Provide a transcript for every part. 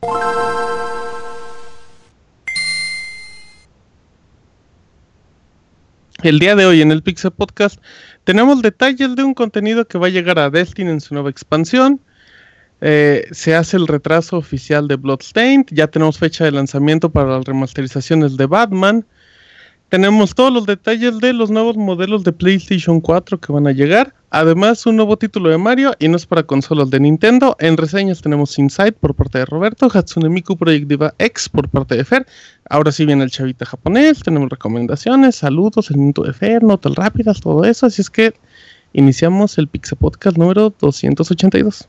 El día de hoy en el Pixel Podcast tenemos detalles de un contenido que va a llegar a Destiny en su nueva expansión. Se hace el retraso oficial de Bloodstained. Ya tenemos fecha de lanzamiento para las remasterizaciones de Batman. Tenemos todos los detalles de los nuevos modelos de PlayStation 4 que van a llegar. Además, un nuevo título de Mario y no es para consolas de Nintendo. En reseñas tenemos Inside por parte de Roberto, Hatsune Miku Project Diva X por parte de Fer. Ahora sí viene el chavita japonés, tenemos recomendaciones, saludos, el minuto de Fer, notas rápidas, todo eso. Así es que iniciamos el Pixel Podcast número 282.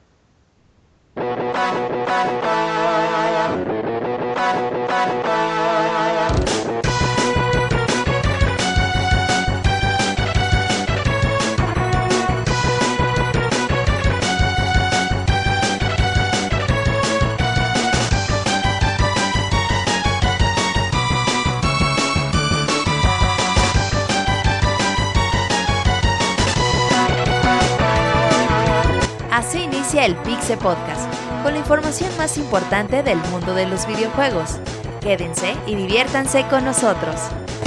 Así inicia el Pixel Podcast, con la información más importante del mundo de los videojuegos. Quédense y diviértanse con nosotros.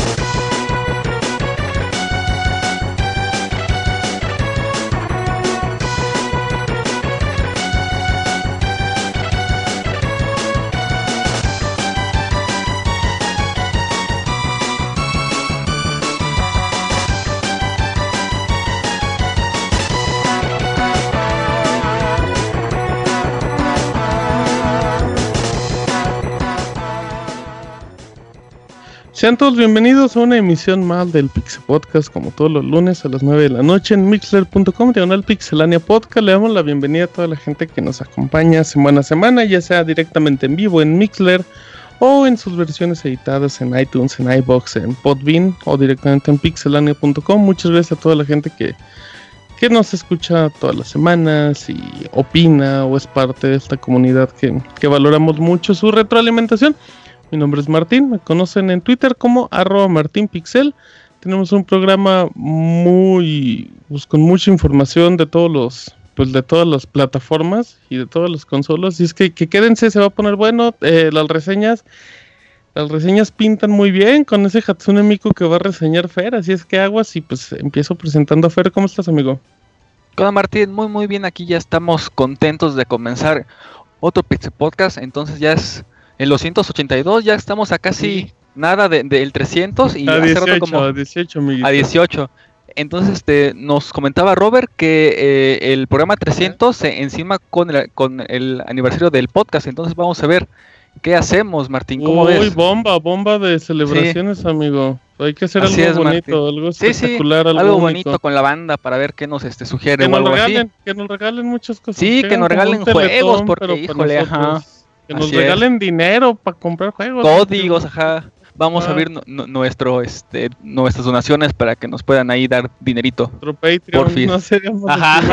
Sean todos bienvenidos a una emisión más del Pixel Podcast, como todos los lunes a las 9 de la noche en mixler.com/pixelania podcast. Le damos la bienvenida a toda la gente que nos acompaña semana a semana, ya sea directamente en vivo en Mixler o en sus versiones editadas en iTunes, en iVoox, en Podbean o directamente en pixelania.com. Muchas gracias a toda la gente que nos escucha todas las semanas y opina o es parte de esta comunidad que valoramos mucho su retroalimentación. Mi nombre es Martín, me conocen en Twitter como @martinpixel. Tenemos un programa con mucha información de todas las plataformas y de todas las consolas. Y es que quédense, se va a poner bueno. Las reseñas pintan muy bien con ese Hatsune Miku que va a reseñar Fer. Así es que aguas y pues empiezo presentando a Fer. ¿Cómo estás, amigo? Hola, Martín, muy bien. Aquí ya estamos contentos de comenzar otro Pixel Podcast. Entonces ya es el 282, ya estamos a casi nada del 300 y a 18, hace rato a 18, amiguito. A 18. Entonces nos comentaba Robert que el programa 300 se encima con el aniversario del podcast. Entonces vamos a ver qué hacemos, Martín. ¿Cómo ves? Bomba de celebraciones, sí, amigo. Hay que hacer así algo bonito, Martín. Algo espectacular, algo bonito con la banda para ver qué nos sugiere o algo así. Que nos regalen muchas cosas. Sí, que nos regalen juegos, porque híjole, ajá. Que nos regalen dinero para comprar juegos. Códigos, ajá. Vamos a abrir nuestras donaciones para que nos puedan ahí dar dinerito. Nuestro Patreon, por fin. No seríamos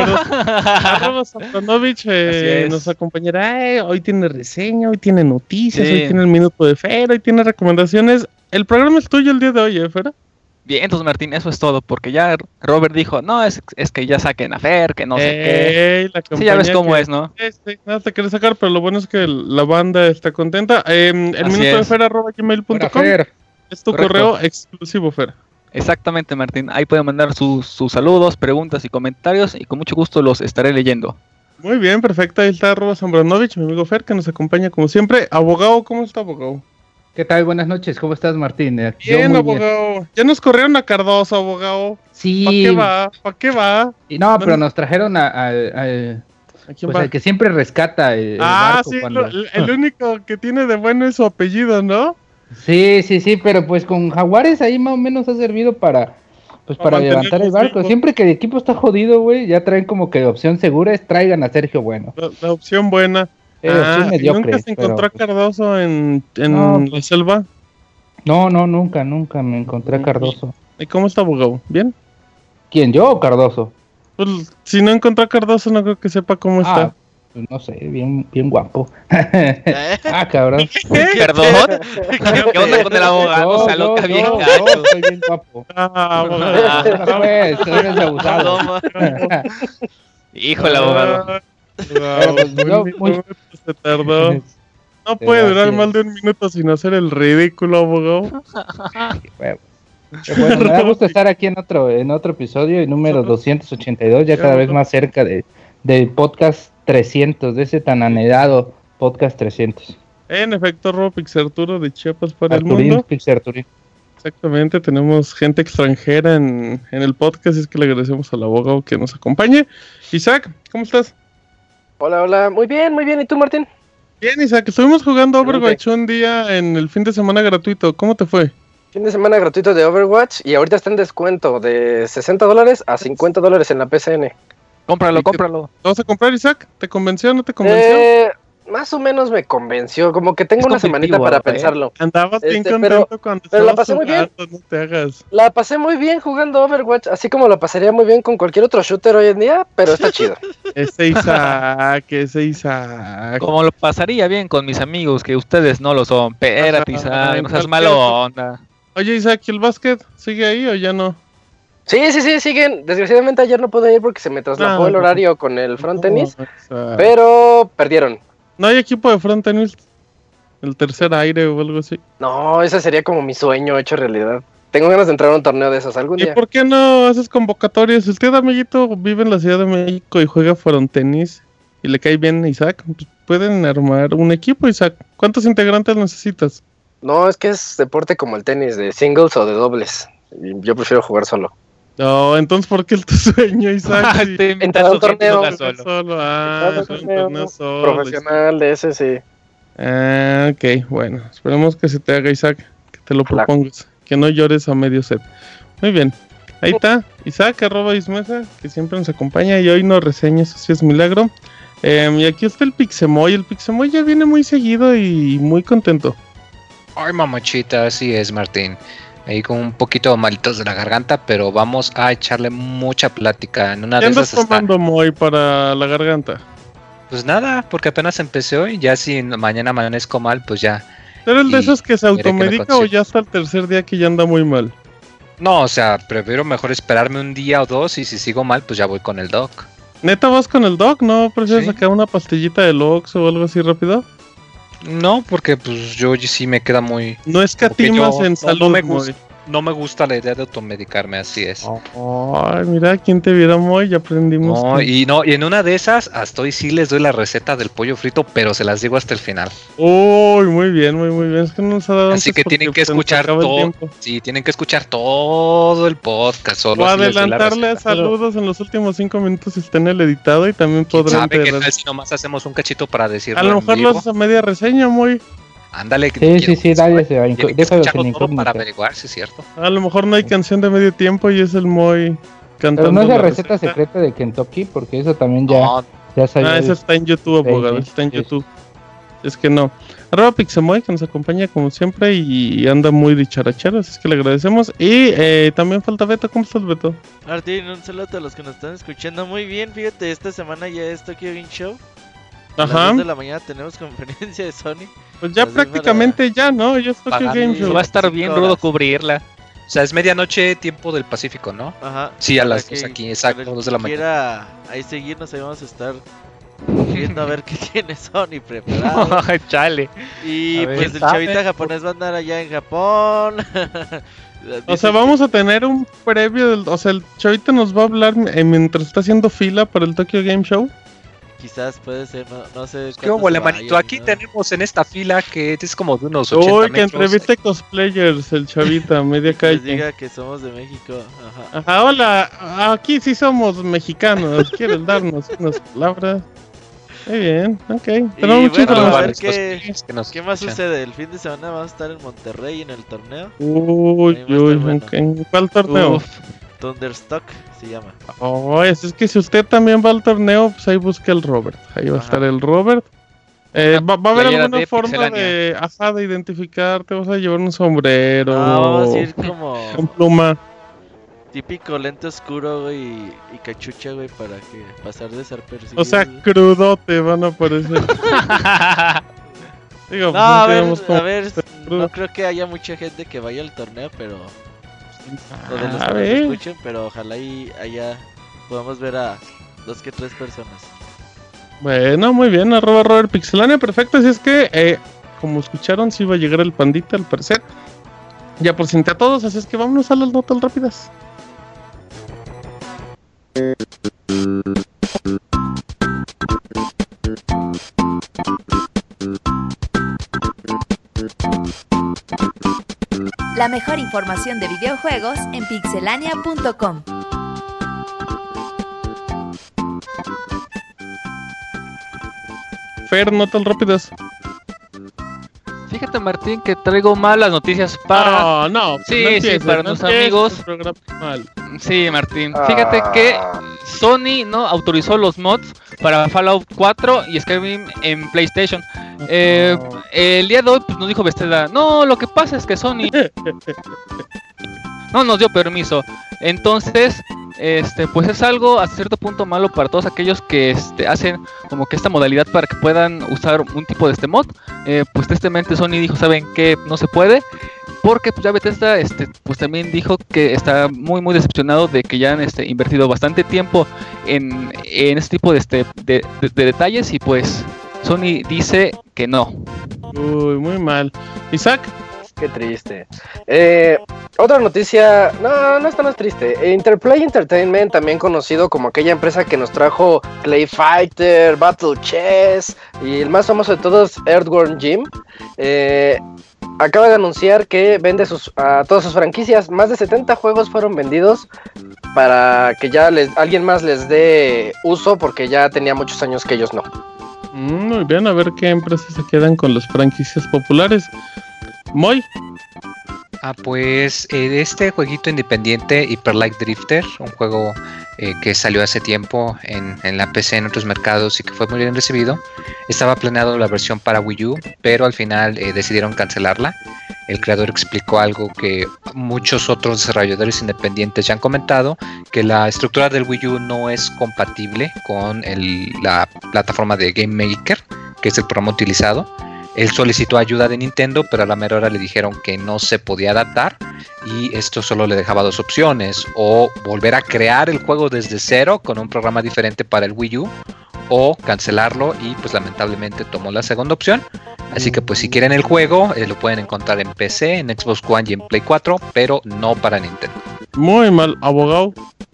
los Sapranovich nos acompañará. Hoy tiene reseña, hoy tiene noticias, hoy tiene el minuto de Fer, hoy tiene recomendaciones. El programa es tuyo el día de hoy, Fer. Bien, entonces Martín, eso es todo, porque ya Robert dijo, no, es que ya saquen a Fer, que no sé qué. Sí, ya ves cómo es, ¿no? Sí, nada te quiere sacar, pero lo bueno es que la banda está contenta. El minuto de Fer @gmail.com es tu correo exclusivo, Fer. Exactamente, Martín, ahí pueden mandar sus saludos, preguntas y comentarios y con mucho gusto los estaré leyendo. Muy bien, perfecto, ahí está @Zambranovich, mi amigo Fer, que nos acompaña como siempre. Abogado, ¿cómo está, abogado? ¿Qué tal? Buenas noches, ¿cómo estás, Martín? Bien, abogado. Bien. Ya nos corrieron a Cardoso, abogado. Sí. ¿Para qué va? No, pero nos trajeron al que siempre rescata el barco. Sí, el único que tiene de bueno es su apellido, ¿no? Sí, pero pues con Jaguares ahí más o menos ha servido para levantar el barco. Siempre que el equipo está jodido, güey, ya traen como que opción segura es traigan a Sergio Bueno. La opción buena. Mediocre, ¿Nunca se encontró a Cardoso en la selva? No, nunca me encontré a Cardoso. ¿Y cómo está, abogado? ¿Bien? ¿Quién, yo o Cardoso? Pues si no encontró a Cardoso no creo que sepa cómo está. Pues no sé, bien guapo. Cabrón. ¿Perdón? ¿Qué onda con el abogado? Se aloca bien gacho. Soy bien guapo. Abogado. Eres abusado. Híjole, abogado. Se tardó. No puede durar más de un minuto sin hacer el ridículo, abogado. Bueno, me da gusto estar aquí en otro episodio, el número 282, ya cada vez más cerca del podcast 300, de ese tan anhelado podcast 300. En efecto, Robo Pixarturo de Chiapas para Arturín, el mundo. Pixarturín. Exactamente, tenemos gente extranjera en el podcast, es que le agradecemos al abogado que nos acompañe. Isaac, ¿cómo estás? Hola, muy bien, ¿y tú, Martín? Bien, Isaac, estuvimos jugando Overwatch un día en el fin de semana gratuito, ¿cómo te fue? Fin de semana gratuito de Overwatch y ahorita está en descuento de $60 a $50 en la PCN. Cómpralo. ¿Lo vas a comprar, Isaac? ¿Te convenció o no te convenció? Más o menos me convenció, como que tengo una semanita para pensarlo. Andabas bien contento pero la pasé muy bien. No te hagas. La pasé muy bien jugando Overwatch, así como la pasaría muy bien con cualquier otro shooter hoy en día, pero está chido. Ese Isaac. Como lo pasaría bien con mis amigos, que ustedes no lo son. Espérate, Isaac, no seas malo onda. Oye, Isaac, ¿y el básquet sigue ahí o ya no? Sí, siguen. Desgraciadamente ayer no pude ir porque se me trasladó el horario con el front tenis, pero perdieron. ¿No hay equipo de front tenis? ¿El tercer aire o algo así? No, ese sería como mi sueño hecho realidad. Tengo ganas de entrar a un torneo de esos algún día. ¿Y por qué no haces convocatorias? Usted, amiguito, vive en la Ciudad de México y juega front tenis y le cae bien a Isaac. Pues pueden armar un equipo, Isaac. ¿Cuántos integrantes necesitas? No, es que es deporte como el tenis, de singles o de dobles. Y yo prefiero jugar solo. No, entonces, ¿por qué el tu sueño, Isaac? Entrar a un torneo solo. Profesional de ese, sí. Ok, bueno, esperemos que se te haga, Isaac, que te lo propongas, que no llores a medio set. Muy bien, ahí está, Isaac, @Ismesa, que siempre nos acompaña y hoy nos reseña, eso sí es milagro. Y aquí está el Pixemoy ya viene muy seguido y muy contento. Ay, mamachita, así es, Martín. Ahí con un poquito malitos de la garganta, pero vamos a echarle mucha plática. En una ¿Qué de andas esas tomando, Moy, para la garganta? Pues nada, porque apenas empecé hoy. Ya si mañana amanezco mal, pues ya. ¿Eres el de esos que se veré qué me automedica o ya hasta el tercer día que ya anda muy mal? No, o sea, prefiero mejor esperarme un día o dos y si sigo mal, pues ya voy con el doc. ¿Neta vas con el doc? ¿No prefieres Sí. sacar una pastillita de Oxxo o algo así rápido? No, porque pues yo sí me queda muy... No escatimas en salud, Moy. No me gusta la idea de automedicarme, así es. Ay, mira, ¿quién te viera, Moy? Ya aprendimos. No, y en una de esas, hasta hoy sí les doy la receta del pollo frito, pero se las digo hasta el final. Uy, muy bien. Es que no nos ha dado Así antes que porque, tienen que pues, se nos escuchar acaba el todo. tiempo. Sí, tienen que escuchar todo el podcast. Solo O así les doy la adelantarle receta. saludos en los últimos 5 minutos si está en el editado y también podrán ¿Sabe qué enterar. tal si nomás hacemos un cachito para decirlo A lo en mejor vivo? lo haces a media reseña, Moy. Ándale. Sí, dale, Tienen que déjalo escucharlo sin todo para incógnita. averiguar si es cierto. A lo mejor no hay canción de medio tiempo y es el Moy cantando. Pero no es la la receta secreta de Kentucky, porque eso también ya, No, ya salió. Esa está en YouTube, abogado. Sí, Está en sí. YouTube. Es que no. @Pixemoy, que nos acompaña como siempre y anda muy dicharachero, así es que le agradecemos. Y también falta Beto. ¿Cómo estás, Beto? Martín, un saludo a todos los que nos están escuchando. Muy bien, fíjate, esta semana ya es Tokyo Game Show. A las Ajá. 2 de la mañana tenemos conferencia de Sony. Pues ya Así prácticamente ya, ¿no? Ya es Tokyo Pagando. Game Sí, Show. Va a estar bien 5 rudo horas. cubrirla. O sea, es medianoche, tiempo del Pacífico, ¿no? Ajá. Sí, a para las que- 2 aquí, exacto, para el 2 de la que mañana. quiera ahí seguirnos, ahí vamos a estar viendo a ver qué tiene Sony preparado. Chale. Y A ver, pues el ¿sabe? chavita japonés va a andar allá en Japón. O sea, vamos a tener un previo del... O sea, el chavita nos va a hablar mientras está haciendo fila para el Tokyo Game Show. Quizás puede ser, no sé. ¿Qué hubo, manito? Aquí tenemos en esta fila que es como de unos 80 Uy, que metros. entreviste cosplayers, el chavita, media Que calle. diga que somos de México. Ajá. Ajá, hola, aquí sí somos mexicanos. ¿Quieres darnos unas palabras? Muy bien, ok. Tenemos mucha bueno, a ver información. ¿Qué más sucede? El fin de semana vamos a estar en Monterrey en el torneo. Uy, Ahí va a estar uy, bueno. ok. ¿En cuál torneo? Uf. Thunderstock se llama. Oh, es que si usted también va al torneo, pues ahí busca el Robert. Ahí va a Ajá. estar el Robert. Va a haber playera alguna de forma Pixelania. de identificarte. Vas a llevar un sombrero. Vamos a ir como con pluma. típico lente oscuro, güey, y cachucha, güey, para que pasar desapercibido. O sea, güey. crudote van a aparecer. Digo, No, a ver, tenemos como- a ver, crudo. no creo que haya mucha gente que vaya al torneo, pero o de los A que nos ver. escuchen, pero ojalá y allá podamos ver a 2 que 3 personas. Bueno, muy bien, @RobertPixelania, perfecto. Así es que como escucharon, sí va a llegar el pandita al parecer. Ya presenté a todos, así es que vámonos a las notas rápidas. La mejor información de videojuegos en pixelania.com. Fer, notas rápidas. Fíjate, Martín, que traigo malas noticias para... No, sí, no empieces, para no nuestros amigos. Mal. Sí, Martín. Fíjate que Sony no autorizó los mods para Fallout 4 y Skyrim en PlayStation. El día de hoy pues, nos dijo Bethesda, no, lo que pasa es que Sony no nos dio permiso. Entonces, pues es algo hasta cierto punto malo para todos aquellos que hacen como que esta modalidad para que puedan usar un tipo de mod. Pues tristemente Sony dijo, ¿saben qué? No se puede. Porque pues ya Bethesda pues también dijo que está muy muy decepcionado de que ya han invertido bastante tiempo en este tipo de detalles y pues Sony dice que no. Uy, muy mal. Isaac. Qué triste. Otra noticia, no está más triste. Interplay Entertainment, también conocido como aquella empresa que nos trajo Clay Fighter, Battle Chess y el más famoso de todos, Earthworm Jim, acaba de anunciar que vende a todas sus franquicias. Más de 70 juegos fueron vendidos para que ya alguien más les dé uso, porque ya tenía muchos años que ellos no. Muy bien, a ver qué empresas se quedan con las franquicias populares. Moy. Pues este jueguito independiente, Hyper Light Drifter, un juego que salió hace tiempo en la PC, en otros mercados y que fue muy bien recibido. Estaba planeado la versión para Wii U, pero al final decidieron cancelarla. El creador explicó algo que muchos otros desarrolladores independientes ya han comentado, que la estructura del Wii U no es compatible con la plataforma de Game Maker, que es el programa utilizado. Él solicitó ayuda de Nintendo, pero a la mera hora le dijeron que no se podía adaptar y esto solo le dejaba dos opciones: o volver a crear el juego desde cero con un programa diferente para el Wii U, o cancelarlo, y pues lamentablemente tomó la segunda opción. Así que pues si quieren el juego lo pueden encontrar en PC, en Xbox One y en Play 4, pero no para Nintendo. Muy mal, abogado.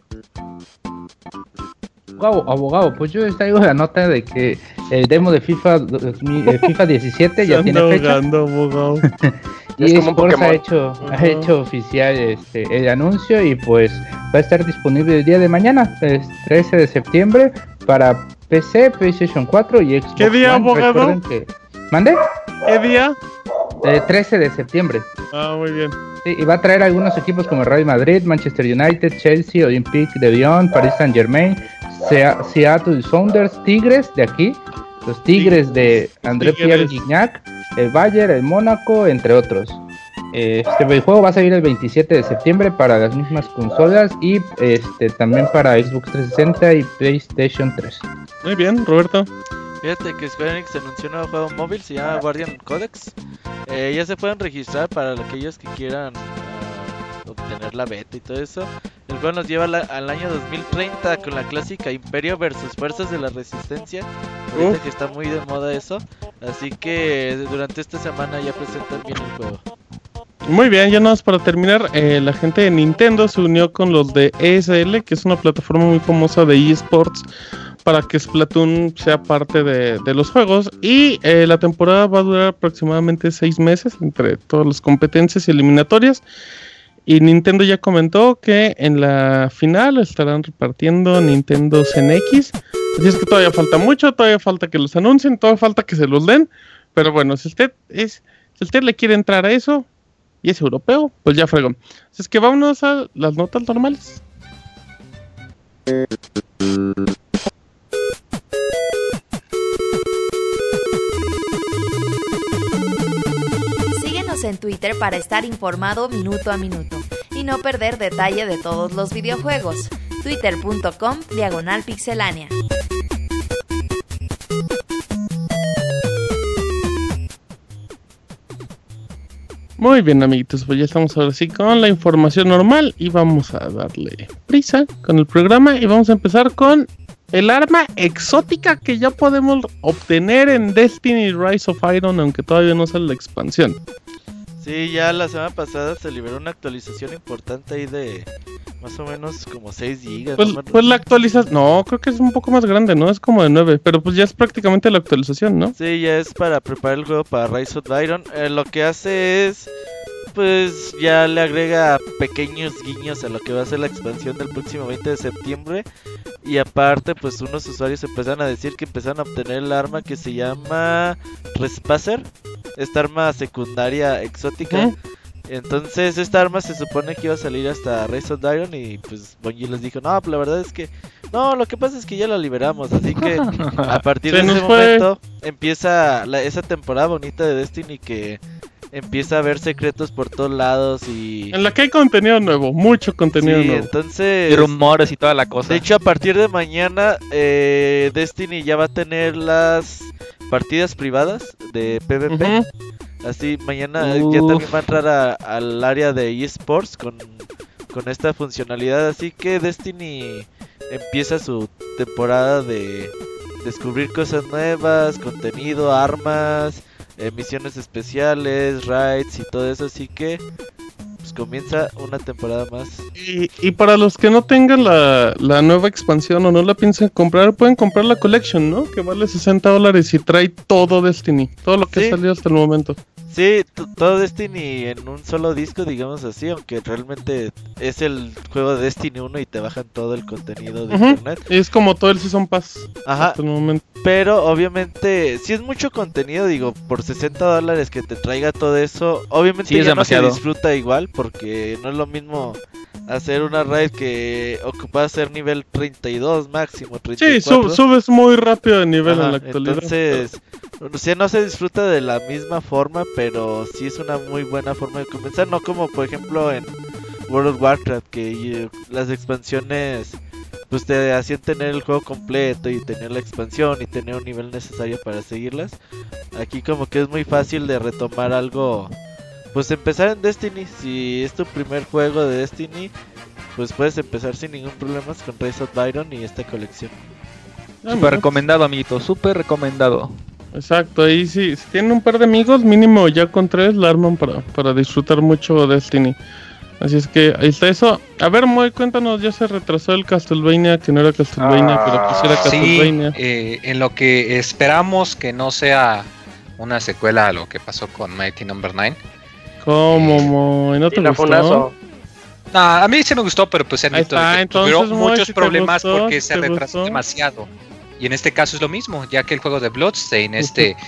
Abogado, pues yo les traigo la nota de que el demo de FIFA 17 ya tiene fecha. Abogado. Y Sports ha hecho oficial el anuncio y pues va a estar disponible el día de mañana, el 13 de septiembre, para PC, PlayStation 4 y Xbox One. ¿Qué día, abogado? ¿Mande? ¿Qué día? 13 de septiembre. Muy bien. Sí, y va a traer algunos equipos como Real Madrid, Manchester United, Chelsea, Olympique de Lyon, Paris Saint-Germain, Seattle Sounders, Tigres de aquí, los Tigres de André Pierre Gignac, el Bayern, el Mónaco, entre otros. El juego va a salir el 27 de septiembre para las mismas consolas y también para Xbox 360 y PlayStation 3. Muy bien, Roberto. Fíjate que Square Enix anunció un nuevo juego móvil, se llama Guardian Codex. Ya se pueden registrar para aquellos que quieran obtener la beta y todo eso. El juego nos lleva al año 2030 con la clásica Imperio versus Fuerzas de la Resistencia. Ahorita que está muy de moda eso. Así que durante esta semana ya presentan bien el juego. Muy bien, ya nada más para terminar, la gente de Nintendo se unió con los de ESL, que es una plataforma muy famosa de eSports, para que Splatoon sea parte de los juegos. Y la temporada va a durar aproximadamente 6 meses entre todas las competencias y eliminatorias. Y Nintendo ya comentó que en la final estarán repartiendo Nintendo NX. Así es que todavía falta mucho, todavía falta que los anuncien, todavía falta que se los den. Pero bueno, si usted le quiere entrar a eso y es europeo, pues ya fregó. Así es que vámonos a las notas normales. Síguenos en Twitter para estar informado minuto a minuto y no perder detalle de todos los videojuegos. Twitter.com/pixelania. Muy bien, amiguitos, pues ya estamos ahora sí con la información normal y vamos a darle prisa con el programa y vamos a empezar con el arma exótica que ya podemos obtener en Destiny Rise of Iron, aunque todavía no sale la expansión. Sí, ya la semana pasada se liberó una actualización importante ahí de más o menos como 6 gigas. Pues la actualización, no, creo que es un poco más grande, ¿no? Es como de 9, pero pues ya es prácticamente la actualización, ¿no? Sí, ya es para preparar el juego para Rise of Iron. Lo que hace es, pues ya le agrega pequeños guiños a lo que va a ser la expansión del próximo 20 de septiembre. Y aparte, pues unos usuarios empezaron a decir que empezaron a obtener el arma que se llama Respacer, esta arma secundaria exótica. Entonces esta arma se supone que iba a salir hasta Rise of Iron y pues Bungie les dijo, no, pues la verdad es que no, lo que pasa es que ya la liberamos, así que a partir de ese momento empieza esa temporada bonita de Destiny que empieza a haber secretos por todos lados y... En la que hay contenido nuevo, mucho contenido nuevo. Entonces... Y rumores y toda la cosa. De hecho, a partir de mañana, Destiny ya va a tener las partidas privadas de PvP. Así, mañana ya también va a entrar al área de eSports con esta funcionalidad. Así que Destiny empieza su temporada de descubrir cosas nuevas, contenido, armas... misiones especiales, raids y todo eso, así que pues comienza una temporada más. Y para los que no tengan la nueva expansión o no la piensen comprar, pueden comprar la Collection, ¿no? Que vale $60 y trae todo Destiny, todo lo que ha salido hasta el momento. Sí, todo Destiny en un solo disco, digamos así, aunque realmente es el juego de Destiny 1 y te bajan todo el contenido de internet. Es como todo el Season Pass. Ajá. Hasta el momento. Pero obviamente, si es mucho contenido, digo, por $60 que te traiga todo eso, obviamente sí, ya no se disfruta igual, porque no es lo mismo hacer una raid que ocupa ser nivel 32 máximo, 34. Sí, subes muy rápido de nivel en la actualidad. Entonces, o sea, no se disfruta de la misma forma, pero sí es una muy buena forma de comenzar, no como por ejemplo en World of Warcraft, que las expansiones pues te hacían tener el juego completo y tener la expansión y tener un nivel necesario para seguirlas. Aquí como que es muy fácil de retomar algo, pues empezar en Destiny. Si es tu primer juego de Destiny, pues puedes empezar sin ningún problema con Rise of Iron y esta colección. Súper recomendado, amiguito, súper recomendado. Exacto, ahí sí, si tienen un par de amigos, mínimo ya con 3 la arman para disfrutar mucho Destiny. Así es que ahí está eso. A ver, Moy, cuéntanos, ya se retrasó el Castlevania, que no era Castlevania, pero quisiera Castlevania. Sí, en lo que esperamos que no sea una secuela a lo que pasó con Mighty No. 9. ¿Cómo, Moy? ¿No te gustó? No, a mí sí me gustó, pero pues tuvieron muchos problemas gustó, porque se retrasó demasiado. Y en este caso es lo mismo, ya que el juego de Bloodstain,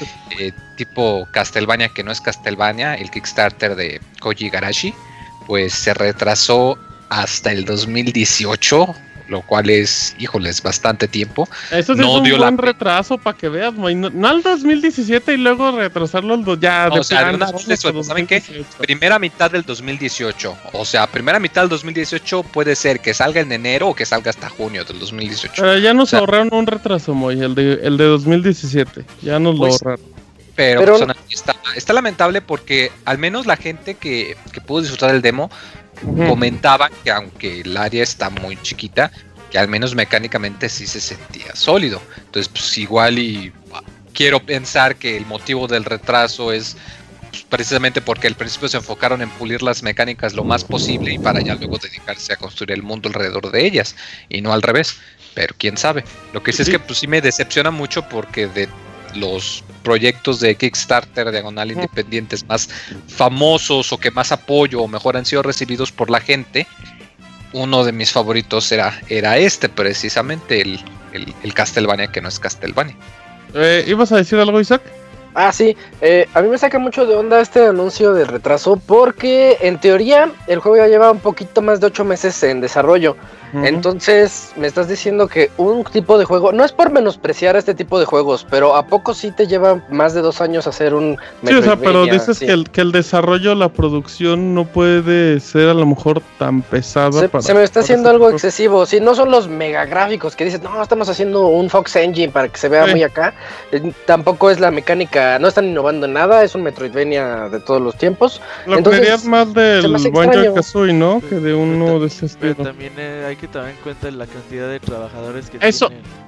tipo Castlevania, que no es Castlevania, el Kickstarter de Koji Igarashi, pues se retrasó hasta el 2018, lo cual es, híjoles, bastante tiempo. Eso sí no es un buen retraso para que veas, no al 2017 y luego retrasarlo ya de plano. ¿Saben qué? Primera mitad del 2018, o sea, primera mitad del 2018 puede ser que salga en enero o que salga hasta junio del 2018. Pero ya nos ahorraron un retraso, Moy, el de 2017, ya nos lo ahorraron. Pero pues, está lamentable porque al menos la gente que pudo disfrutar del demo comentaba que aunque el área está muy chiquita, que al menos mecánicamente sí se sentía sólido. Entonces pues igual y quiero pensar que el motivo del retraso es pues, precisamente porque al principio se enfocaron en pulir las mecánicas lo más posible y para ya luego dedicarse a construir el mundo alrededor de ellas y no al revés. Pero quién sabe. Lo que sí es que pues sí me decepciona mucho porque de los proyectos de Kickstarter diagonal independientes más famosos o que más apoyo o mejor han sido recibidos por la gente, uno de mis favoritos era precisamente el Castlevania, que no es Castlevania. ¿Ibas a decir algo, Isaac? Ah, sí, a mí me saca mucho de onda este anuncio de retraso porque en teoría el juego ya lleva un poquito más de 8 meses en desarrollo. Entonces me estás diciendo que un tipo de juego, no es por menospreciar este tipo de juegos, pero ¿a poco sí te lleva más de 2 años hacer un Metroidvania? Sí, o sea, pero dices que el desarrollo, la producción no puede ser a lo mejor tan pesada. Se me está haciendo algo excesivo. Si no son los mega gráficos que dices, no, estamos haciendo un Fox Engine para que se vea muy acá. Tampoco es la mecánica, no están innovando en nada, es un Metroidvania de todos los tiempos. Lo querías más del Banjo-Kazooie, ¿no? Que de uno de ese estilo. También hay que tomar en cuenta la cantidad de trabajadores que tienen.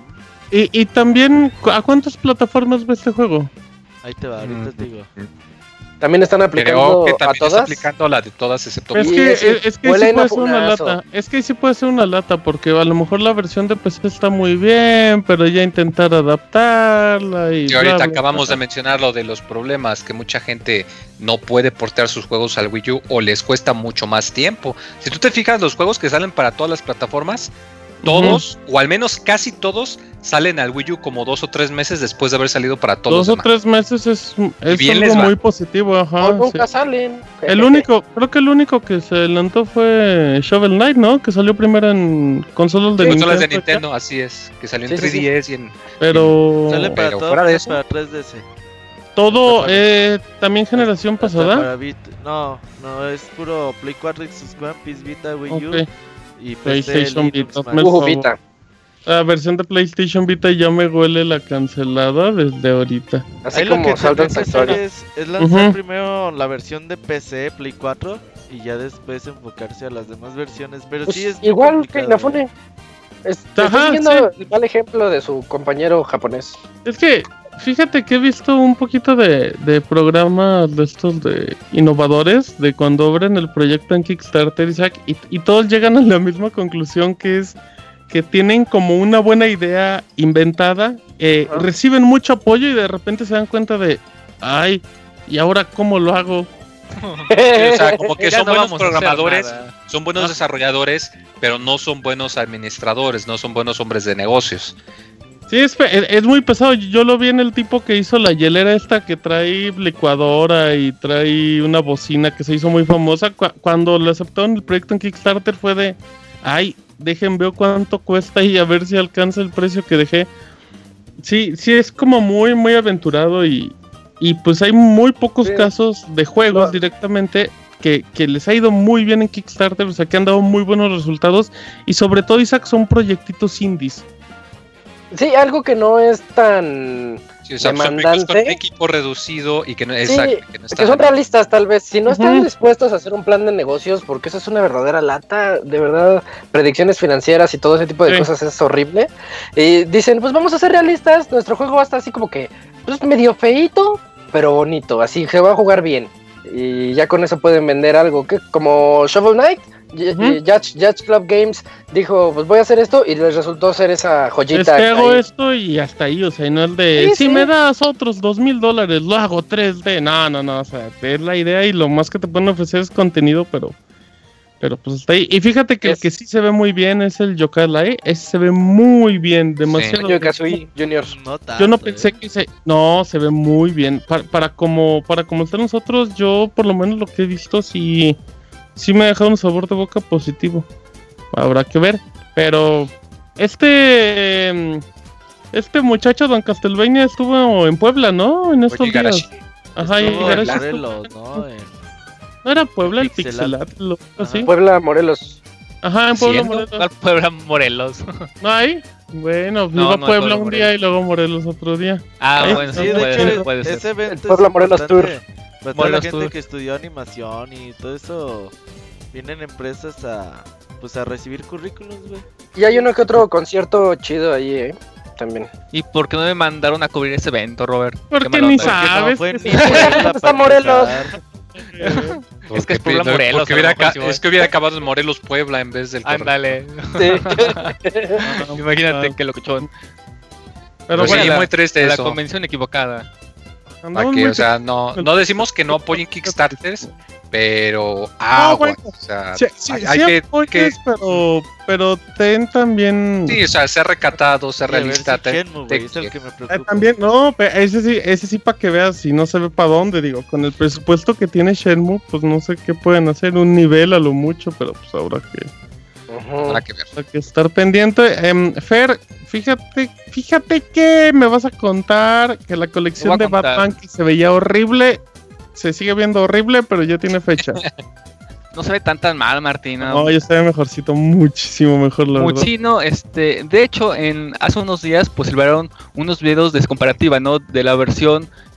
Y también, ¿a cuántas plataformas va este juego? Ahí te va, ahorita te digo. También están aplicando Creo que a también está todas. aplicando a la de todas excepto Es Y que, ese es que sí huele puede a ser una funazo. lata. Es que sí puede ser una lata, porque a lo mejor la versión de PC está muy bien, pero ya intentar adaptarla y. Y bla, ahorita bla, acabamos bla. de mencionar lo de los problemas, que mucha gente no puede portear sus juegos al Wii U o les cuesta mucho más tiempo. Si tú te fijas, los juegos que salen para todas las plataformas, todos, o al menos casi todos, salen al Wii U como 2 o 3 meses después de haber salido para todos 2 o los demás. 3 meses es bien algo les va. muy positivo, ajá. O nunca Sí. salen. Creo que el único que se adelantó fue Shovel Knight, ¿no? Que salió primero en consolas de Sí, Consolas de Nintendo. Nintendo, así es, que salió en Sí, sí, 3DS y en... Pero Sale para pero todo, fuera de menos eso. para 3DS. todo, también generación Hasta pasada. para Vita. No, es puro Play 4, Xbox One, PS Vita, Wii U Ok. y PC, PlayStation Linux, Vita. Mac. Vita. La versión de PlayStation Vita ya me huele la cancelada desde ahorita. Así Ahí lo como que saltan tendrían que esa hacer historia. es lanzar Ujú. primero la versión de PC, Play 4 y ya después enfocarse a las demás versiones. Pero Pues sí es muy igual que complicado, Inafune. Está Ajá, siguiendo sí. el mal ejemplo de su compañero japonés. Es que, fíjate que he visto un poquito de programas de estos de innovadores, de cuando abren el proyecto en Kickstarter, Isaac, y todos llegan a la misma conclusión, que es que tienen como una buena idea inventada, Ajá. reciben mucho apoyo y de repente se dan cuenta de, ay, ¿y ahora cómo lo hago? Sí, o sea, como que Ya son no buenos vamos a hacer programadores, nada. son buenos Ah. desarrolladores, pero no son buenos administradores, no son buenos hombres de negocios. Sí, es muy pesado. Yo lo vi en el tipo que hizo la hielera esta que trae licuadora y trae una bocina que se hizo muy famosa. Cuando le aceptaron el proyecto en Kickstarter fue de, ay, dejen veo cuánto cuesta y a ver si alcanza el precio que dejé. Sí, es como muy, muy aventurado y pues hay muy pocos Sí. casos de juegos Claro. directamente que les ha ido muy bien en Kickstarter, o sea que han dado muy buenos resultados y sobre todo, Isaac, son proyectitos indies. Sí, algo que no es tan Sí, o sea, son demandante. proyectos con un equipo reducido y que no, exacto, que no que son están... realistas tal vez. Si no están Ujú. dispuestos a hacer un plan de negocios, porque eso es una verdadera lata, de verdad, predicciones financieras y todo ese tipo de Sí. cosas es horrible. Y dicen, pues vamos a ser realistas, nuestro juego va a estar así como que, pues medio feíto, pero bonito, así se va a jugar bien. Y ya con eso pueden vender algo, que como Shovel Knight, Ujú. Judge Club Games dijo, pues voy a hacer esto y les resultó ser esa joyita. Es que hago ahí. esto y hasta ahí, o sea, y no es de, Sí, si sí. me das otros $2,000, lo hago 3D. No, o sea, es la idea y lo más que te pueden ofrecer es contenido, pero pues está ahí. Y fíjate que el que sí se ve muy bien es el Yooka-Laylee, ese se ve muy bien, demasiado. Banjo-Kazooie Jr. No tanto, Yo no pensé que no, se ve muy bien. Para como están nosotros, yo por lo menos lo que he visto sí me ha dejado un sabor de boca positivo. Habrá que ver. Pero este muchacho Don Castlevania estuvo en Puebla, ¿no? En estos Oye, días. Garashi. Ajá, y Estuvo en Garashi Morelos, estuvo- ¿no? ¿No era Puebla el Pixelat. Pixelat? Así. Puebla, Morelos. Ajá, en Puebla, ¿Siendo? Morelos. ¿Cuál Puebla Morelos? ¿No hay? Bueno, No, iba a no, Puebla Puebla, un Morelos. día y luego Morelos otro día. Ah, Ahí bueno, está. sí, Sí, de puede, hecho, puede ser. ese evento El Puebla es Morelos importante para toda la Morelos gente Tour. que estudió animación y todo eso. Vienen empresas a recibir currículums, güey. Y hay uno que otro concierto chido ahí, también. ¿Y por qué no me mandaron a cubrir ese evento, Robert? Porque Qué mala ni onda. sabe. Porque ¿Sabes no fue que ni sí? Puebla Está para Morelos. empezar. Es que es Puebla, Morelos, Porque a lo hubiera mejor sí voy. es que hubiera acabado en Morelos, Puebla en vez del Ándale. Sí. Imagínate que locuchón. Pero sí, bueno, muy triste La eso. convención equivocada. andamos Aquí, muy o sea, no decimos que no apoyen Kickstarters, pero agua. bueno. O sea, Sí, hay que, apoyes, pero ten también. sí, o sea, ser recatado, ser Y a ver realista. si Shenmue, güey, es el que me preocupa. También, no, ese sí para que veas, si no se ve para dónde, digo, con el presupuesto que tiene Shenmue, pues no sé qué pueden hacer, un nivel a lo mucho, pero pues habrá Habrá que ver. que estar pendiente. Fer, fíjate que me vas a contar que la Te voy colección a de contar. Batman que se veía horrible, se sigue viendo horrible, pero ya tiene fecha. No se ve tan mal, Martina. No, ya se ve mejorcito, muchísimo mejor, la verdad. Muchino, de hecho, hace unos días pues liberaron unos videos de comparativa, ¿no? De la versión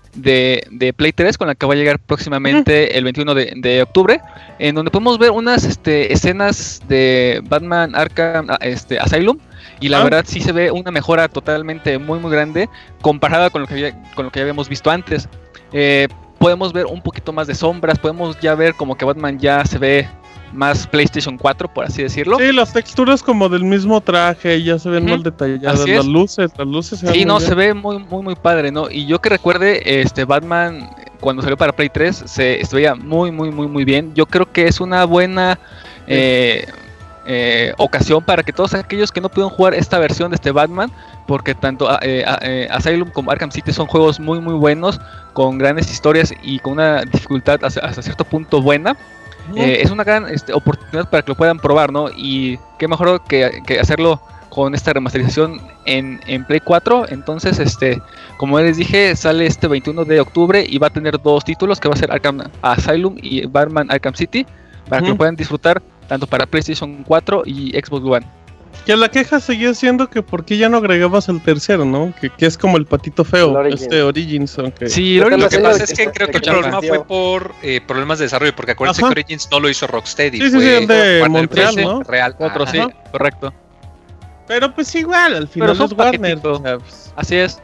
de Play 3, con la que va a llegar próximamente el 21 de octubre, en donde podemos ver unas escenas de Batman Arkham Asylum, y la verdad sí se ve una mejora totalmente muy grande comparada con lo que ya habíamos visto antes. Podemos ver un poquito más de sombras, podemos ya ver como que Batman ya se ve más PlayStation 4, por así decirlo. Sí, las texturas como del mismo traje ya se ven más detalladas. Las luces se ven muy bien. Se ve muy padre, ¿no? Y yo que recuerde, Batman cuando salió para Play 3 se veía muy bien. Yo creo que es una buena ocasión para que todos aquellos que no pudieron jugar esta versión de este Batman, porque tanto Asylum como Arkham City son juegos muy buenos, con grandes historias y con una dificultad hasta cierto punto buena. Es una gran oportunidad para que lo puedan probar, ¿no? Y qué mejor que hacerlo con esta remasterización en Play 4. Entonces, como les dije, sale este 21 de octubre y va a tener 2 títulos, que va a ser Arkham Asylum y Batman Arkham City, para que lo puedan disfrutar tanto para PlayStation 4 y Xbox One. Que la queja seguía siendo que por qué ya no agregabas el tercero, ¿no? Que es como el patito feo, Origins. Aunque... Sí, lo que pasa es que creo que el problema fue por problemas de desarrollo, porque acuérdense que Origins no lo hizo Rocksteady. Sí, el de Montreal, ¿no? Real. Otro, sí, correcto. Pero pues igual, al final es Warner. Así es.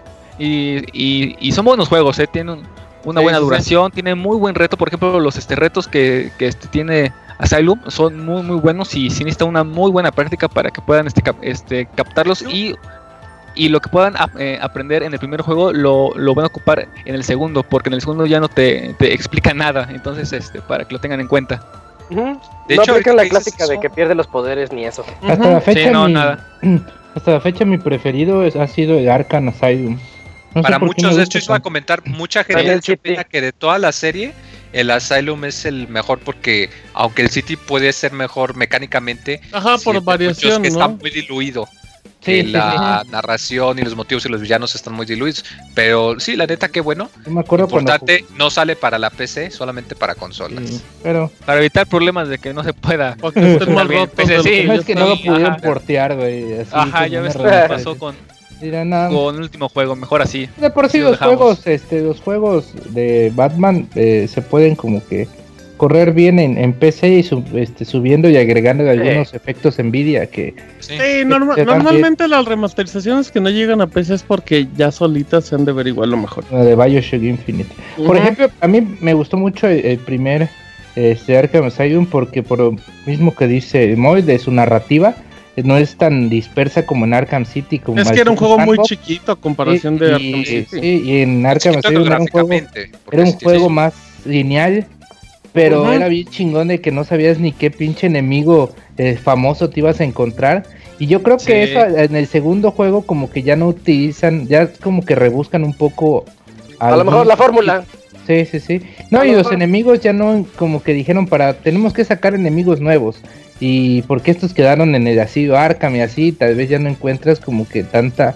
Y son buenos juegos, tienen una buena duración, tienen muy buen reto. Por ejemplo, los retos que tiene Asylum son muy buenos, y sí necesita una muy buena práctica para que puedan captarlos, y lo que puedan aprender en el primer juego lo van a ocupar en el segundo, porque en el segundo ya no te explica nada. Entonces para que lo tengan en cuenta. De hecho, aplican la clásica de que pierde los poderes ni eso. Hasta la fecha hasta la fecha mi preferido ha sido el Arkham Asylum. Para muchos, de hecho, iba a comentar, mucha gente opina que de toda la serie el Asylum es el mejor, porque aunque el City puede ser mejor mecánicamente, por variación, que está muy diluido. La narración y los motivos y los villanos están muy diluidos. Pero sí, la neta, qué bueno. Me acuerdo importante, no sale para la PC, solamente para consolas. Sí, pero para evitar problemas de que no se pueda. Porque estén más rotos. No es que no lo pudieron portear, güey. Ya ves lo que pasó con el último juego, mejor así. De por sí los juegos de Batman se pueden como que correr bien en PC, y subiendo y agregando algunos efectos Nvidia que... normalmente las remasterizaciones que no llegan a PC es porque ya solitas se han de ver igual lo mejor. La de BioShock Infinite. Por ejemplo, a mí me gustó mucho el primer Arkham Asylum, porque por lo mismo que dice Moy, de su narrativa no es tan dispersa como en Arkham City. Es que era un juego muy chiquito a comparación de Arkham City. Sí, y en Arkham Asylum era un juego más lineal, pero era bien chingón de que no sabías ni qué pinche enemigo famoso te ibas a encontrar. Y yo creo que eso en el segundo juego como que ya no utilizan, ya como que rebuscan un poco. A lo mejor la fórmula. Sí. No, y los enemigos ya no, como que dijeron tenemos que sacar enemigos nuevos. Y porque estos quedaron en el asilo Arkham y así, tal vez ya no encuentras como que tanta...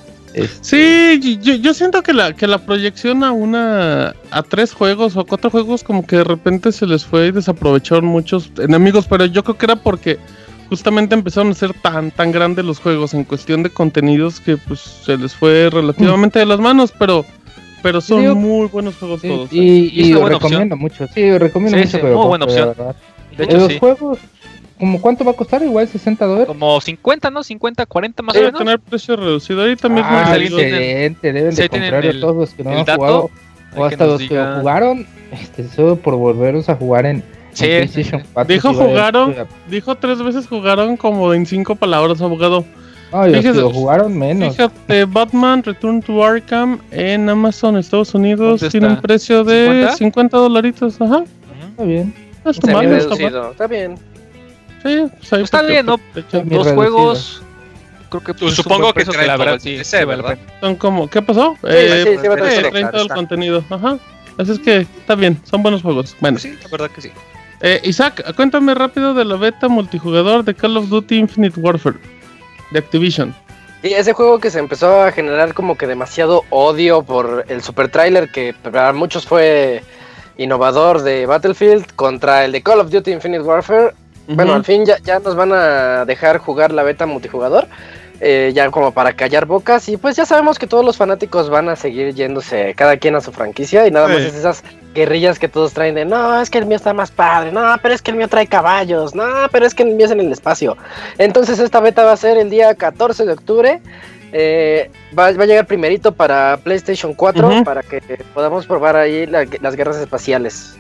Sí, yo siento que la proyección a 3 juegos o 4 juegos como que de repente se les fue y desaprovecharon muchos enemigos, pero yo creo que era porque justamente empezaron a ser tan grandes los juegos en cuestión de contenidos que pues se les fue relativamente de las manos, pero son muy buenos juegos todos. Y lo recomiendo mucho, recomiendo mucho. Muy buena opción. De hecho, los juegos... ¿Cómo cuánto va a costar? Igual $60. Como 50, ¿no? 50, 40 más o menos. Tener precio reducido. Ahorita mismo excelente. Deben de comprarlo todos los que no han jugado. O hasta los que lo jugaron, solo por volveros a jugar en PlayStation 4. Dijo 3 veces jugaron como en 5 palabras, abogado. No, los que lo jugaron menos. Fíjate, Batman Return to Arkham en Amazon, Estados Unidos, tiene un precio de $50. Ajá. Está bien. No está mal, está bien. Sí, pues está bien, ¿no? 2 juegos. Creo que pues, supongo que la verdad sí, ¿verdad? Son como, ¿qué pasó? Sí, va a tener 30 del contenido. Ajá. Así es que está bien, son buenos juegos. Bueno. Sí, la verdad que sí. Isaac, cuéntame rápido de la beta multijugador de Call of Duty Infinite Warfare de Activision. Sí, ese juego que se empezó a generar como que demasiado odio por el super trailer que para muchos fue innovador de Battlefield contra el de Call of Duty Infinite Warfare. Bueno, al fin ya nos van a dejar jugar la beta multijugador, ya como para callar bocas, y pues ya sabemos que todos los fanáticos van a seguir yéndose cada quien a su franquicia, y nada más es esas guerrillas que todos traen de, no, es que el mío está más padre, no, pero es que el mío trae caballos, no, pero es que el mío es en el espacio. Entonces esta beta va a ser el día 14 de octubre, va a llegar primerito para PlayStation 4, para que podamos probar ahí las guerras espaciales.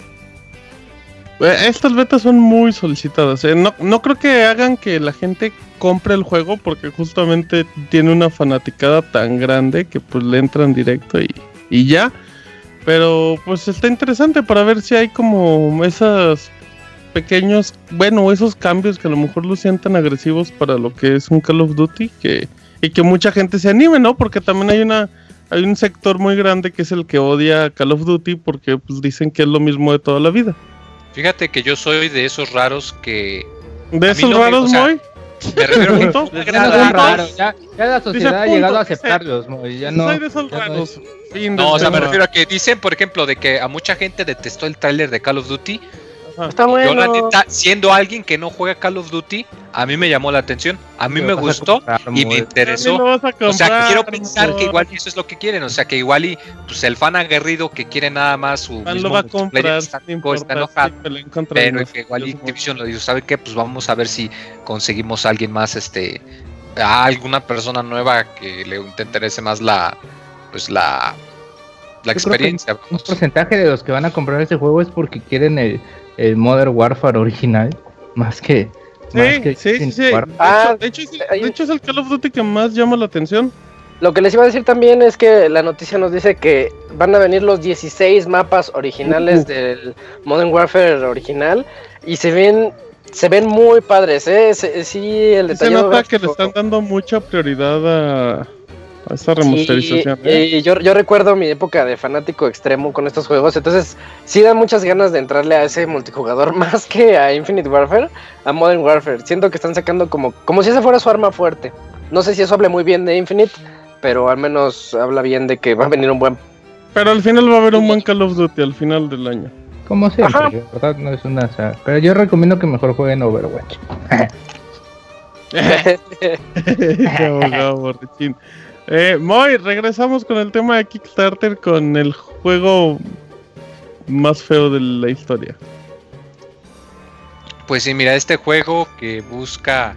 Estas betas son muy solicitadas, no creo que hagan que la gente compre el juego, porque justamente tiene una fanaticada tan grande que pues le entran directo y ya. Pero pues está interesante para ver si hay como esos pequeños, esos cambios que a lo mejor lo sientan agresivos para lo que es un Call of Duty, y que mucha gente se anime, ¿no? Porque también hay un sector muy grande que es el que odia Call of Duty porque pues dicen que es lo mismo de toda la vida. Fíjate que yo soy de esos raros que... ¿De esos raros, Moy? Me refiero ya la sociedad ha llegado a aceptarlos, Moy. Ya no. Soy de esos raros. No, o sea, me refiero a que dicen, por ejemplo, de que a mucha gente detestó el tráiler de Call of Duty. Está bueno. Yo, la neta, siendo alguien que no juega Call of Duty, a mí me llamó la atención, a mí me gustó y me interesó. O sea, quiero pensar que igual eso es lo que quieren, o sea, que igual y pues el fan aguerrido que quiere nada más su mismo lo va a comprar, está enojado, pero que igual Activision lo dijo, ¿sabe qué? Pues vamos a ver si conseguimos a alguien más, a alguna persona nueva que le interese más la experiencia. Un porcentaje de los que van a comprar ese juego es porque quieren el Modern Warfare original, más que... Sí. De hecho es el Call of Duty que más llama la atención. Lo que les iba a decir también es que la noticia nos dice que van a venir los 16 mapas originales del Modern Warfare original, y se ven muy padres, sí, el detalle. Se nota que le están dando mucha prioridad a esta remasterización. Y yo recuerdo mi época de fanático extremo con estos juegos, entonces sí dan muchas ganas de entrarle a ese multijugador más que a Infinite Warfare, a Modern Warfare. Siento que están sacando como si ese fuera su arma fuerte. No sé si eso hable muy bien de Infinite, pero al menos habla bien de que va a venir un buen... Pero al final va a haber un buen Call of Duty al final del año. Como siempre, ¿verdad? No es una... Pero yo recomiendo que mejor jueguen Overwatch. Qué abogado, borrachín. Moy, regresamos con el tema de Kickstarter, con el juego más feo de la historia. Pues sí, mira, este juego que busca...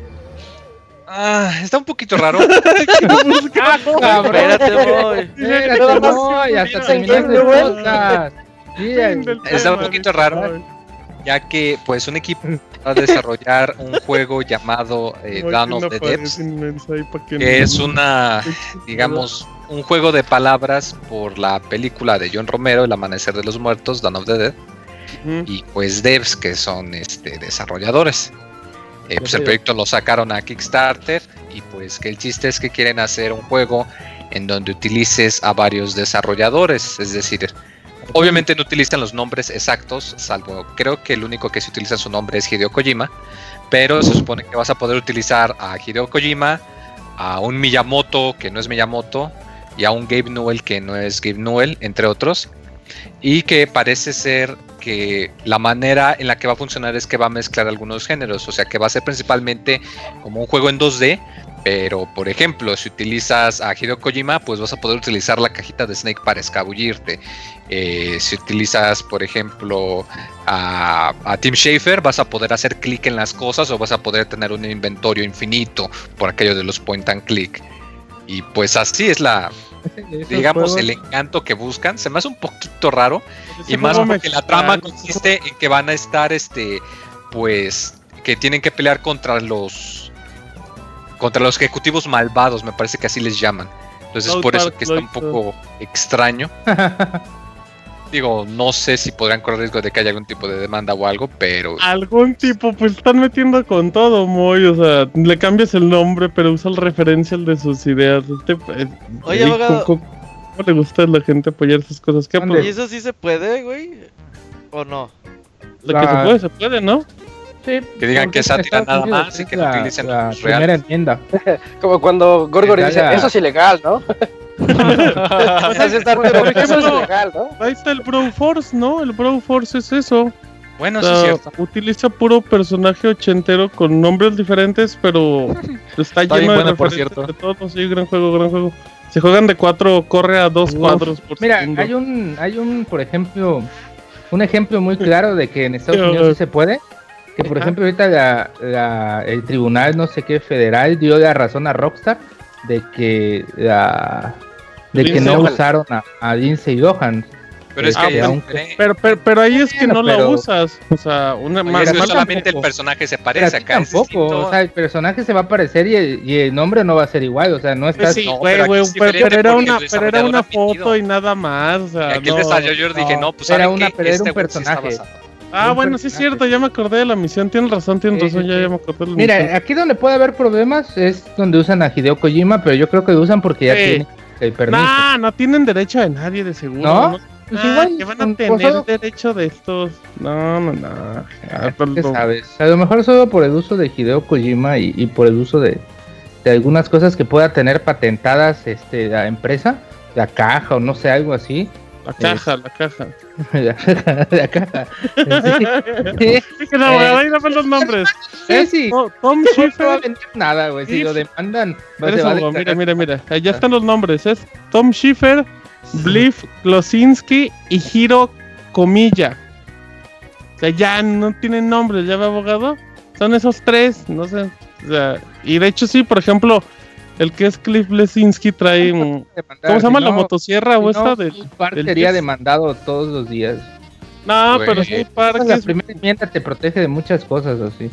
está un poquito raro. Espérate, Moy. Hasta terminaste el podcast. Está un poquito raro, ya que pues un equipo va a desarrollar un juego llamado Dawn of the Dead, que es digamos, un juego de palabras por la película de John Romero, El Amanecer de los Muertos, Dawn of the Dead, y pues devs que son desarrolladores. Pues el proyecto lo sacaron a Kickstarter, y pues que el chiste es que quieren hacer un juego en donde utilices a varios desarrolladores, es decir, obviamente no utilizan los nombres exactos, salvo creo que el único que se utiliza su nombre es Hideo Kojima, pero se supone que vas a poder utilizar a Hideo Kojima, a un Miyamoto que no es Miyamoto, y a un Gabe Newell que no es Gabe Newell, entre otros, y que parece ser que la manera en la que va a funcionar es que va a mezclar algunos géneros, o sea que va a ser principalmente como un juego en 2D, pero por ejemplo, si utilizas a Hideo Kojima, pues vas a poder utilizar la cajita de Snake para escabullirte. Si utilizas, por ejemplo, a Tim Schafer, vas a poder hacer clic en las cosas, o vas a poder tener un inventario infinito por aquello de los point and click. Y pues así es digamos, el encanto que buscan. Se me hace un poquito raro, y más porque la trama consiste en que van a estar pues que tienen que pelear contra los ejecutivos malvados, me parece que así les llaman. Entonces por eso que está un poco extraño. Digo, no sé si podrán correr riesgo de que haya algún tipo de demanda o algo, pero... Algún tipo, pues están metiendo con todo, Moy, o sea, le cambias el nombre, pero usa el referencial de sus ideas. Oye, abogado, ¿cómo le gusta a la gente apoyar esas cosas? ¿Qué ¿y eso sí se puede, güey? ¿O no? Lo que se puede, ¿no? Sí, que digan que es sátira nada más y que no utilicen la los primera enmienda. Como cuando Gorgory dice, eso es ilegal, ¿no? Eso es ilegal, ¿no? Ahí está el Broforce, ¿no? El Broforce es eso. Bueno, eso es cierto. Utiliza puro personaje ochentero con nombres diferentes, pero está lleno bien de bueno, por referencias cierto. de todos. Sí, gran juego. Se juegan de 4, corre a 2 cuadros por Mira, segundo. hay un, por ejemplo, un ejemplo muy claro de que en Estados Unidos sí se puede. Que por ejemplo ahorita el tribunal no sé qué federal dio la razón a Rockstar de que no Lohan. usaron a Lindsay Lohan. Pero es que aunque- Pero ahí es que Bueno, no la pero- usas. O sea, una Oye, más es que mal solamente tampoco. el personaje se Pero parece aquí acá. es tampoco, distinto. o sea, el personaje se va a parecer y el nombre no va a ser igual, o sea, no estás... Sí, No, güey, pero aquí es pero diferente era porque una, el pero era una desarrollador ha foto pedido. y nada más. O sea, Y aquí el no. desarrollador dije, no, pues era ¿saben una- qué? pero era un Este güey sí está personaje. basado. Ah, un bueno, sí es personaje. cierto, ya me acordé de la misión. Tienes razón, Sí, ya sí. me acordé de la Mira, misión. aquí donde puede haber problemas es donde usan a Hideo Kojima, pero yo creo que lo usan porque ya Sí. tienen el permiso. No tienen derecho de nadie, de seguro. ¿No? Pues igual, que van a pues, tener solo- derecho de estos. No. ¿Qué sabes? A lo mejor solo por el uso de Hideo Kojima y por el uso de algunas cosas que pueda tener patentadas la empresa, la caja o no sé, algo así. La caja. la caja. Sí. Sí, que la abogada, ahí dame los nombres. Sí. Tom No se va a Schiffer. vender nada, güey. Si lo demandan, Eres se va a abogado, declarar. mira. Allá están los nombres. Es Tom Schiffer, Bliff Klosinski y Hiro Komilla. O sea, ya no tienen nombres, ya ve abogado. Son esos tres, no sé. O sea, y de hecho sí, por ejemplo, el que es Cliff Blesinski trae... ¿Cómo se llama la motosierra o esta? del Park del sería Gears? demandado todos los días. No, Güey. pero sí, Park La es... primera enmienda te protege de muchas cosas así.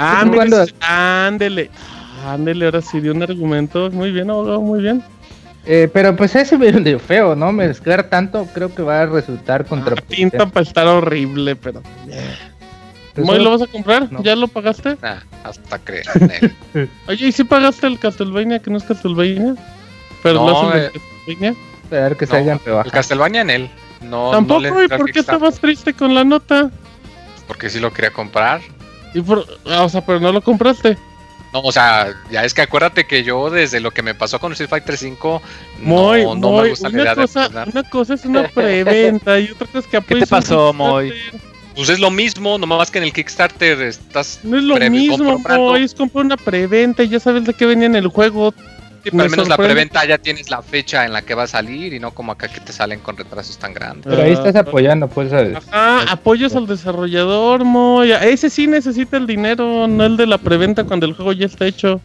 Ándele, ahora sí dio un argumento. Muy bien, abogado, muy bien. Pero pues ese medio feo, ¿no? Mezclar tanto creo que va a resultar contraproducente. Pinta para estar horrible, pero... Pues ¿Moy, solo- lo vas a comprar? No. ¿Ya lo pagaste? Nah, hasta creo. Oye, ¿y si pagaste el Castlevania que no es Castlevania? Pero No, lo hacen de Castlevania. Esperar que No, salgan El rebajas. Castlevania en él. No, Tampoco, no le ¿y entré al por qué Kickstarter, estabas triste con la nota? porque sí lo quería comprar. O sea, pero no lo compraste. No, o sea, ya es que acuérdate que yo desde lo que me pasó con Street Fighter 5 Moy, no me Moy, gusta la idea de comprar. una cosa es una preventa y otra cosa es que ¿Qué apoyes te pasó, un Moy? Kickstarter. Pues es lo mismo, nomás que en el Kickstarter estás... No es lo mismo, comprando. Moy, es comprar una preventa y ya sabes de qué venía en el juego. Sí, pero al menos la sorprende. preventa ya tienes la fecha en la que va a salir y no como acá que te salen con retrasos tan grandes. Pero ahí estás apoyando, pues, ¿sabes? Ajá, apoyas al desarrollador, Moy. Ese sí necesita el dinero, no el de la preventa cuando el juego ya está hecho.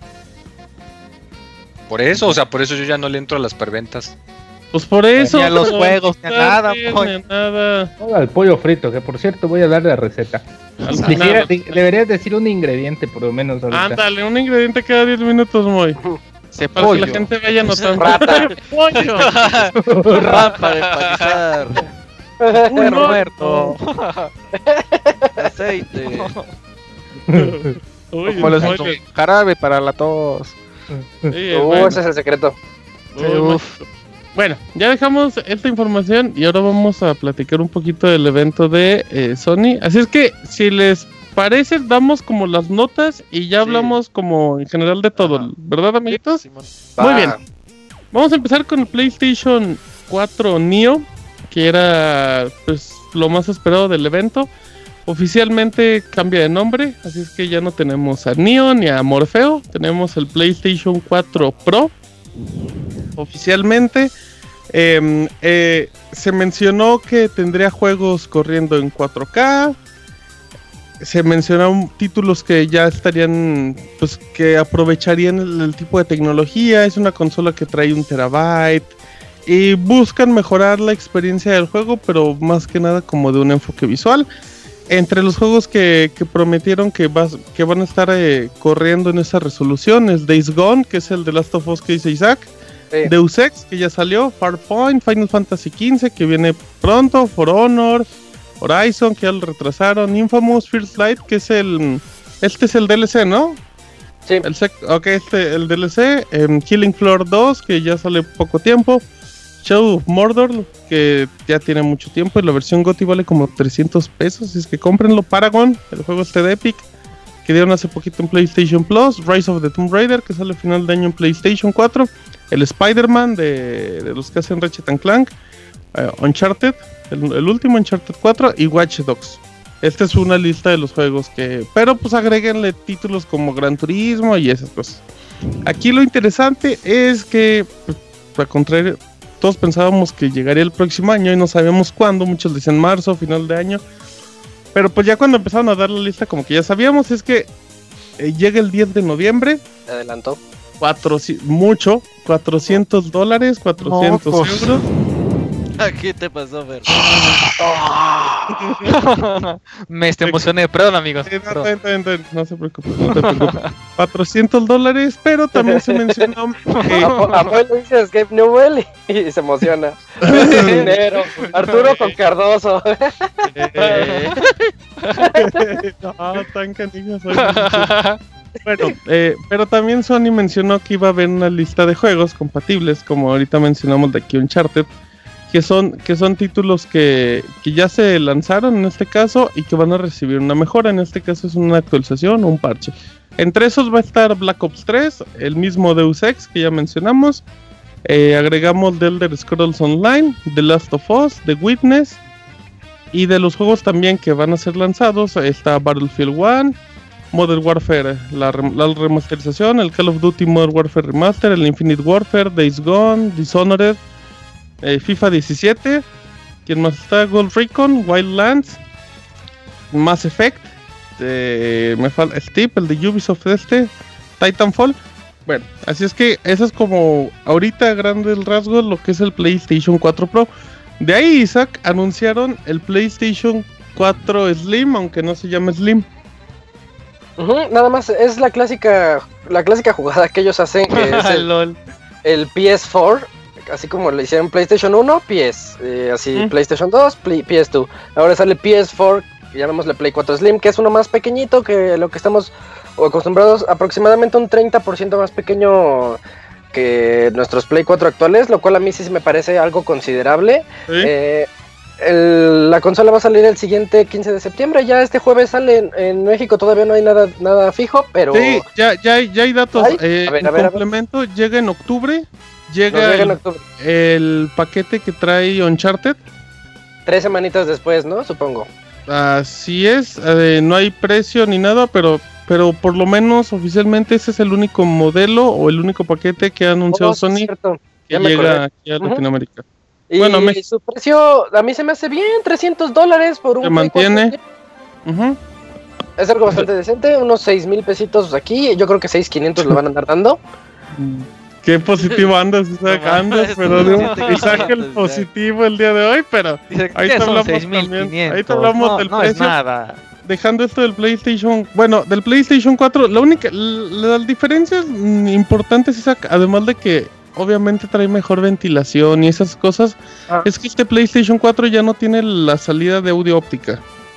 Por eso, o sea, por eso yo ya no le entro a las preventas. Pues por eso. Ni a los pero juegos, ni a nada, Kickstarter, Moy. ni a nada. Todo al pollo frito, que por cierto voy a darle la receta. Al final. Deberías decir un ingrediente por lo menos ahorita. Ándale, un ingrediente cada 10 minutos, Moy. Se Para que la pollo. gente vaya notando. Rata. ¡Pollo! Rap para empanizar. Perro muerto. Aceite. Uy, Como los Moy, jarabe para la tos. sí, bueno. Ese es el secreto. Uy, Moy. Bueno, ya dejamos esta información y ahora vamos a platicar un poquito del evento de Sony. Así es que, si les parece, damos como las notas y ya Sí. hablamos como en general de todo, Ajá. ¿verdad, amiguitos? Simón. Muy Va. bien. Vamos a empezar con el PlayStation 4 Neo, que era pues lo más esperado del evento. Oficialmente cambia de nombre, así es que ya no tenemos a Neo ni a Morfeo, tenemos el PlayStation 4 Pro. Oficialmente se mencionó que tendría juegos corriendo en 4K. Se mencionaron títulos que ya estarían, pues que aprovecharían el tipo de tecnología. Es una consola que trae 1 terabyte y buscan mejorar la experiencia del juego, pero más que nada como de un enfoque visual. Entre los juegos que prometieron que van a estar corriendo en esa resolución es Days Gone, que es el de Last of Us que dice Isaac, Sí. Deus Ex, que ya salió, Farpoint, Final Fantasy XV, que viene pronto, For Honor, Horizon, que ya lo retrasaron, Infamous, First Light, que es este es el DLC, ¿no? Sí. El DLC, Killing Floor 2, que ya sale poco tiempo, Shadow of Mordor, que ya tiene mucho tiempo, y la versión GOTY vale como 300 pesos, así es que cómprenlo. Paragon, el juego de Epic, que dieron hace poquito en PlayStation Plus, Rise of the Tomb Raider, que sale a final de año en PlayStation 4, el Spider-Man de los que hacen Ratchet & Clank, Uncharted, el último Uncharted 4 y Watch Dogs. Esta es una lista de los juegos que... Pero pues agréguenle títulos como Gran Turismo y esas cosas. Aquí lo interesante es que, pues, al contrario, todos pensábamos que llegaría el próximo año y no sabíamos cuándo. Muchos decían marzo, final de año. Pero pues ya cuando empezaron a dar la lista como que ya sabíamos. Es que llega el 10 de noviembre. Se adelantó. $400, 400 euros. ¿Qué te pasó, Fer? Me emocioné, perdón amigos. No se preocupe, no te preocupes. $400, pero también se mencionó que... Abuelo dice Escape Newell y se emociona. Dinero. Arturo con Cardoso. No, tan canijo soy. Bueno, pero también Sony mencionó que iba a haber una lista de juegos compatibles, como ahorita mencionamos de aquí Uncharted, que son títulos que ya se lanzaron en este caso y que van a recibir una mejora. En este caso es una actualización o un parche. Entre esos va a estar Black Ops 3, el mismo Deus Ex que ya mencionamos. Agregamos The Elder Scrolls Online, The Last of Us, The Witness. Y de los juegos también que van a ser lanzados está Battlefield 1, Modern Warfare, la remasterización, el Call of Duty Modern Warfare Remaster, el Infinite Warfare, Days Gone, Dishonored, FIFA 17, ¿quién más está? Ghost Recon, Wildlands, Mass Effect, me falta Steep, el de Ubisoft Titanfall. Bueno, así es que eso es como ahorita grandes rasgos lo que es el PlayStation 4 Pro. De ahí, Isaac, anunciaron el PlayStation 4 Slim, aunque no se llama Slim. Nada más, es la clásica jugada que ellos hacen, que es el PS4, así como le hicieron PlayStation 1, PS, así PlayStation 2, PS2. Ahora sale PS4, llamémosle Play 4 Slim, que es uno más pequeñito que lo que estamos acostumbrados, aproximadamente un 30% más pequeño que nuestros Play 4 actuales, lo cual a mí sí me parece algo considerable. ¿Sí? La consola va a salir el siguiente 15 de septiembre, ya este jueves sale en México, todavía no hay nada fijo, pero... Sí, ya hay datos. Complemento, llega en octubre, llega el paquete que trae Uncharted. 3 semanitas después, ¿no? Supongo. Así es, no hay precio ni nada, pero por lo menos oficialmente ese es el único modelo o el único paquete que ha anunciado Sony que llega aquí a Latinoamérica. Y bueno, su precio a mí se me hace bien, $300 por un... Se mantiene. Es algo bastante decente, unos 6,000 pesitos aquí, yo creo que 6,500 lo van a andar dando. Qué positivo andas, Isaac, pero Isaac el positivo el día de hoy, pero ahí te hablamos también, ahí te hablamos del precio. Es nada. Dejando esto del PlayStation, bueno, del PlayStation 4, las diferencias importantes, Isaac, además de que obviamente trae mejor ventilación y esas cosas, es que este PlayStation 4 ya no tiene la salida de audio óptica.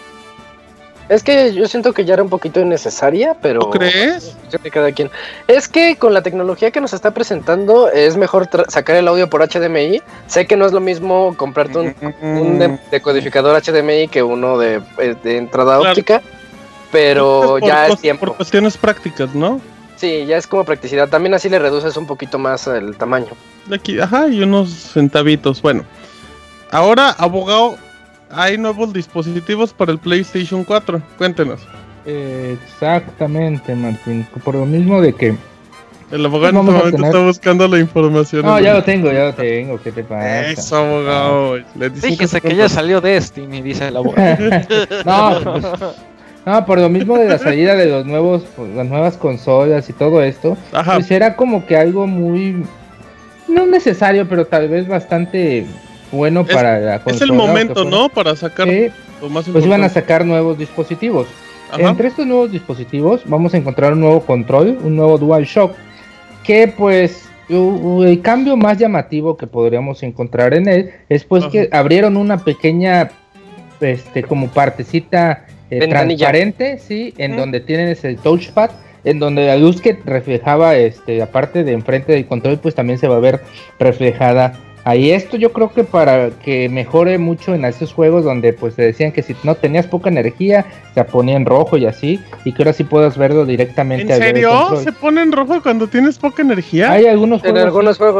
Es que yo siento que ya era un poquito innecesaria, pero... ¿Tú crees? Cada quien. Es que con la tecnología que nos está presentando es mejor sacar el audio por HDMI. Sé que no es lo mismo comprarte un decodificador HDMI que uno de entrada óptica, pero ya es tiempo. Por cuestiones prácticas, ¿no? Sí, ya es como practicidad. También así le reduces un poquito más el tamaño. Aquí, y unos centavitos. Bueno, ahora, abogado, hay nuevos dispositivos para el PlayStation 4. Cuéntenos. Exactamente, Martín. Por lo mismo de que el abogado en este momento está buscando la información. No, ya lo tengo. ¿Qué te pasa? Eso, abogado. Fíjese que ya salió Destiny, dice el abogado. No, por lo mismo de la salida de las nuevas consolas y todo esto, pues era como que algo muy, no necesario, pero tal vez bastante bueno para la consola. Es el momento, ¿no? Para sacar lo más importante. Pues iban a sacar nuevos dispositivos. Entre estos nuevos dispositivos vamos a encontrar un nuevo control, un nuevo DualShock, que pues el cambio más llamativo que podríamos encontrar en él es pues que abrieron una pequeña como partecita transparente, sí, en donde tienen ese touchpad, en donde la luz que reflejaba la parte de enfrente del control pues también se va a ver reflejada ahí. Esto yo creo que para que mejore mucho en esos juegos donde pues te decían que si no tenías poca energía se ponía en rojo y así, y que ahora sí puedas verlo directamente. ¿En serio? ¿Se pone en rojo cuando tienes poca energía? Hay algunos juegos. En algunos juegos.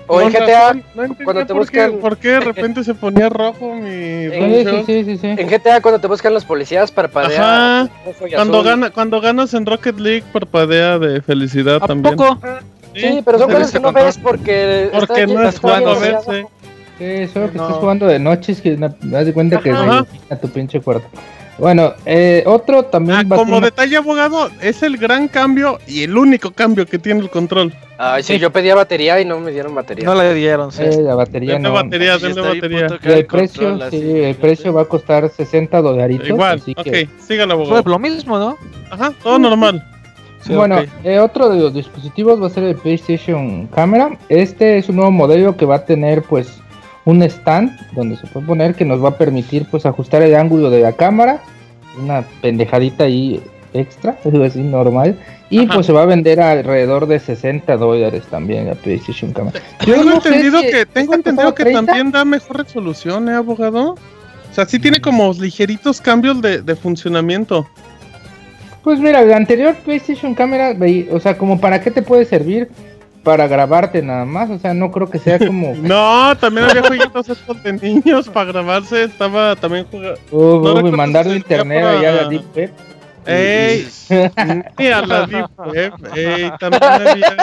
O en Con GTA, razón, no entendía cuando te por qué- buscan... ¿Por qué de repente se ponía rojo mi Sí. En GTA cuando te buscan los policías parpadea Ajá. rojo y Cuando azul. cuando ganas en Rocket League parpadea de felicidad ¿A también. poco? Sí, pero son ¿Te cosas que viste no control? ves porque Porque no estás es jugando a bien verse. Sí, solo que No. estás jugando de noche, es que me das de cuenta que se Ajá. ilumina tu pinche cuarto. Bueno, otro también va a Como ser una- detalle, abogado, es el gran cambio y el único cambio que tiene el control. Ay, sí, yo pedía batería y no me dieron batería. No le dieron, sí. la batería Denle no. batería, Sí, denle está bien batería. puto Y caro el el precio, control, sí, así, el precio va a costar $60. Igual, así ok, que, sígalo, Fue abogado. lo mismo, ¿no? Ajá, todo normal. Sí, bueno, ok. otro de los dispositivos va a ser el PlayStation Camera. Este es un nuevo modelo que va a tener pues un stand donde se puede poner que nos va a permitir pues ajustar el ángulo de la cámara, una pendejadita ahí extra, algo así normal, y Ajá. pues se va a vender alrededor de $60 también la PlayStation Camera. Yo Tengo no sé entendido si que esta entendido costaba que 30. también da mejor resolución, abogado. O sea, sí tiene como ligeritos cambios de funcionamiento. Pues mira, la anterior PlayStation Camera, o sea, como para qué te puede servir para grabarte nada más, o sea, no creo que sea como No, también había jueguitos estos de niños para grabarse. Estaba también jugando. No recuerdo mandar si de se servía internet para- allá a la Deep Web. ¡Ey! Ni a la Deep Web. ¡Ey! También había.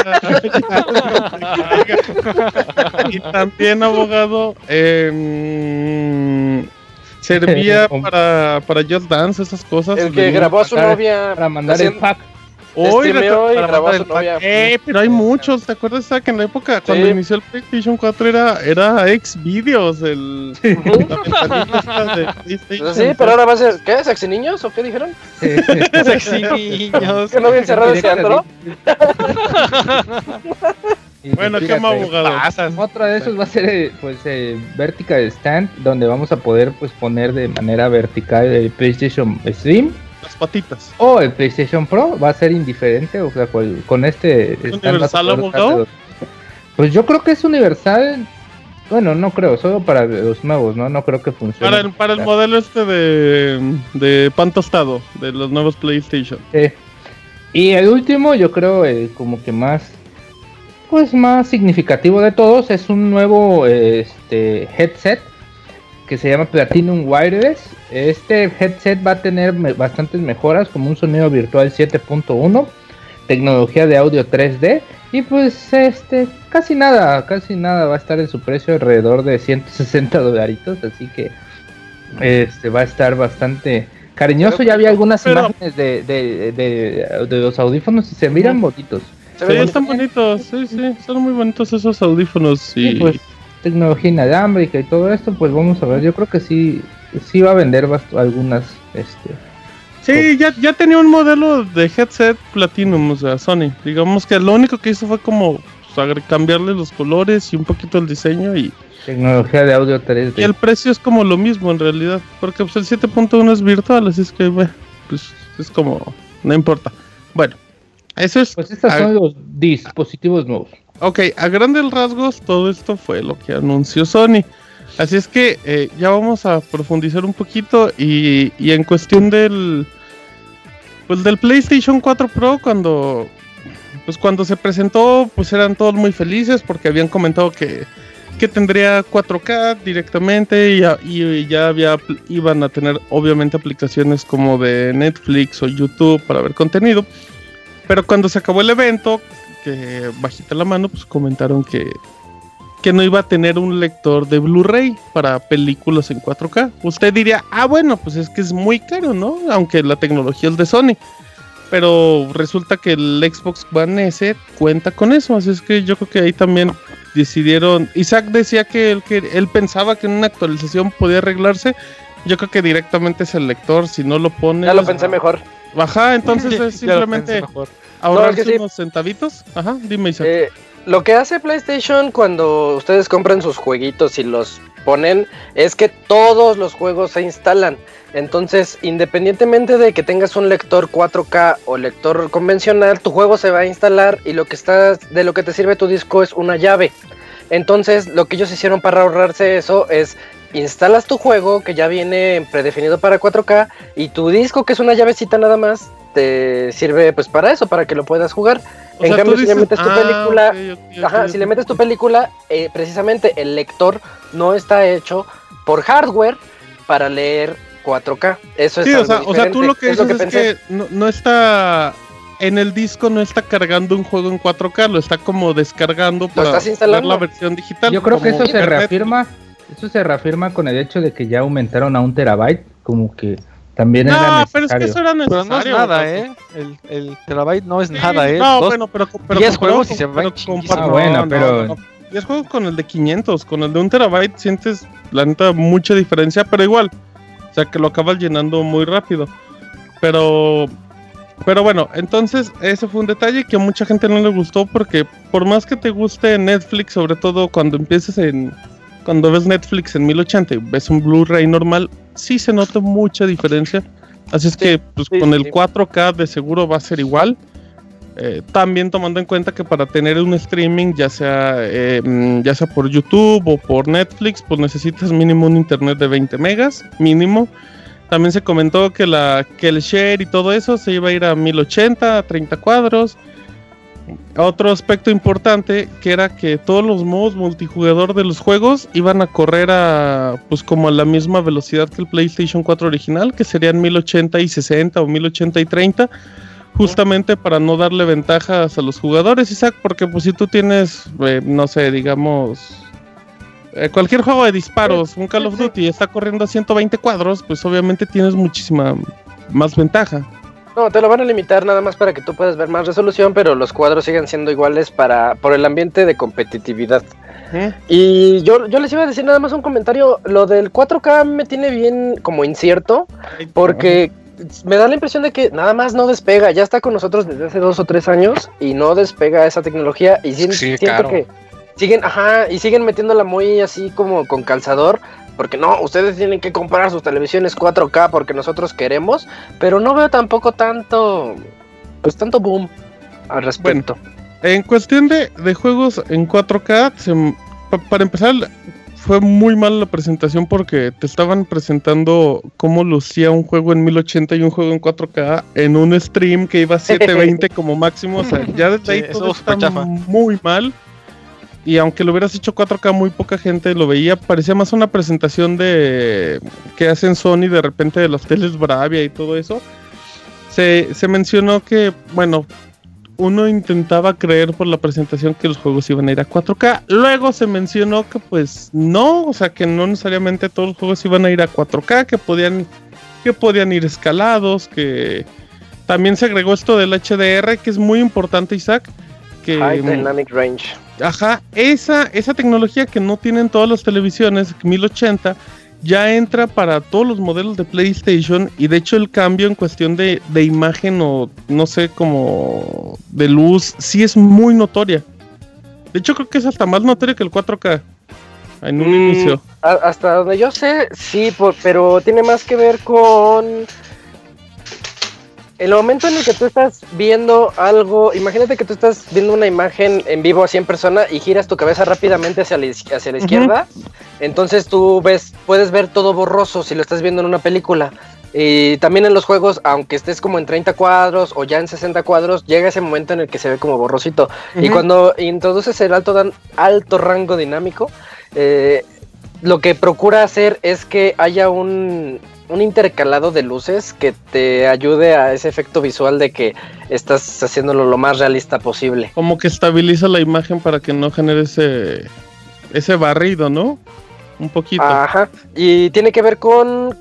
Y también, abogado, servía para Just Dance, esas cosas. El que grabó a su Mandar- novia. Para mandar el haciendo- pack. Hoy streameó y para grabó a su mandar el novia. pero hay muchos. ¿Te acuerdas que en la época cuando Sí. inició el PlayStation 4 era Xvideos la ventanita esta de PlayStation? Sí, pero ahora va a ser. ¿Qué? ¿Sexy niños o qué dijeron? Sexy niños. ¿Que no habían cerrado ese antro? Bueno, ¿qué más, abogado? Otro de esos va a ser pues vertical stand, donde vamos a poder pues poner de manera vertical el PlayStation Slim Las patitas. o el PlayStation Pro. Va a ser indiferente, o sea, con este stand vas a universal, poder abogado? usar de dos. Pues yo creo que es universal. Bueno, no creo, solo para los nuevos, ¿no? No creo que funcione. Para el modelo este de pan tostado, de los nuevos PlayStation. Sí. Y el último, yo creo, como que más significativo de todos, es un nuevo headset que se llama Platinum Wireless. Este headset va a tener bastantes mejoras, como un sonido virtual 7.1, tecnología de audio 3D, y pues casi nada va a estar en su precio alrededor de $160, así que va a estar bastante cariñoso. Ya había algunas Pero- imágenes de los audífonos y se miran bonitos. Se Sí, ve están bonitos, sí, son muy bonitos esos audífonos. Y Y pues tecnología inalámbrica y todo esto, pues vamos a ver. Yo creo que sí va a vender algunas. sí, ya tenía un modelo de headset Platinum, o sea, Sony. Digamos que lo único que hizo fue como pues, cambiarle los colores y un poquito el diseño y Tecnología de audio 3D. el precio es como lo mismo en realidad, porque pues el 7.1 es virtual, así es que bueno, pues es como, no importa. Bueno, eso es... Pues estos son los dispositivos nuevos. Ok, a grandes rasgos todo esto fue lo que anunció Sony. Así es que ya vamos a profundizar un poquito y en cuestión del PlayStation 4 Pro cuando se presentó pues eran todos muy felices porque habían comentado que tendría 4K directamente y ya iban a tener obviamente aplicaciones como de Netflix o YouTube para ver contenido. Pero cuando se acabó el evento, que bajita la mano, pues comentaron que no iba a tener un lector de Blu-ray para películas en 4K. Usted diría, bueno, pues es que es muy caro, ¿no? Aunque la tecnología es de Sony. Pero resulta que el Xbox One S cuenta con eso, así es que yo creo que ahí también decidieron. Isaac decía que él pensaba que en una actualización podía arreglarse. Yo creo que directamente es el lector, si no lo pone. Ya lo pensé mejor. Ajá, entonces es Ya lo simplemente pensé mejor. ahorrarse No, es que sí. unos centavitos. Ajá, dime Isaac. Lo que hace PlayStation cuando ustedes compran sus jueguitos y los ponen es que todos los juegos se instalan. Entonces, independientemente de que tengas un lector 4K o lector convencional, tu juego se va a instalar y de lo que te sirve tu disco es una llave. Entonces, lo que ellos hicieron para ahorrarse eso es instalas tu juego que ya viene predefinido para 4K y tu disco, que es una llavecita nada más, te sirve pues para eso, para que lo puedas jugar. O En sea, cambio, tú si le dices, metes tu película, ok, si le metes tu película, precisamente el lector no está hecho por hardware para leer 4K. Eso es Sí, algo o sea, tú lo que diferente, dices es que no está en el disco, no está cargando un juego en 4K, lo está como descargando para estás ver instalando. la versión digital. Yo creo que como eso se Internet. reafirma con el hecho de que ya aumentaron a 1 terabyte, como que también era No, necesario. pero es que eso era Pero necesario. no es nada, Paco. El terabyte no es Sí, nada, No, Dos- bueno, pero 10 comparado juegos y se con- van pero chinguísimo. comparado- Bueno, pero- 10 juegos con el de 500, con el de 1 terabyte sientes, la neta, mucha diferencia, pero igual. O sea, que lo acabas llenando muy rápido. Pero bueno, entonces ese fue un detalle que a mucha gente no le gustó porque por más que te guste Netflix, sobre todo cuando cuando ves Netflix en 1080 y ves un Blu-ray normal, sí se nota mucha diferencia. Así es que pues, sí, con el sí. 4K de seguro va a ser igual. También tomando en cuenta que para tener un streaming, ya sea por YouTube o por Netflix, pues necesitas mínimo un internet de 20 megas, mínimo. También se comentó que el share y todo eso se iba a ir a 1080, a 30 cuadros. Otro aspecto importante que era que todos los modos multijugador de los juegos iban a correr pues como a la misma velocidad que el PlayStation 4 original, que serían 1080 y 60 o 1080 y 30, justamente para no darle ventajas a los jugadores, Isaac, porque pues si tú tienes, no sé, digamos, cualquier juego de disparos, un Call of Duty está corriendo a 120 cuadros, pues obviamente tienes muchísima más ventaja. No, te lo van a limitar nada más para que tú puedas ver más resolución, pero los cuadros siguen siendo iguales por el ambiente de competitividad. Y yo les iba a decir nada más un comentario, lo del 4K me tiene bien como incierto, porque me da la impresión de que nada más no despega, ya está con nosotros desde hace 2 o 3 años y no despega esa tecnología y siento caro. que siguen metiéndola muy así como con calzador. Porque no, ustedes tienen que comprar sus televisiones 4K porque nosotros queremos, pero no veo tampoco tanto boom al respecto. En cuestión de juegos en 4K, para empezar, fue muy mala la presentación porque te estaban presentando cómo lucía un juego en 1080 y un juego en 4K en un stream que iba a 720 como máximo. O sea, ya desde ahí Sí, todo eso fue está chafa. muy mal. Y aunque lo hubieras hecho 4K, muy poca gente lo veía. Parecía más una presentación que hacen Sony de repente de las teles Bravia y todo eso. Se mencionó que, bueno, uno intentaba creer por la presentación que los juegos iban a ir a 4K. Luego se mencionó que pues no, o sea que no necesariamente todos los juegos iban a ir a 4K, que podían ir escalados, que también se agregó esto del HDR, que es muy importante, Isaac. High Dynamic Range. Ajá, esa tecnología que no tienen todas las televisiones 1080 ya entra para todos los modelos de PlayStation y de hecho el cambio en cuestión de imagen o no sé, como de luz, sí es muy notoria. De hecho creo que es hasta más notoria que el 4K en un inicio. Hasta donde yo sé, sí, pero tiene más que ver con el momento en el que tú estás viendo algo. Imagínate que tú estás viendo una imagen en vivo así en persona y giras tu cabeza rápidamente hacia la izquierda. Entonces tú puedes ver todo borroso si lo estás viendo en una película. Y también en los juegos, aunque estés como en 30 cuadros o ya en 60 cuadros, llega ese momento en el que se ve como borrosito. Y cuando introduces el alto rango dinámico, lo que procura hacer es que haya un intercalado de luces que te ayude a ese efecto visual de que estás haciéndolo lo más realista posible. Como que estabiliza la imagen para que no genere ese barrido, ¿no? Un poquito. Ajá. Y tiene que ver con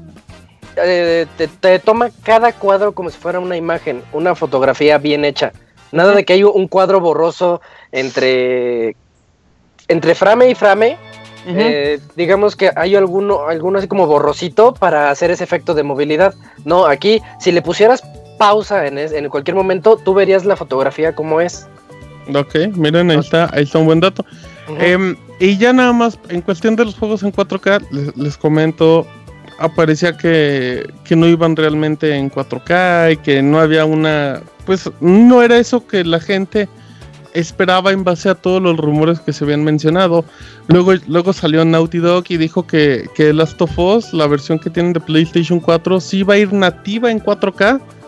te toma cada cuadro como si fuera una imagen, una fotografía bien hecha. Nada de que hay un cuadro borroso entre frame y frame. Digamos que hay alguno así como borrosito para hacer ese efecto de movilidad. No, aquí si le pusieras pausa en cualquier momento, tú verías la fotografía como es. Ok, miren, ahí está un buen dato. Y ya nada más, en cuestión de los juegos en 4K, les comento, aparecía que no iban realmente en 4K y que no había pues no era eso que la gente esperaba en base a todos los rumores que se habían mencionado. Luego salió Naughty Dog y dijo que Last of Us, la versión que tienen de PlayStation 4, sí iba a ir nativa en 4K,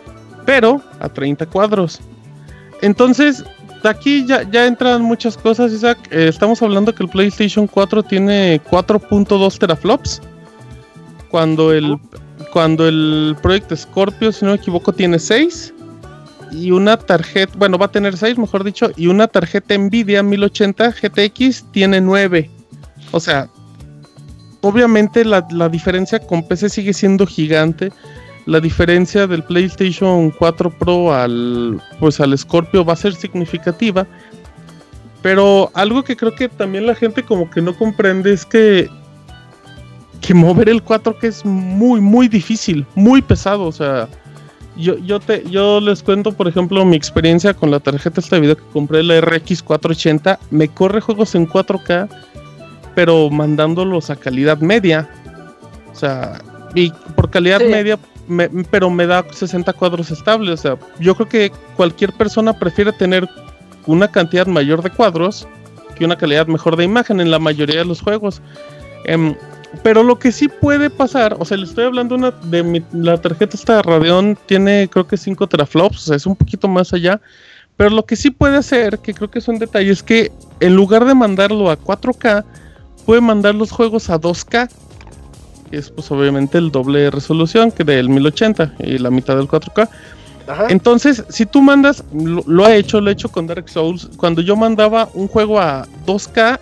pero a 30 cuadros. Entonces, aquí ya entran muchas cosas, Isaac. Estamos hablando que el PlayStation 4 tiene 4.2 teraflops, cuando el Project Scorpio, si no me equivoco, tiene 6. Y una tarjeta, bueno, va a tener 6, mejor dicho, y una tarjeta Nvidia 1080 GTX tiene 9. O sea, obviamente la diferencia con PC sigue siendo gigante. La diferencia del PlayStation 4 Pro al Scorpio va a ser significativa. Pero algo que creo que también la gente como que no comprende es que mover el 4K es muy, muy difícil, muy pesado. O sea, yo les cuento, por ejemplo, mi experiencia con la tarjeta esta de video que compré, la RX 480. Me corre juegos en 4K, pero mandándolos a calidad media. O sea, y por calidad media, pero me da 60 cuadros estables. O sea, yo creo que cualquier persona prefiere tener una cantidad mayor de cuadros que una calidad mejor de imagen en la mayoría de los juegos. Pero lo que sí puede pasar, o sea, le estoy hablando la tarjeta esta de Radeon, tiene creo que 5 teraflops, o sea, es un poquito más allá. Pero lo que sí puede hacer, que creo que son detalles, es que en lugar de mandarlo a 4K, puede mandar los juegos a 2K, que es pues obviamente el doble de resolución que del 1080 y la mitad del 4K. Ajá. Entonces, si tú mandas, lo he hecho con Dark Souls, cuando yo mandaba un juego a 2K,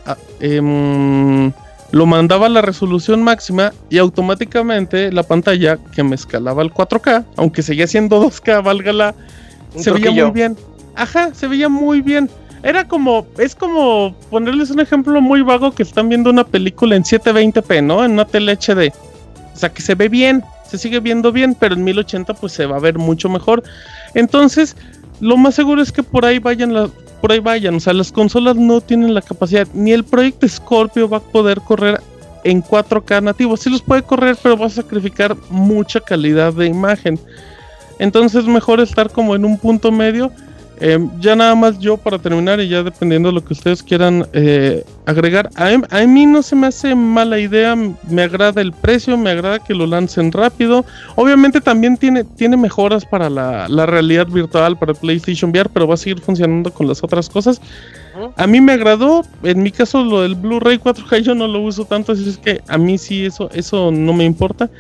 lo mandaba a la resolución máxima y automáticamente la pantalla que me escalaba al 4K, aunque seguía siendo 2K, se veía muy bien. Ajá, se veía muy bien. Es como ponerles un ejemplo muy vago, que están viendo una película en 720p, ¿no? En una tele HD. O sea, que se ve bien, se sigue viendo bien, pero en 1080 pues se va a ver mucho mejor. Entonces, lo más seguro es que por ahí vayan. O sea, las consolas no tienen la capacidad, ni el Project Scorpio va a poder correr en 4K nativo. Sí los puede correr, pero va a sacrificar mucha calidad de imagen. Entonces, mejor estar como en un punto medio. Ya nada más yo para terminar, y ya dependiendo de lo que ustedes quieran agregar, a mí no se me hace mala idea. Me agrada el precio, me agrada que lo lancen rápido. Obviamente también tiene mejoras para la realidad virtual, para el PlayStation VR, pero va a seguir funcionando con las otras cosas. A mí me agradó. En mi caso, lo del Blu-ray 4K yo no lo uso tanto, así es que a mí sí eso no me importa.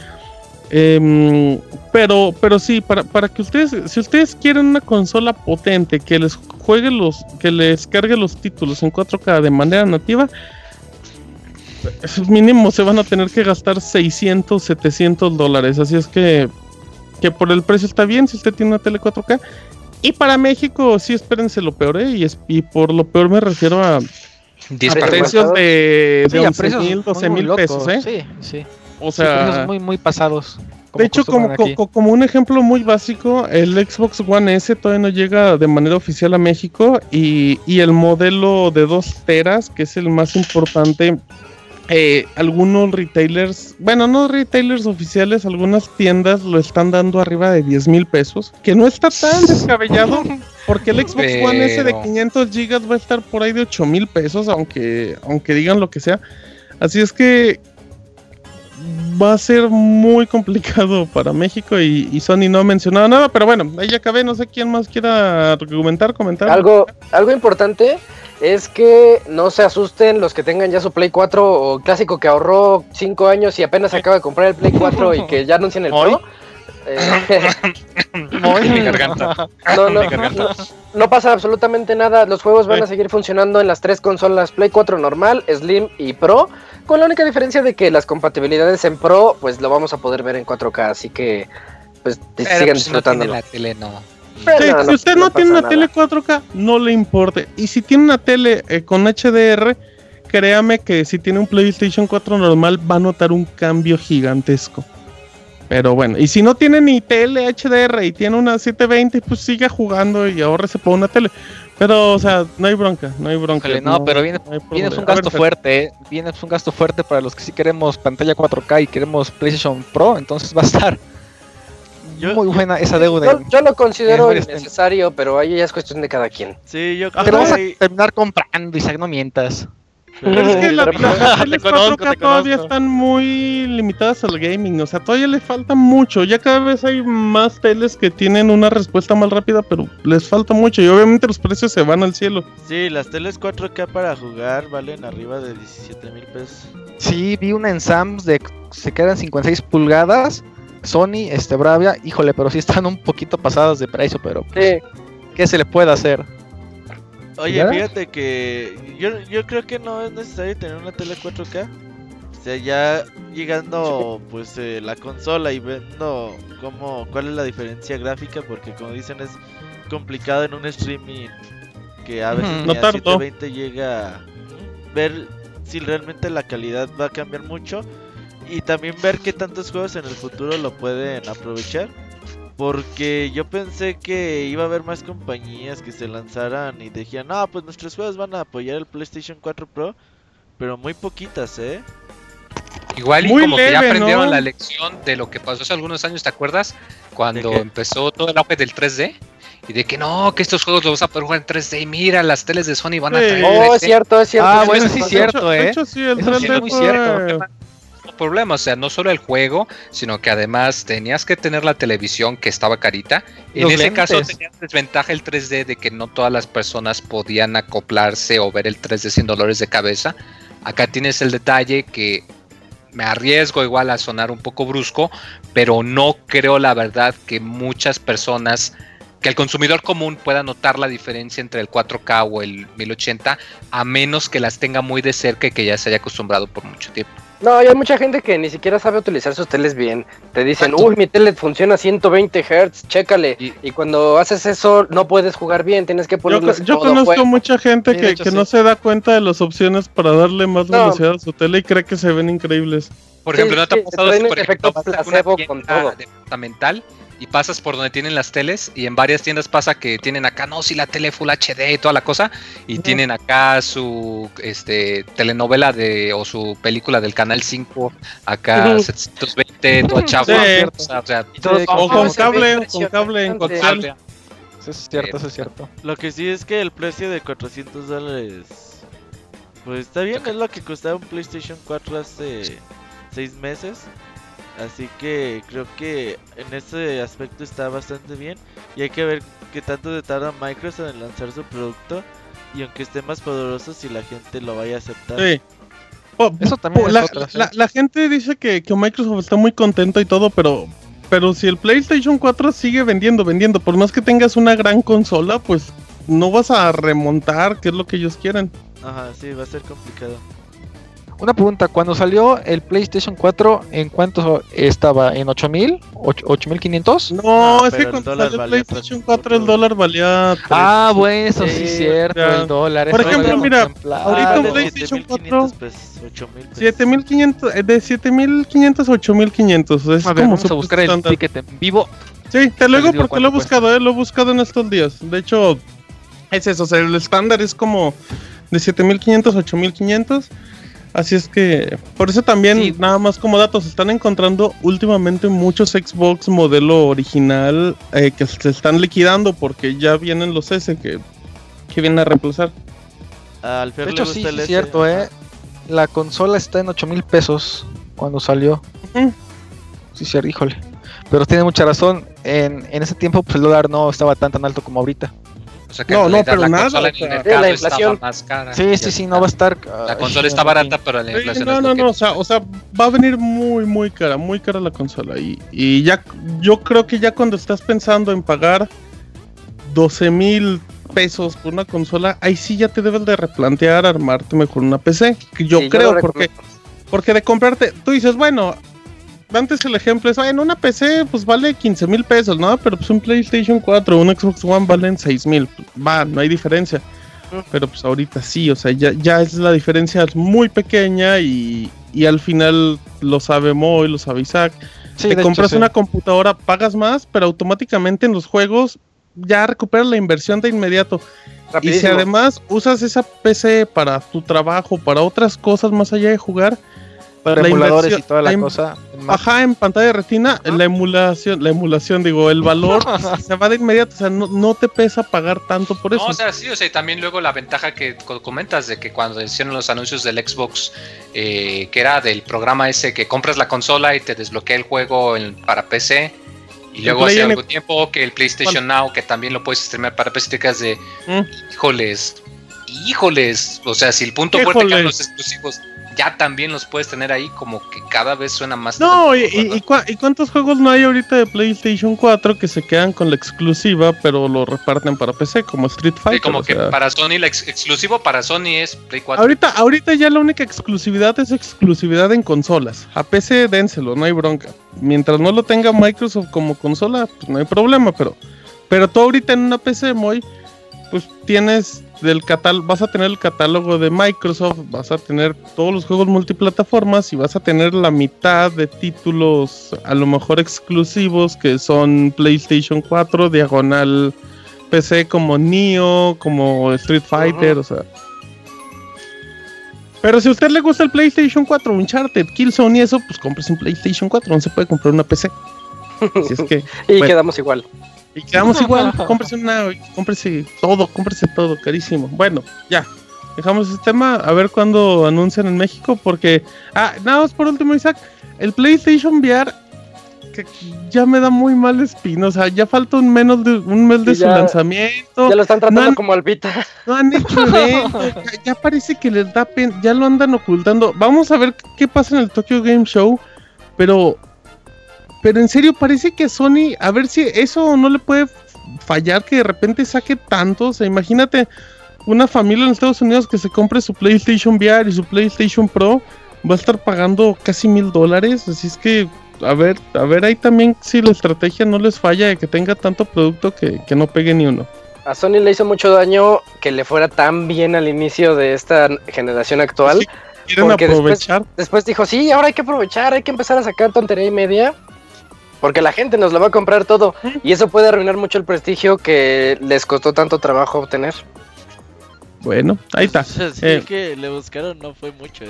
Pero sí, para que ustedes, si ustedes quieren una consola potente que les cargue los títulos en 4K de manera nativa, mínimo se van a tener que gastar $600, $700. Así es que por el precio está bien si usted tiene una tele 4K. Y para México sí, espérense lo peor, y por lo peor me refiero a precios de 11,000, 12,000 pesos, Sí. O sea, precios muy, muy pasados. De hecho, como un ejemplo muy básico, el Xbox One S todavía no llega de manera oficial a México, y el modelo de 2 teras, que es el más importante, algunos retailers, bueno, no retailers oficiales, algunas tiendas lo están dando arriba de 10,000 pesos, que no está tan descabellado, porque el Xbox One S de 500 GB va a estar por ahí de 8,000 pesos, aunque digan lo que sea. Así es que va a ser muy complicado para México, y Sony no ha mencionado nada, pero bueno, ahí acabé. No sé quién más quiera comentar. Algo importante es que no se asusten los que tengan ya su Play 4 o clásico que ahorró 5 años y apenas acaba de comprar el Play 4 y que ya anuncian el Pro. Mi garganta. No pasa absolutamente nada. Los juegos van a seguir funcionando en las 3 consolas: Play 4 normal, Slim y Pro, con la única diferencia de que las compatibilidades en Pro pues lo vamos a poder ver en 4K, así que pues sigan disfrutándolo. La tele no. Si usted no tiene una tele 4K, no le importe. Y si tiene una tele con HDR, créame que si tiene un PlayStation 4 normal va a notar un cambio gigantesco. Pero bueno, y si no tiene ni tele HDR y tiene una 720, pues siga jugando y ahórrese por una tele. Pero, o sea, no hay bronca. Pero viene un gasto fuerte, viene un gasto fuerte para los que sí queremos pantalla 4K y queremos PlayStation Pro, entonces va a estar muy buena esa deuda. Yo lo considero innecesario, pero ahí ya es cuestión de cada quien. Sí, yo creo que vamos a terminar comprando, y no mientas. Pero es que las teles 4K todavía conozco. están muy limitadas al gaming, o sea, todavía le falta mucho. Ya cada vez hay más teles que tienen una respuesta más rápida, pero les falta mucho y obviamente los precios se van al cielo. Sí, las teles 4K para jugar valen arriba de 17,000 pesos. Sí, vi una en Sam's de se quedan 56 pulgadas. Sony, Bravia, híjole, pero sí están un poquito pasadas de precio, pero pues, Sí. ¿qué se le puede hacer? Oye, ¿Ya? fíjate que yo creo que no es necesario tener una tele 4K. O sea, ya llegando pues la consola y viendo cuál es la diferencia gráfica, porque como dicen es complicado en un streaming que a veces Ujú. ni No a tardó. 720 llega a ver si realmente la calidad va a cambiar mucho y también ver qué tantos juegos en el futuro lo pueden aprovechar. Porque yo pensé que iba a haber más compañías que se lanzaran y dijeran, no, pues nuestros juegos van a apoyar el PlayStation 4 Pro, pero muy poquitas, Igual y Muy como que ya leve, aprendieron ¿no? la lección de lo que pasó hace algunos años, ¿te acuerdas? Cuando ¿De qué? empezó todo el auge del 3D y de que no, que estos juegos los vas a poder jugar en 3D y mira, las teles de Sony van a Sí. traer Oh, 3D. es cierto, es cierto. Ah, es bueno, cierto. sí, cierto. De hecho, sí, el Eso sí 3D es muy fue- cierto. No problema, o sea, no solo el juego, sino que además tenías que tener la televisión que estaba carita. En Los ese caso lentes. tenía desventaja el 3D de que no todas las personas podían acoplarse o ver el 3D sin dolores de cabeza. Acá tienes el detalle que me arriesgo igual a sonar un poco brusco, pero no creo la verdad que muchas personas, que el consumidor común pueda notar la diferencia entre el 4K o el 1080, a menos que las tenga muy de cerca y que ya se haya acostumbrado por mucho tiempo. No, y hay mucha gente que ni siquiera sabe utilizar sus teles bien. Te dicen, Exacto. uy, mi tele funciona a 120 Hz, chécale. Y cuando haces eso, no puedes jugar bien, tienes que ponerle Yo conozco mucha gente Sí, de que, hecho, que no sí. se da cuenta de las opciones para darle más No. velocidad a su tele y cree que se ven increíbles. Por Sí, ejemplo, ¿no te sí, ha pasado traen si, por ese ejemplo, efecto vas a una placebo con tienda todo. departamental y pasas por donde tienen las teles y en varias tiendas pasa que tienen acá, no, si la tele Full HD y toda la cosa, y tienen acá su telenovela o su película del Canal 5, acá Ujú. 720, toda chava. Sí. O sea, Sí, O con se ve cable, impresionante. coaxial. Eso es cierto, eso es cierto. Lo que sí es que el precio de $400, pues está bien, es lo que costaba un PlayStation 4 hace 6 meses. Así que creo que en ese aspecto está bastante bien. Y hay que ver qué tanto se tarda Microsoft en lanzar su producto. Y aunque esté más poderoso, si la gente lo vaya a aceptar. Sí. Eso también es la, otra, sí. la gente dice que Microsoft está muy contento y todo, pero si el PlayStation 4 sigue vendiendo, por más que tengas una gran consola, pues no vas a remontar, que es lo que ellos quieren. Ajá, sí, va a ser complicado. Una pregunta, cuando salió el PlayStation 4, ¿en cuánto estaba? ¿En 8,000? ¿8,500? No, es pero que el cuando dólar salió el valía PlayStation 300 4 el dólar valía 3. Ah, bueno, eso sí es Sí, cierto, ya. el dólar. Por eso no lo ejemplo, había mira, contemplado. ahorita un de PlayStation 7,500 pesos, 8,000 pesos. 7500, de 7500 a 8500, es A ver, como vamos a su buscar el estándar. ticket en vivo. Sí, te lo les digo digo porque lo he cuánto buscado, lo he buscado en estos días. De hecho, es eso, o sea, el estándar es como de 7500 a 8500. Así es que, por eso también, Sí. nada más como datos, están encontrando últimamente muchos Xbox modelo original que se están liquidando porque ya vienen los S que vienen a reemplazar. Al Fer De le hecho, gusta sí, el sí es S. cierto, Ajá. La consola está en 8,000 pesos cuando salió. Ujú. Sí, cierto, híjole. Pero tiene mucha razón. En ese tiempo, pues el dólar no estaba tan alto como ahorita. o sea que No, en no, realidad pero la nada, consola en o sea, el mercado la estaba inflación. más cara. Sí, sí, sí, no va a estar. La consola está barata, pero la Sí, inflación no, es no, lo que... no, o sea, va a venir muy cara la consola. Y ya, yo creo que ya cuando estás pensando en pagar 12,000 pesos por una consola, ahí sí ya te debes de replantear armarte mejor una PC. Que yo Sí, creo, lo porque recomiendo. Porque de comprarte, tú dices, bueno, antes el ejemplo es, bueno, una PC pues vale 15,000 pesos, ¿no? Pero pues un PlayStation 4 o un Xbox One valen 6,000. Va, no hay diferencia. Pero pues ahorita sí, o sea, ya es la diferencia es muy pequeña y al final lo sabe Moy, lo sabe Isaac. Sí, Te de compras hecho, sí. una computadora, pagas más, pero automáticamente en los juegos ya recuperas la inversión de inmediato. Y si Rapidísimo. además usas esa PC para tu trabajo, para otras cosas más allá de jugar, Para la emuladores inversión- y toda la la cosa. Ajá, en pantalla de retina, la emulación, digo, el valor se va de inmediato, o sea, no te pesa pagar tanto por eso. No, o sea, sí, o sea, y también luego la ventaja que comentas de que cuando hicieron los anuncios del Xbox, que era del programa ese que compras la consola y te desbloquea el juego para PC, y luego Play hace N- algo tiempo que el PlayStation Now, que también lo puedes streamear para PC, te quedas de, híjoles, o sea, si el punto fuerte que eran los exclusivos, ya también los puedes tener ahí, como que cada vez suena más. No, tentador, ¿y cuántos juegos no hay ahorita de PlayStation 4 que se quedan con la exclusiva, pero lo reparten para PC, como Street Fighter? Sí, como o que sea, para Sony, exclusivo para Sony es Play 4. ahorita ya la única exclusividad es exclusividad en consolas. A PC dénselo, no hay bronca. Mientras no lo tenga Microsoft como consola, pues no hay problema, pero tú ahorita en una PC, pues tienes vas a tener el catálogo de Microsoft, vas a tener todos los juegos multiplataformas y vas a tener la mitad de títulos a lo mejor exclusivos que son PlayStation 4, diagonal PC, como Nioh, como Street Fighter, o sea. Pero si a usted le gusta el PlayStation 4, Uncharted, Killzone y eso, pues cómprese un PlayStation 4, no se puede comprar una PC. Así es que, y quedamos igual. Y quedamos igual, cómprese todo, carísimo. Bueno, ya, dejamos ese tema, a ver cuándo anuncian en México, porque... nada más por último, Isaac, el PlayStation VR, que ya me da muy mal espino, o sea, ya falta un mes de su lanzamiento. Ya lo están tratando como Alpita. No han hecho evento, ya parece que les da pena, ya lo andan ocultando. Vamos a ver qué pasa en el Tokyo Game Show, pero en serio parece que Sony, a ver si eso no le puede fallar, que de repente saque tantos. O sea, imagínate una familia en Estados Unidos que se compre su PlayStation VR y su PlayStation Pro, va a estar pagando casi $1,000, así es que a ver ahí también si la estrategia no les falla de que tenga tanto producto que no pegue ni uno. A Sony le hizo mucho daño que le fuera tan bien al inicio de esta generación actual. Sí, quieren aprovechar. Después dijo, sí, ahora hay que aprovechar, hay que empezar a sacar tontería y media, porque la gente nos lo va a comprar todo, y eso puede arruinar mucho el prestigio que les costó tanto trabajo obtener. Bueno, ahí está. Sí, que le buscaron no fue mucho,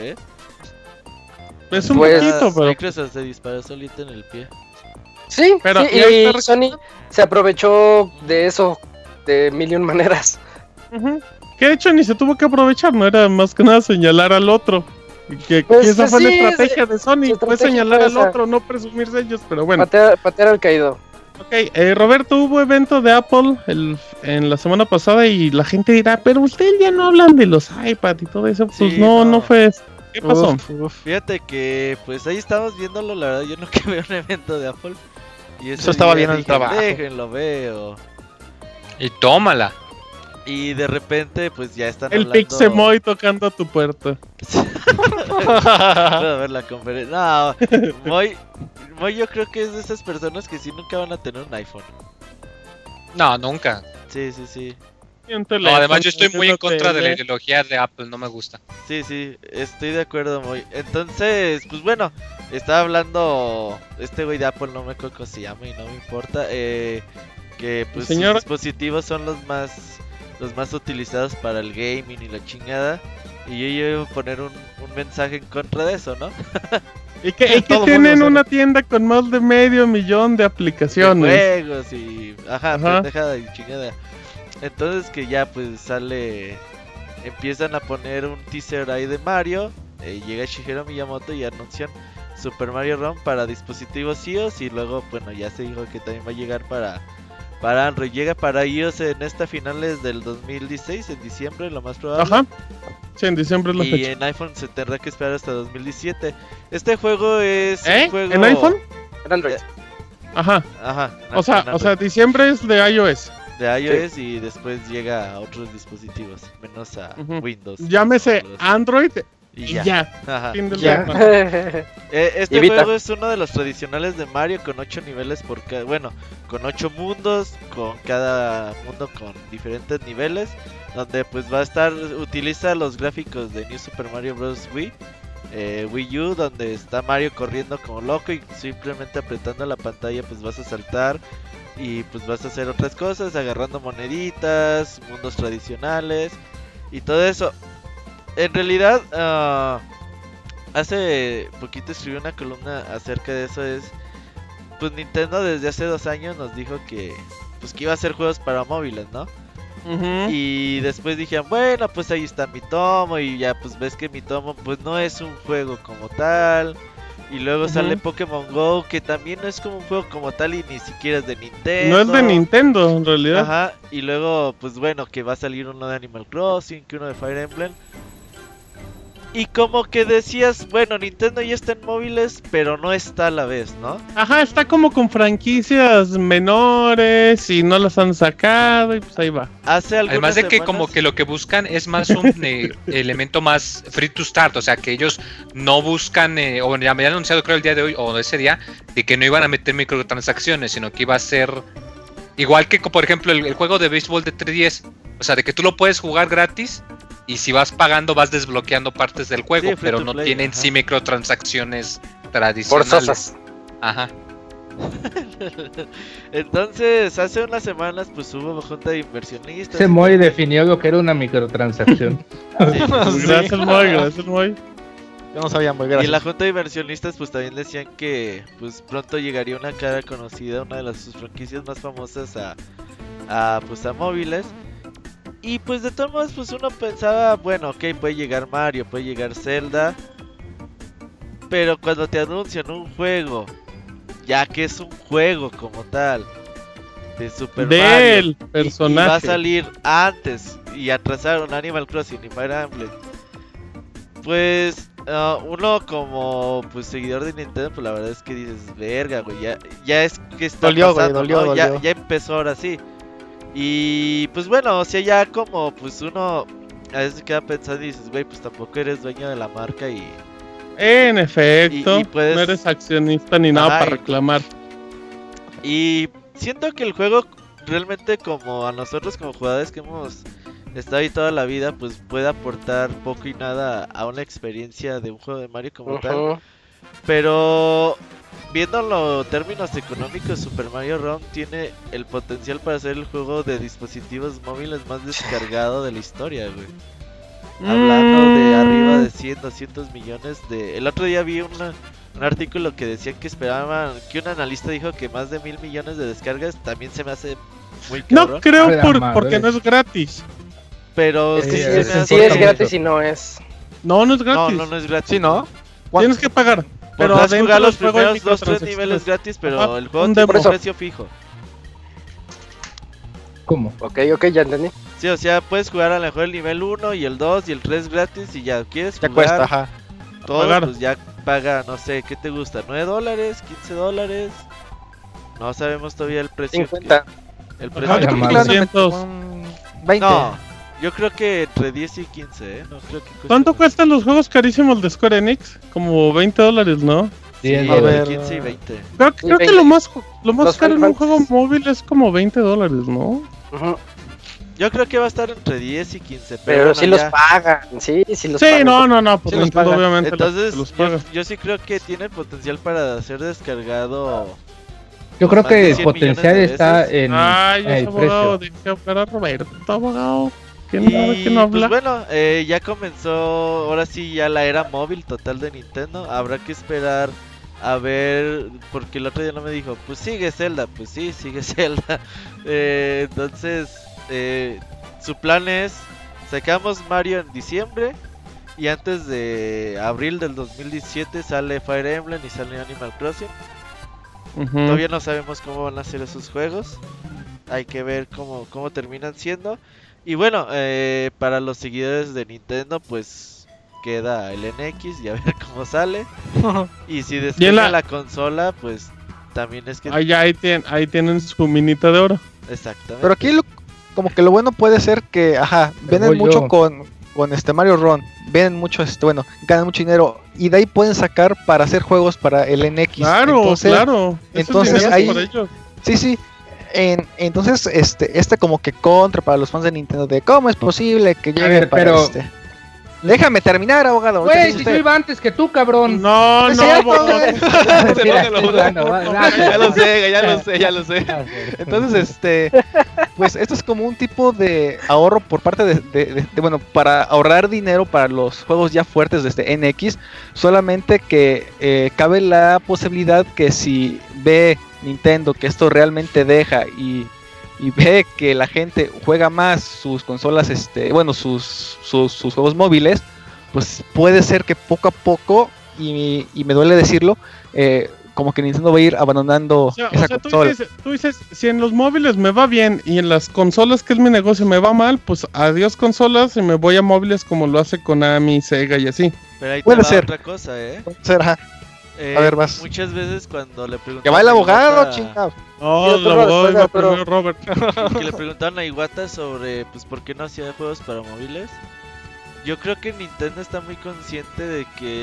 Es un poquito, pero... Microsoft se disparó solito en el pie. Sí, pero sí, y Sony se aprovechó de eso de mil y un maneras. Que de hecho ni se tuvo que aprovechar, no era más que nada señalar al otro. Que Pues, esa fue la sí, estrategia de Sony, fue señalar al otro, no presumirse ellos, pero bueno. Patear al caído. Ok, Roberto, hubo evento de Apple en la semana pasada y la gente dirá, pero ustedes ya no hablan de los iPad y todo eso, pues Sí, no fue. ¿Qué pasó? Fíjate que pues ahí estamos viéndolo, la verdad yo nunca veo un evento de Apple. Y eso estaba bien en el trabajo. Déjenlo, veo. Y tómala. Y de repente pues ya están el hablando... Pixemoy tocando a tu puerta. Puedo ver la conferencia. No, Moy yo creo que es de esas personas que sí nunca van a tener un iPhone. No, nunca. Sí. No, además yo estoy muy en contra de la ideología de Apple, no me gusta. Sí, estoy de acuerdo, Moy. Entonces, pues bueno, estaba hablando este güey de Apple, no me acuerdo cómo se llama y no me importa, que pues sus dispositivos son los más utilizados para el gaming y la chingada. Y yo iba a poner un mensaje en contra de eso, ¿no? Y que tienen una tienda con más de 500,000 de aplicaciones. De juegos y... Ajá, pendejada y chingada. Entonces que ya pues empiezan a poner un teaser ahí de Mario. Llega Shigeru Miyamoto y anuncian Super Mario Run para dispositivos iOS. Y luego, bueno, ya se dijo que también va a llegar para Android. Llega para iOS en finales del 2016, en diciembre, lo más probable. Ajá. Sí, en diciembre es la fecha. Y en iPhone se tendrá que esperar hasta 2017. Este juego es un juego... ¿En iPhone? En Android. Ajá. O sea, diciembre es de iOS. De iOS sí. Y después llega a otros dispositivos, menos a Windows. Llámese Android y ya. Ajá. Fin del ya. Este juego es uno de los tradicionales de Mario con 8 niveles por cada... Bueno, con 8 mundos, con cada mundo con diferentes niveles. Donde pues va a estar... Utiliza los gráficos de New Super Mario Bros. Wii U, donde está Mario corriendo como loco y simplemente apretando la pantalla pues vas a saltar y pues vas a hacer otras cosas, agarrando moneditas, mundos tradicionales y todo eso. En realidad hace poquito escribí una columna acerca de eso. Pues Nintendo desde hace 2 años nos dijo que iba a hacer juegos para móviles, ¿no? Y después dijeron, bueno, pues ahí está Miitomo, y ya pues ves que Miitomo pues no es un juego como tal. Y luego sale Pokémon Go, que también no es como un juego como tal y ni siquiera es de Nintendo. No es de Nintendo, en realidad. Ajá, y luego, pues bueno, que va a salir uno de Animal Crossing, que uno de Fire Emblem. Y como que decías, bueno, Nintendo ya está en móviles, pero no está a la vez, ¿no? Ajá, está como con franquicias menores y no las han sacado y pues ahí va. Además de que como que lo que buscan es más un elemento más free to start, o sea que ellos no buscan, o ya me habían anunciado creo el día de hoy o ese día, de que no iban a meter microtransacciones, sino que iba a ser igual que por ejemplo el juego de béisbol de 3DS, o sea de que tú lo puedes jugar gratis. Y si vas pagando vas desbloqueando partes del juego, sí, pero no tienen sí microtransacciones tradicionales. Forzosas. Ajá. Entonces, hace unas semanas pues hubo junta de inversionistas. Se Moy definió lo que era una microtransacción. Gracias, Moy, gracias, Moy. Yo no sabía, muy gracias. Y la junta de inversionistas pues también decían que pues pronto llegaría una cara conocida, una de sus franquicias más famosas a móviles. Y pues de todos modos pues uno pensaba, bueno, ok, puede llegar Mario, puede llegar Zelda, pero cuando te anuncian un juego, ya que es un juego como tal, de Super Mario, el personaje, y va a salir antes y atrasaron Animal Crossing y Fire Emblem, pues uno como pues seguidor de Nintendo, pues la verdad es que dices, verga, güey, ya es que está pasando, güey, ¿no? Ya empezó ahora sí. Y pues bueno, o sea, ya como pues uno a veces queda pensando y dices, güey, pues tampoco eres dueño de la marca y... En efecto, y puedes... no eres accionista ni nada para reclamar. Y siento que el juego realmente como a nosotros como jugadores que hemos estado ahí toda la vida, pues puede aportar poco y nada a una experiencia de un juego de Mario como tal. Pero... viendo los términos económicos, Super Mario Run tiene el potencial para ser el juego de dispositivos móviles más descargado de la historia, güey. Hablando de arriba de 100, 200 millones de... El otro día vi un artículo que decía que esperaban, que un analista dijo que más de 1,000 millones de descargas. También se me hace muy caro. No creo porque no es gratis. Pero es que sí es gratis y no es... No es gratis. No es gratis. Sí, ¿no? Tienes que pagar. Pero vas a jugar los primeros 2-3 niveles gratis, pero el juego tiene un precio fijo. ¿Cómo? Ok, ya entendí. Sí, o sea, puedes jugar a lo mejor el nivel 1 y el 2 y el 3 gratis y ya quieres jugar. Ya cuesta, ajá. Todo, pues ya paga, no sé, ¿qué te gusta? $9, $15. No sabemos todavía el precio. 50. El precio. Ajá, de 20. No, yo creo que entre 10 y 15, No creo que ¿Cuánto cuestan los juegos carísimos de Square Enix? Como $20, ¿no? Sí, a ver, 15 y 20. Creo que lo más caro en un juego móvil es como $20, ¿no? Yo creo que va a estar entre 10 y 15. Pero bueno, si los pagan, sí los pagan. No, pues sí Nintendo obviamente entonces, los paga. Yo sí creo que tiene potencial para ser descargado. Yo creo que el potencial está en el abogado, precio. Dije hablar a Roberto, abogado. ¿Quién no habla? Pues bueno, ya comenzó, ahora sí, ya la era móvil total de Nintendo. Habrá que esperar a ver, porque el otro día no me dijo, pues sigue Zelda. Pues sí, sigue Zelda. Entonces, su plan es, sacamos Mario en diciembre y antes de abril del 2017 sale Fire Emblem y sale Animal Crossing. Todavía no sabemos cómo van a ser esos juegos. Hay que ver cómo terminan siendo. Y bueno, para los seguidores de Nintendo, pues queda el NX y a ver cómo sale. Y si descarga la consola, pues también es que... Ahí tienen su minita de oro. Exactamente. Pero aquí como que lo bueno puede ser que, venden mucho con Mario Run, venden mucho, ganan mucho dinero y de ahí pueden sacar para hacer juegos para el NX. Claro. Entonces ahí, sí. Entonces, como que contra para los fans de Nintendo de cómo es posible que llegue Déjame terminar, abogado. Güey, si yo iba antes que tú, cabrón. No, Es no, cierto, abogado. Ya lo sé. Entonces, pues esto es como un tipo de ahorro por parte bueno, para ahorrar dinero para los juegos ya fuertes de NX, solamente que cabe la posibilidad que si ve Nintendo que esto realmente deja y ve que la gente juega más sus consolas, bueno, sus juegos móviles, pues puede ser que poco a poco, y me duele decirlo, como que Nintendo va a ir abandonando esa consola. Tú dices, si en los móviles me va bien y en las consolas, que es mi negocio, me va mal, pues adiós consolas y me voy a móviles como lo hace Konami, Sega y así. Pero ahí Puede te va ser. otra cosa, Puede ser, ajá. A ver, vas. Muchas veces cuando le preguntaban... Que va el abogado, chingado. No, Sí, el abogado iba pero- primero, Robert. Que le preguntaban a Iwata sobre pues por qué no hacía juegos para móviles. Yo creo que Nintendo está muy consciente de que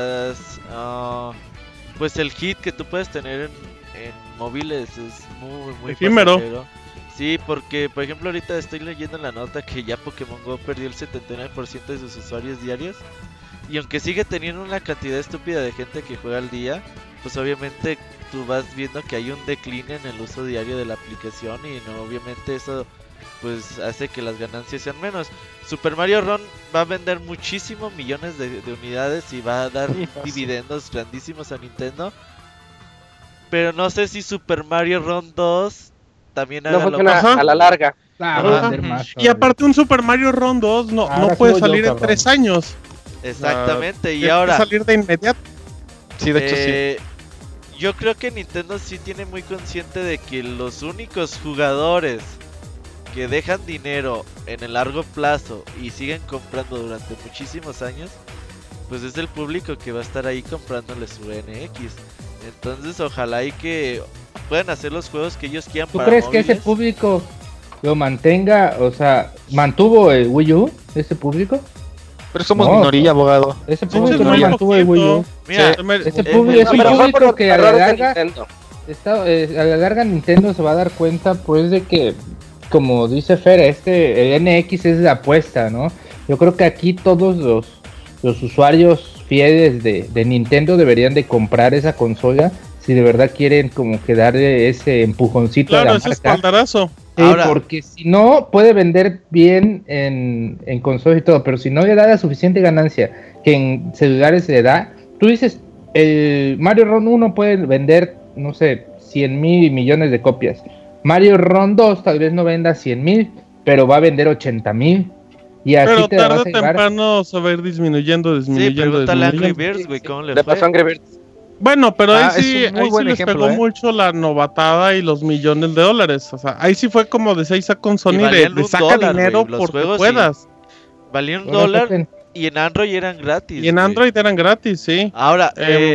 pues el hit que tú puedes tener en móviles es muy efímero. pasajero. Sí, porque por ejemplo ahorita estoy leyendo en la nota que ya Pokémon GO perdió el 79% de sus usuarios diarios. Y aunque sigue teniendo una cantidad estúpida de gente que juega al día, pues obviamente tú vas viendo que hay un decline en el uso diario de la aplicación y no, obviamente eso pues hace que las ganancias sean menos. Super Mario Run va a vender muchísimos millones de unidades y va a dar dividendos grandísimos a Nintendo. Pero no sé si Super Mario Run 2 también haga No lo funciona mismo. a la larga. Y aparte un Super Mario Run 2 no puede salir en 3 años. Exactamente, y Tiene ahora... que salir de inmediato. Sí, de hecho sí. Yo creo que Nintendo sí tiene muy consciente de que los únicos jugadores que dejan dinero en el largo plazo y siguen comprando durante muchísimos años, pues es el público que va a estar ahí comprándole su NX. Entonces ojalá y que puedan hacer los juegos que ellos quieran. ¿Tú para crees móviles. que ese público lo mantenga? O sea, ¿mantuvo el Wii U ese público? Pero somos No, minoría, abogado. Ese Sí, público es no muy mantuvo el Wii U. poquito. Mira, Ese Sí. público es un Pero fue público por que a la errores de larga Nintendo. a la larga Nintendo se va a dar cuenta pues de que, como dice Fer, el NX es la apuesta, ¿no? Yo creo que aquí todos los usuarios fieles de Nintendo deberían de comprar esa consola si de verdad quieren como que darle ese empujoncito a Claro, la ese marca. espaldarazo. Sí, Ahora- porque si no puede vender bien en consolas y todo, pero si no le da la suficiente ganancia que en celulares le da, tú dices, el Mario Run 1 puede vender, no sé, 100,000 millones de copias. Mario Run 2 tal vez no venda 100,000, pero va a vender 80,000. Y así Pero te la tarde vas o a llevar. temprano se va a ir disminuyendo. Sí, pregúntale a Angry Birds, güey, cómo le Le fue. pasó a Angry Birds. Bueno, pero Ah, ahí sí, es un muy ahí buen sí les ejemplo, pegó mucho la novatada y los millones de dólares. O sea, ahí sí fue como de 6 con Sony de valían un saca dólar, dinero güey, los porque juegos puedas. Valía Ahora $1 saquen- y en Android eran gratis. Y en güey. Android eran gratis, sí. Ahora,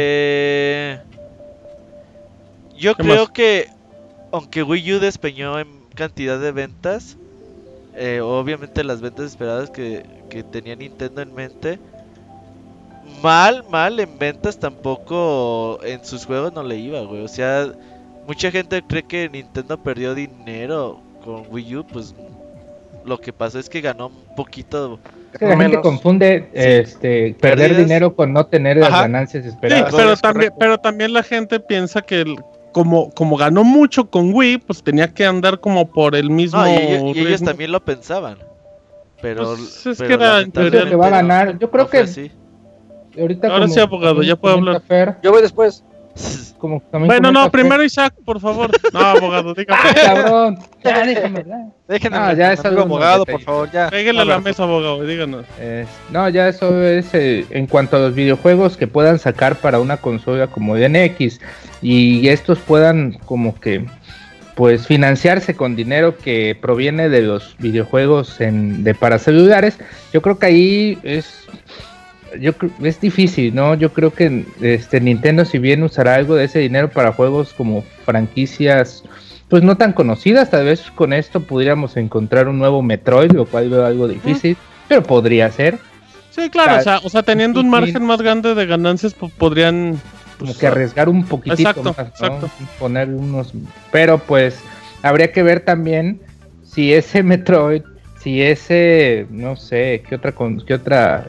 yo ¿qué creo más? que aunque Wii U despeñó en cantidad de ventas, obviamente las ventas esperadas que tenía Nintendo en mente, mal en ventas tampoco en sus juegos no le iba, güey. O sea, mucha gente cree que Nintendo perdió dinero con Wii U, pues lo que pasó es que ganó un poquito. Es que la gente menos. confunde perder Pérdidas. dinero con no tener las Ajá. ganancias Sí, esperadas. pero también la gente piensa que como ganó mucho con Wii, pues tenía que andar como por el mismo No, y ellos ritmo. también lo pensaban. Pero, Pues, es pero que era en teoría lo que va a ganar. Yo creo no fue que así. ahorita Ahora como sí, abogado, también ya puedo comenta hablar. Fer, Yo voy después. como también Bueno, comenta no, Fer. primero Isaac, por favor. No, abogado, dígame. Cabrón, ya déjame hablar. Déjenme, Ah, ya es amigo algo abogado, detalle. por favor, ya. Pégale a la mesa, abogado, y díganos. No, ya eso es en cuanto a los videojuegos que puedan sacar para una consola como el NX y estos puedan como que pues financiarse con dinero que proviene de los videojuegos para celulares. Yo creo que ahí es difícil, ¿no? Yo creo que Nintendo, si bien usará algo de ese dinero para juegos como franquicias pues no tan conocidas, tal vez con esto pudiéramos encontrar un nuevo Metroid, lo cual veo algo difícil, pero podría ser. Sí, claro, Claro. o sea, teniendo un margen más grande de ganancias, podrían... Como pues, que arriesgar un poquitito exacto, más, ¿no? exacto. Poner unos, pero pues habría que ver también si ese Metroid, si ese, no sé, qué otra,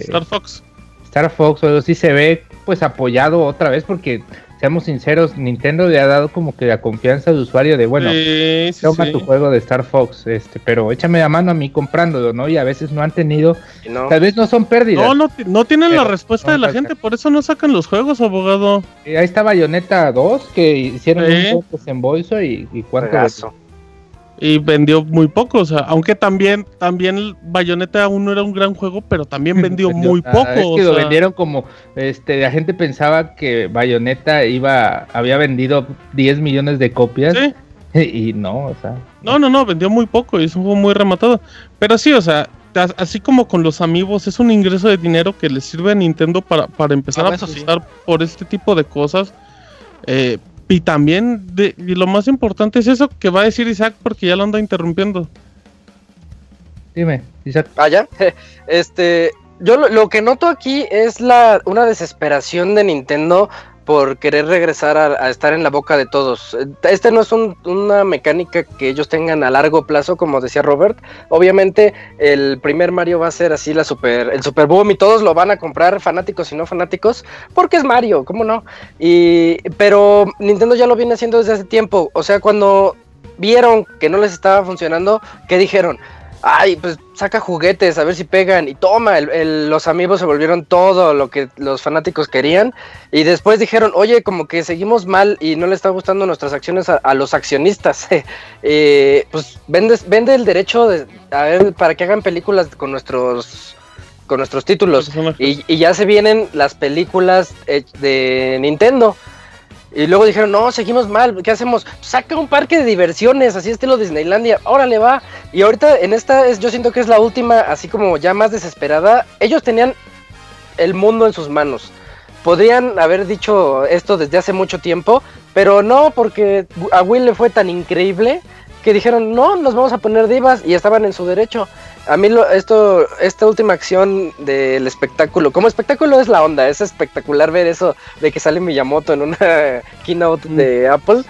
Star Fox o algo así se ve pues apoyado otra vez, porque seamos sinceros, Nintendo le ha dado como que la confianza de usuario de, bueno, toma tu juego de Star Fox, pero échame la mano a mí comprándolo, ¿no? Y a veces no han tenido, tal vez no son pérdidas. No tienen la respuesta de la gente, por eso no sacan los juegos, abogado. Ahí está Bayonetta 2, que hicieron un desembolso y cuánto... Y vendió muy poco, o sea, aunque también Bayonetta 1 era un gran juego, pero también vendió muy poco. Es que lo vendieron como, la gente pensaba que Bayonetta había vendido 10 millones de copias, y no, o sea. No, vendió muy poco y es un juego muy rematado. Pero sí, o sea, así como con los Amiibos, es un ingreso de dinero que le sirve a Nintendo para empezar a apostar por este tipo de cosas. Y también, y lo más importante es eso que va a decir Isaac, porque ya lo anda interrumpiendo. Dime, Isaac. ¿Ya? Yo lo que noto aquí es una desesperación de Nintendo por querer regresar a estar en la boca de todos. No es una mecánica que ellos tengan a largo plazo, como decía Robert. Obviamente el primer Mario va a ser así el super boom y todos lo van a comprar, fanáticos y no fanáticos, porque es Mario, ¿cómo no? Pero Nintendo ya lo viene haciendo desde hace tiempo. O sea, cuando vieron que no les estaba funcionando, ¿qué dijeron? Ay, pues saca juguetes, a ver si pegan. Y toma, los Amiibos se volvieron todo lo que los fanáticos querían. Y después dijeron, oye, como que seguimos mal y no le está gustando nuestras acciones a los accionistas. Pues vende el derecho para que hagan películas con nuestros títulos. Y ya se vienen las películas de Nintendo. Y luego dijeron, no, seguimos mal, ¿qué hacemos? Saca un parque de diversiones, así estilo Disneylandia, órale va. Y ahorita en esta, yo siento que es la última, así como ya más desesperada. Ellos tenían el mundo en sus manos. Podrían haber dicho esto desde hace mucho tiempo, pero no, porque a Will le fue tan increíble que dijeron, no, nos vamos a poner divas, y estaban en su derecho. A mí esta última acción del espectáculo, como espectáculo es la onda, es espectacular ver eso de que sale Miyamoto en una keynote de Apple,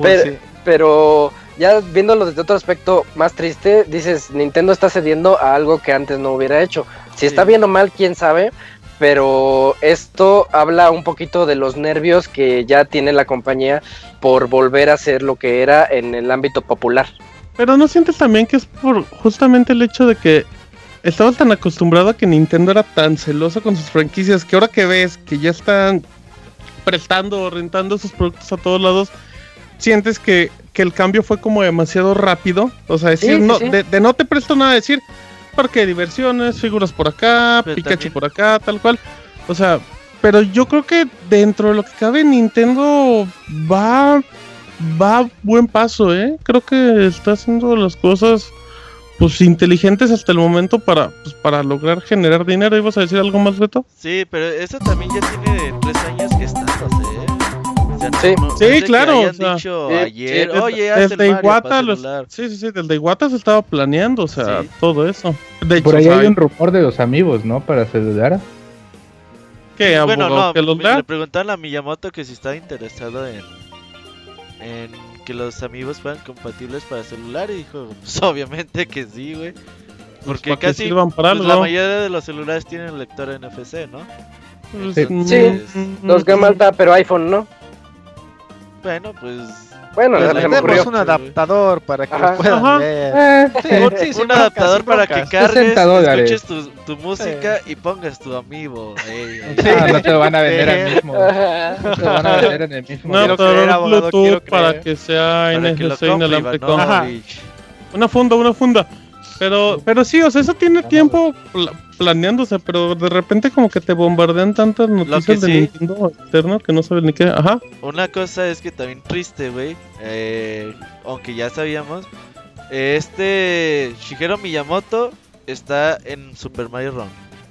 pero ya viéndolo desde otro aspecto más triste, dices, Nintendo está cediendo a algo que antes no hubiera hecho. Si está bien o mal, quién sabe, pero esto habla un poquito de los nervios que ya tiene la compañía por volver a ser lo que era en el ámbito popular. Pero ¿no sientes también que es por justamente el hecho de que estabas tan acostumbrado a que Nintendo era tan celoso con sus franquicias, que ahora que ves que ya están prestando o rentando sus productos a todos lados, sientes que el cambio fue como demasiado rápido? O sea, decir, de no te presto nada, decir, parque de diversiones, figuras por acá, pero Pikachu también por acá, tal cual. O sea, pero yo creo que dentro de lo que cabe, Nintendo va a buen paso, creo que está haciendo las cosas pues inteligentes hasta el momento para lograr generar dinero. ¿Ibas a decir algo más, Beto? Sí, pero eso también ya tiene 3 años que está, o sea, sí, claro, o sea, dicho ayer, oye, desde Iwata desde Iwata se estaba planeando, o sea, todo eso. De hecho, por ahí hay un rumor de los Amiibos, ¿no? Para celular. ¿Qué? Bueno, no, que los le preguntaron a Miyamoto que si estaba interesado en que los Amiibos fueran compatibles para celular, y dijo, pues obviamente que sí, güey. Porque casi la mayoría de los celulares tienen lector NFC, ¿no? Sí, los gama alta, pero iPhone, ¿no? Bueno, pues tenemos un adaptador para que lo puedan ver. Un adaptador para que cargues, escuches tu música y pongas tu Amiibo. No te lo van a vender al mismo. No te lo van a vender en el mismo. Un adaptador Bluetooth para que sea NFC inalámbrico. Una funda. Pero sí, o sea, eso tiene tiempo planeándose, pero de repente como que te bombardean tantas noticias de Nintendo externo que no sabes ni qué. Ajá. Una cosa es que también triste, güey, aunque ya sabíamos, Shigeru Miyamoto está en Super Mario Run.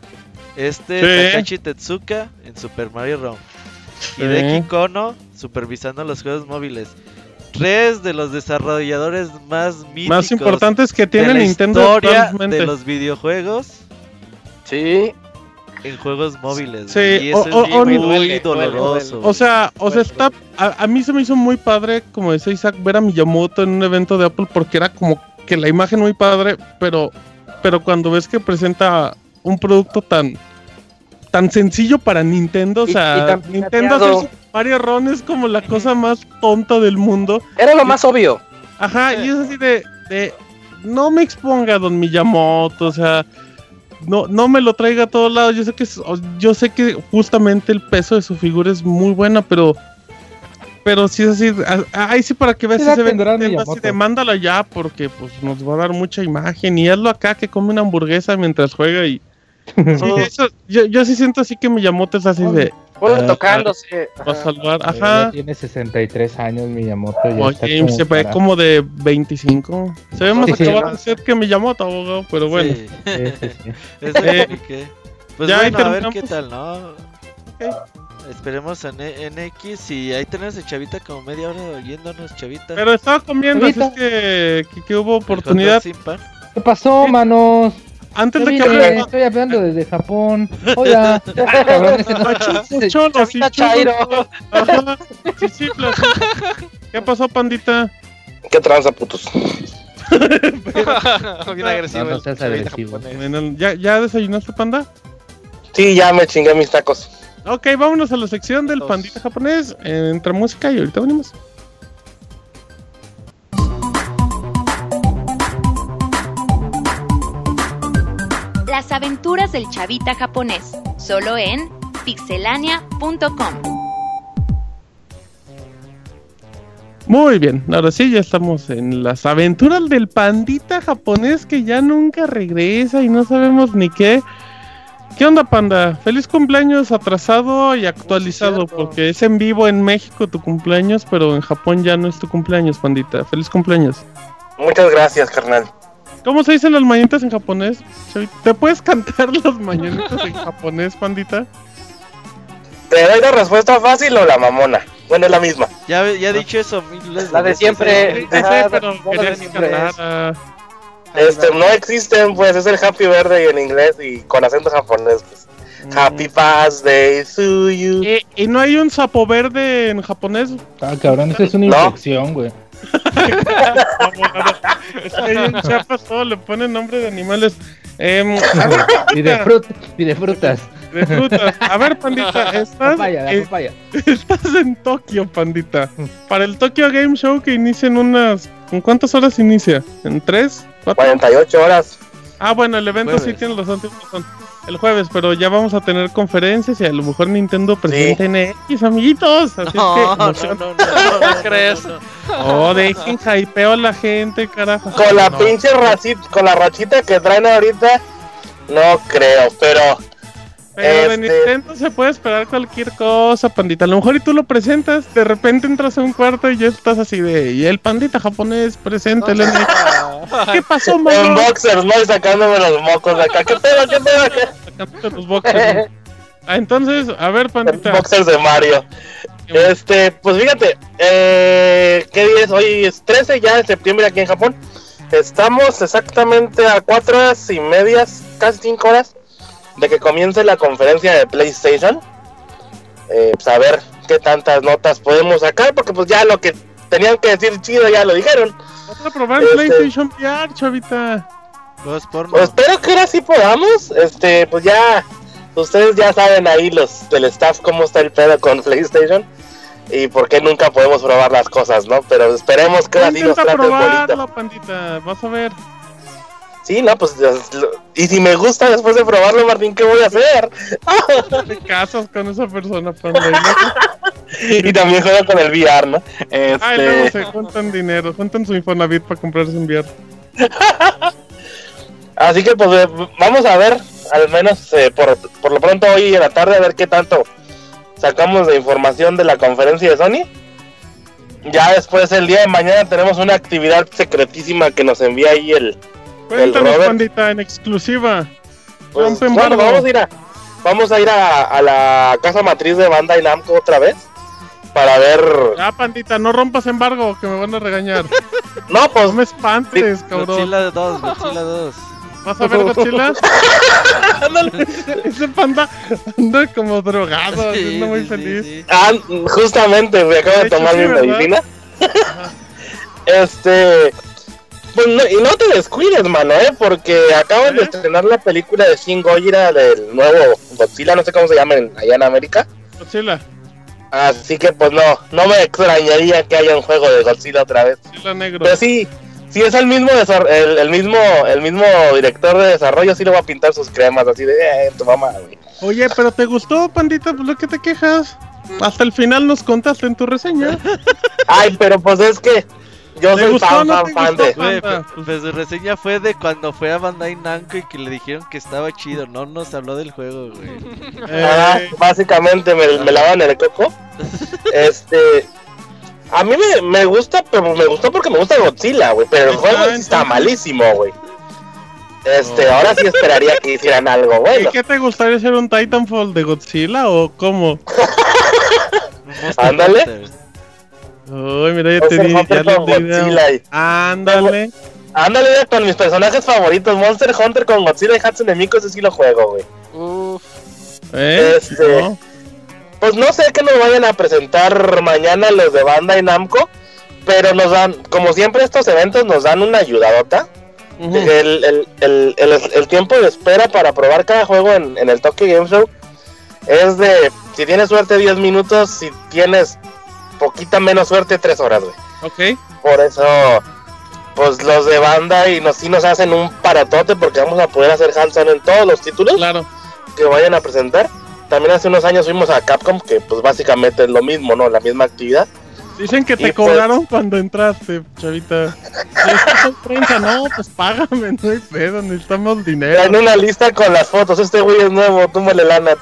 Takashi Tezuka en Super Mario Run. Hideki Kono supervisando los juegos móviles. 3 de los desarrolladores más importantes que tiene de la Nintendo historia de los videojuegos. Sí. En juegos móviles. Sí. Y eso es muy doloroso. O sea, a mí se me hizo muy padre, como decía Isaac, ver a Miyamoto en un evento de Apple, porque era como que la imagen muy padre, pero cuando ves que presenta un producto tan sencillo para Nintendo, o sea, Nintendo hacer Super Mario Run es como la cosa más tonta del mundo. Era lo más obvio. Ajá, y es así de no me exponga Don Miyamoto, o sea, no me lo traiga a todos lados. Yo sé que justamente el peso de su figura es muy buena, pero sí es así, ahí sí para que veas si se ve así de mándala ya, porque pues nos va a dar mucha imagen, y hazlo acá que come una hamburguesa mientras juega y sí, eso, yo sí siento así que Miyamoto es así de tocándose. Va a salvar, ajá. Tiene 63 años Miyamoto. Oye, se ve como de 25. Se ve más acabado de ser que Miyamoto, abogado, pero bueno. Sí. Pues ya bueno, a ver qué tal, ¿no? Okay. Esperemos en NX y ahí tenemos el Chavita como media hora oyéndonos, Chavita. Pero estaba comiendo, así es que hubo oportunidad. ¿Qué pasó, manos? Antes de que estoy hablando desde Japón. Hola. ¿Qué pasó, pandita? ¿Qué tranza, putos? Bien agresivo. No seas agresivo. ¿Ya desayunaste, panda? Sí, ya me chingué mis tacos. Ok, vámonos a la sección del pandita japonés. Entre música y ahorita venimos. Las aventuras del Chavita japonés, solo en pixelania.com. Muy bien, ahora sí ya estamos en las aventuras del pandita japonés que ya nunca regresa y no sabemos ni qué. ¿Qué onda, panda? Feliz cumpleaños atrasado y actualizado, porque es en vivo en México tu cumpleaños, pero en Japón ya no es tu cumpleaños, pandita. Feliz cumpleaños. Muchas gracias, carnal. ¿Cómo se dicen las mañanitas en japonés? ¿Te puedes cantar las mañanitas en japonés, pandita? ¿Te doy la respuesta fácil o la mamona? Bueno, es la misma. Ya he dicho eso mil veces. La de siempre. Pero quería que cantara. No existen, pues, es el Happy Birthday en inglés y con acento japonés, pues. Happy Birthday to you. ¿Y no hay un sapo verde en japonés? Ah, cabrón, eso es una infección, güey. Es que ahí en Chiapas todo le ponen nombre de animales. Y de frutas. De frutas. A ver, pandita, estás en Tokio, pandita. Para el Tokyo Game Show que inicia ¿en cuántas horas inicia? ¿En 3? 4? 48 horas. Ah, bueno, el evento sí tiene razón, el jueves, pero ya vamos a tener conferencias y a lo mejor Nintendo presenta NX, amiguitos. Así no crees. Dejen hypeo a la gente, carajo. Con la pinche con la rachita que traen ahorita, no creo, pero de Nintendo se puede esperar cualquier cosa, pandita. A lo mejor y tú lo presentas, de repente entras a un cuarto y ya estás así y el pandita japonés presenta el NX. ¿Qué pasó, mano? En boxers, no, y sacándome los mocos de acá. ¿Qué pedo? Sacándote los boxers. Entonces, a ver, pandita. Boxers de Mario. Pues fíjate, ¿qué día es? Hoy es 13 ya de septiembre aquí en Japón. Estamos exactamente a 4 horas y medias, casi 5 horas de que comience la conferencia de PlayStation. Pues a ver qué tantas notas podemos sacar, porque pues ya lo que tenían que decir chido ya lo dijeron. Vas a probar PlayStation VR, chavita. Pues espero que ahora sí podamos. Pues ya ustedes ya saben ahí los del staff cómo está el pedo con PlayStation y por qué nunca podemos probar las cosas, ¿no? Pero esperemos que ahora sí nos traten bonito. Pandita, vas a ver. Sí, no, pues, y si me gusta después de probarlo, Martín, ¿qué voy a hacer? Te casas con esa persona, panda. Y también juego con el VR, ¿no? Luego se juntan dinero, juntan su Infonavit para comprarse un VR. Así que, pues, vamos a ver, al menos por lo pronto hoy en la tarde, a ver qué tanto sacamos de información de la conferencia de Sony. Ya después, el día de mañana, tenemos una actividad secretísima que nos envía ahí el Cuéntanos, pandita, en exclusiva. Pues, bueno, vamos a ir a la casa matriz de Bandai Namco otra vez para ver. Pandita, no rompas embargo, que me van a regañar. No, pues no me espantes, cabrón. Godzilla 2. ¿Vas a ver Godzilla? Ese panda anda como drogado, anda muy feliz. Sí. Justamente, me acabo de tomar mi medicina. Pues no, y no te descuides, mano, porque acaban de estrenar la película de Shin Gojira del nuevo Godzilla, no sé cómo se llama allá en América. Godzilla. Así que pues no me extrañaría que haya un juego de Godzilla otra vez. Godzilla negro. Pero sí es el mismo el mismo director de desarrollo, sí le va a pintar sus cremas así de tu mamá, güey. Oye, pero ¿te gustó, pandita? Pues lo que te quejas. Hasta el final nos contaste en tu reseña. Ay, pero pues es que yo soy fan de... Güey, pues su reseña fue de cuando fue a Bandai Namco y que le dijeron que estaba chido. No nos habló del juego, güey. Básicamente me lavan el coco. A mí me gusta, pero me gustó porque me gusta Godzilla, güey. Pero el juego sí está malísimo, güey. Ahora sí esperaría que hicieran algo bueno. ¿Y qué te gustaría hacer, un Titanfall de Godzilla o cómo? Ándale. Uy, mira, ya te di Godzilla. Ándale. Ándale, con mis personajes favoritos, Monster Hunter con Godzilla y Hatsune Miku, ese sí lo juego, güey. ¿No? Pues no sé qué nos vayan a presentar mañana los de Bandai Namco, pero nos dan, como siempre estos eventos nos dan una ayudadota. El tiempo de espera para probar cada juego en el Tokyo Game Show es de, si tienes suerte, 10 minutos, si tienes poquita menos suerte, 3 horas, güey. Ok. Por eso, pues los de Bandai sí nos hacen un paratote porque vamos a poder hacer hands-on en todos los títulos que vayan a presentar. También hace unos años fuimos a Capcom, que pues básicamente es lo mismo, ¿no? La misma actividad. Dicen que te cobraron cuando entraste, chavita. Prensa, no, pues págame, no hay pedo, necesitamos dinero. En una lista con las fotos, este güey es nuevo, túmbale lana.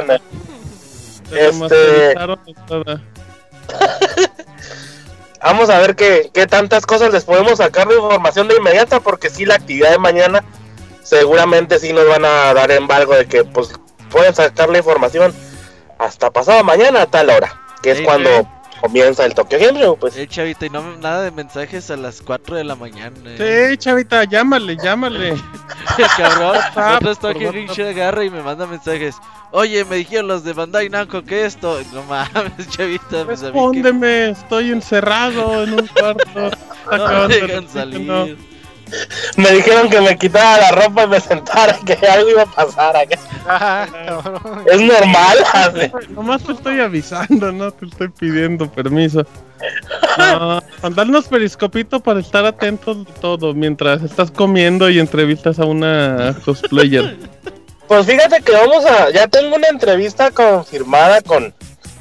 Vamos a ver qué tantas cosas les podemos sacar de información de inmediata, porque sí, la actividad de mañana seguramente sí nos van a dar embargo de que pues pueden sacar la información hasta pasado mañana a tal hora, que es cuando comienza el Tokyo Game Show, pues. Chavita, y no nada de mensajes a las 4 de la mañana. Sí, chavita, llámale. Cabrón, otro Tokyo Game Show agarra y me manda mensajes. Oye, me dijeron los de Bandai Namco que esto. No mames, chavita. Respóndeme, estoy encerrado en un cuarto. No me dejan salir. Me dijeron que me quitara la ropa y me sentara, que algo iba a pasar acá. Es normal. Nomás te estoy avisando, no te estoy pidiendo permiso. No, mandarnos periscopito para estar atentos de todo mientras estás comiendo y entrevistas a una cosplayer. Pues fíjate que ya tengo una entrevista confirmada con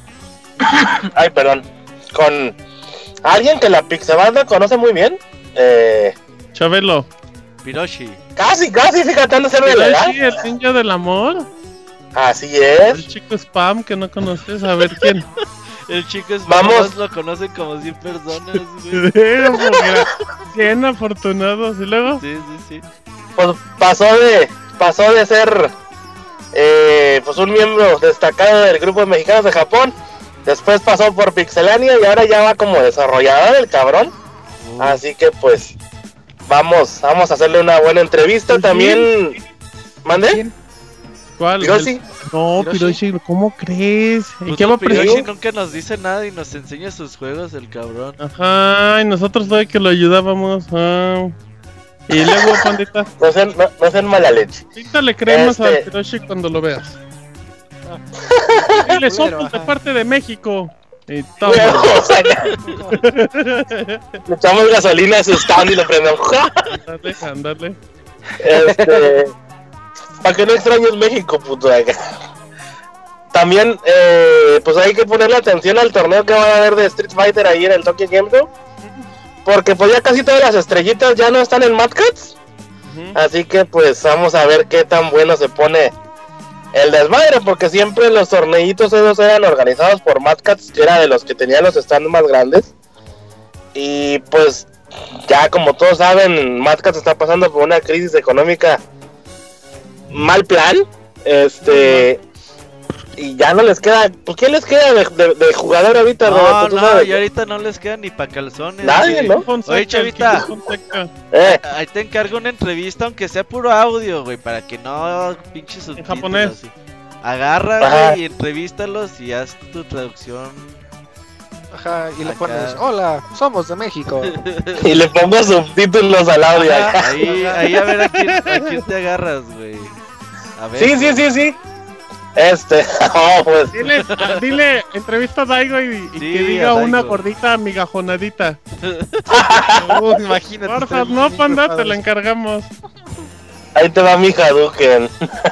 con alguien que la Pixebanda conoce muy bien. Chabelo. Piroshi. Casi, fíjate, anda a ser legal. Piroshi, el ninja del amor. Así es. El chico spam que no conoces, a ver quién. El chico spam lo conocen como 100 personas, güey. 100 afortunados, ¿y luego? Sí. Pues pasó de ser pues un miembro destacado del grupo de mexicanos de Japón. Después pasó por Pixelania y ahora ya va como desarrollador el cabrón. Así que pues vamos a hacerle una buena entrevista también. ¿Mande? ¿Cuál? ¿Piroshi? No, Piroshi, ¿cómo crees? ¿Y qué va a Piroshi? Nunca nos dice nada y nos enseña sus juegos, el cabrón. Ajá, y nosotros todavía que lo ayudábamos. Y luego, pandita. No sean mala leche. Píntale cremas a Piroshi cuando lo veas. Dile, somos de parte de México. Y toma. Le echamos gasolina a su stand y lo prendemos. Ándale. Para que no extrañes México, puto. También, pues hay que ponerle atención al torneo que va a haber de Street Fighter ahí en el Tokyo Game Show. Porque pues ya casi todas las estrellitas ya no están en Mad Catz. Así que pues vamos a ver qué tan bueno se pone el desmadre, porque siempre los torneitos esos eran organizados por Mad Catz, que era de los que tenían los stands más grandes. Y pues ya como todos saben, Mad Catz está pasando por una crisis económica mal plan. Y ya no les queda, pues ¿qué les queda de jugador ahorita? No, y ahorita no les queda ni pa' calzones. Nadie, ¿no? Oye, chavita, ahí te encargo una entrevista, aunque sea puro audio, güey, para que no pinches subtítulos. En japonés. Agarra, güey, y entrevístalos y haz tu traducción Ajá, y le Acá. pones, hola, somos de México. Y le pongo subtítulos al audio. Ajá, ahí a ver a quién te agarras, güey. A ver. Sí. Pues. Dile, entrevista a Daigo y Sí, que diga a Daigo. una gordita migajonadita. Imagínate. Porfa, no, Panda, te la encargamos. Ahí te va mi Hadouken.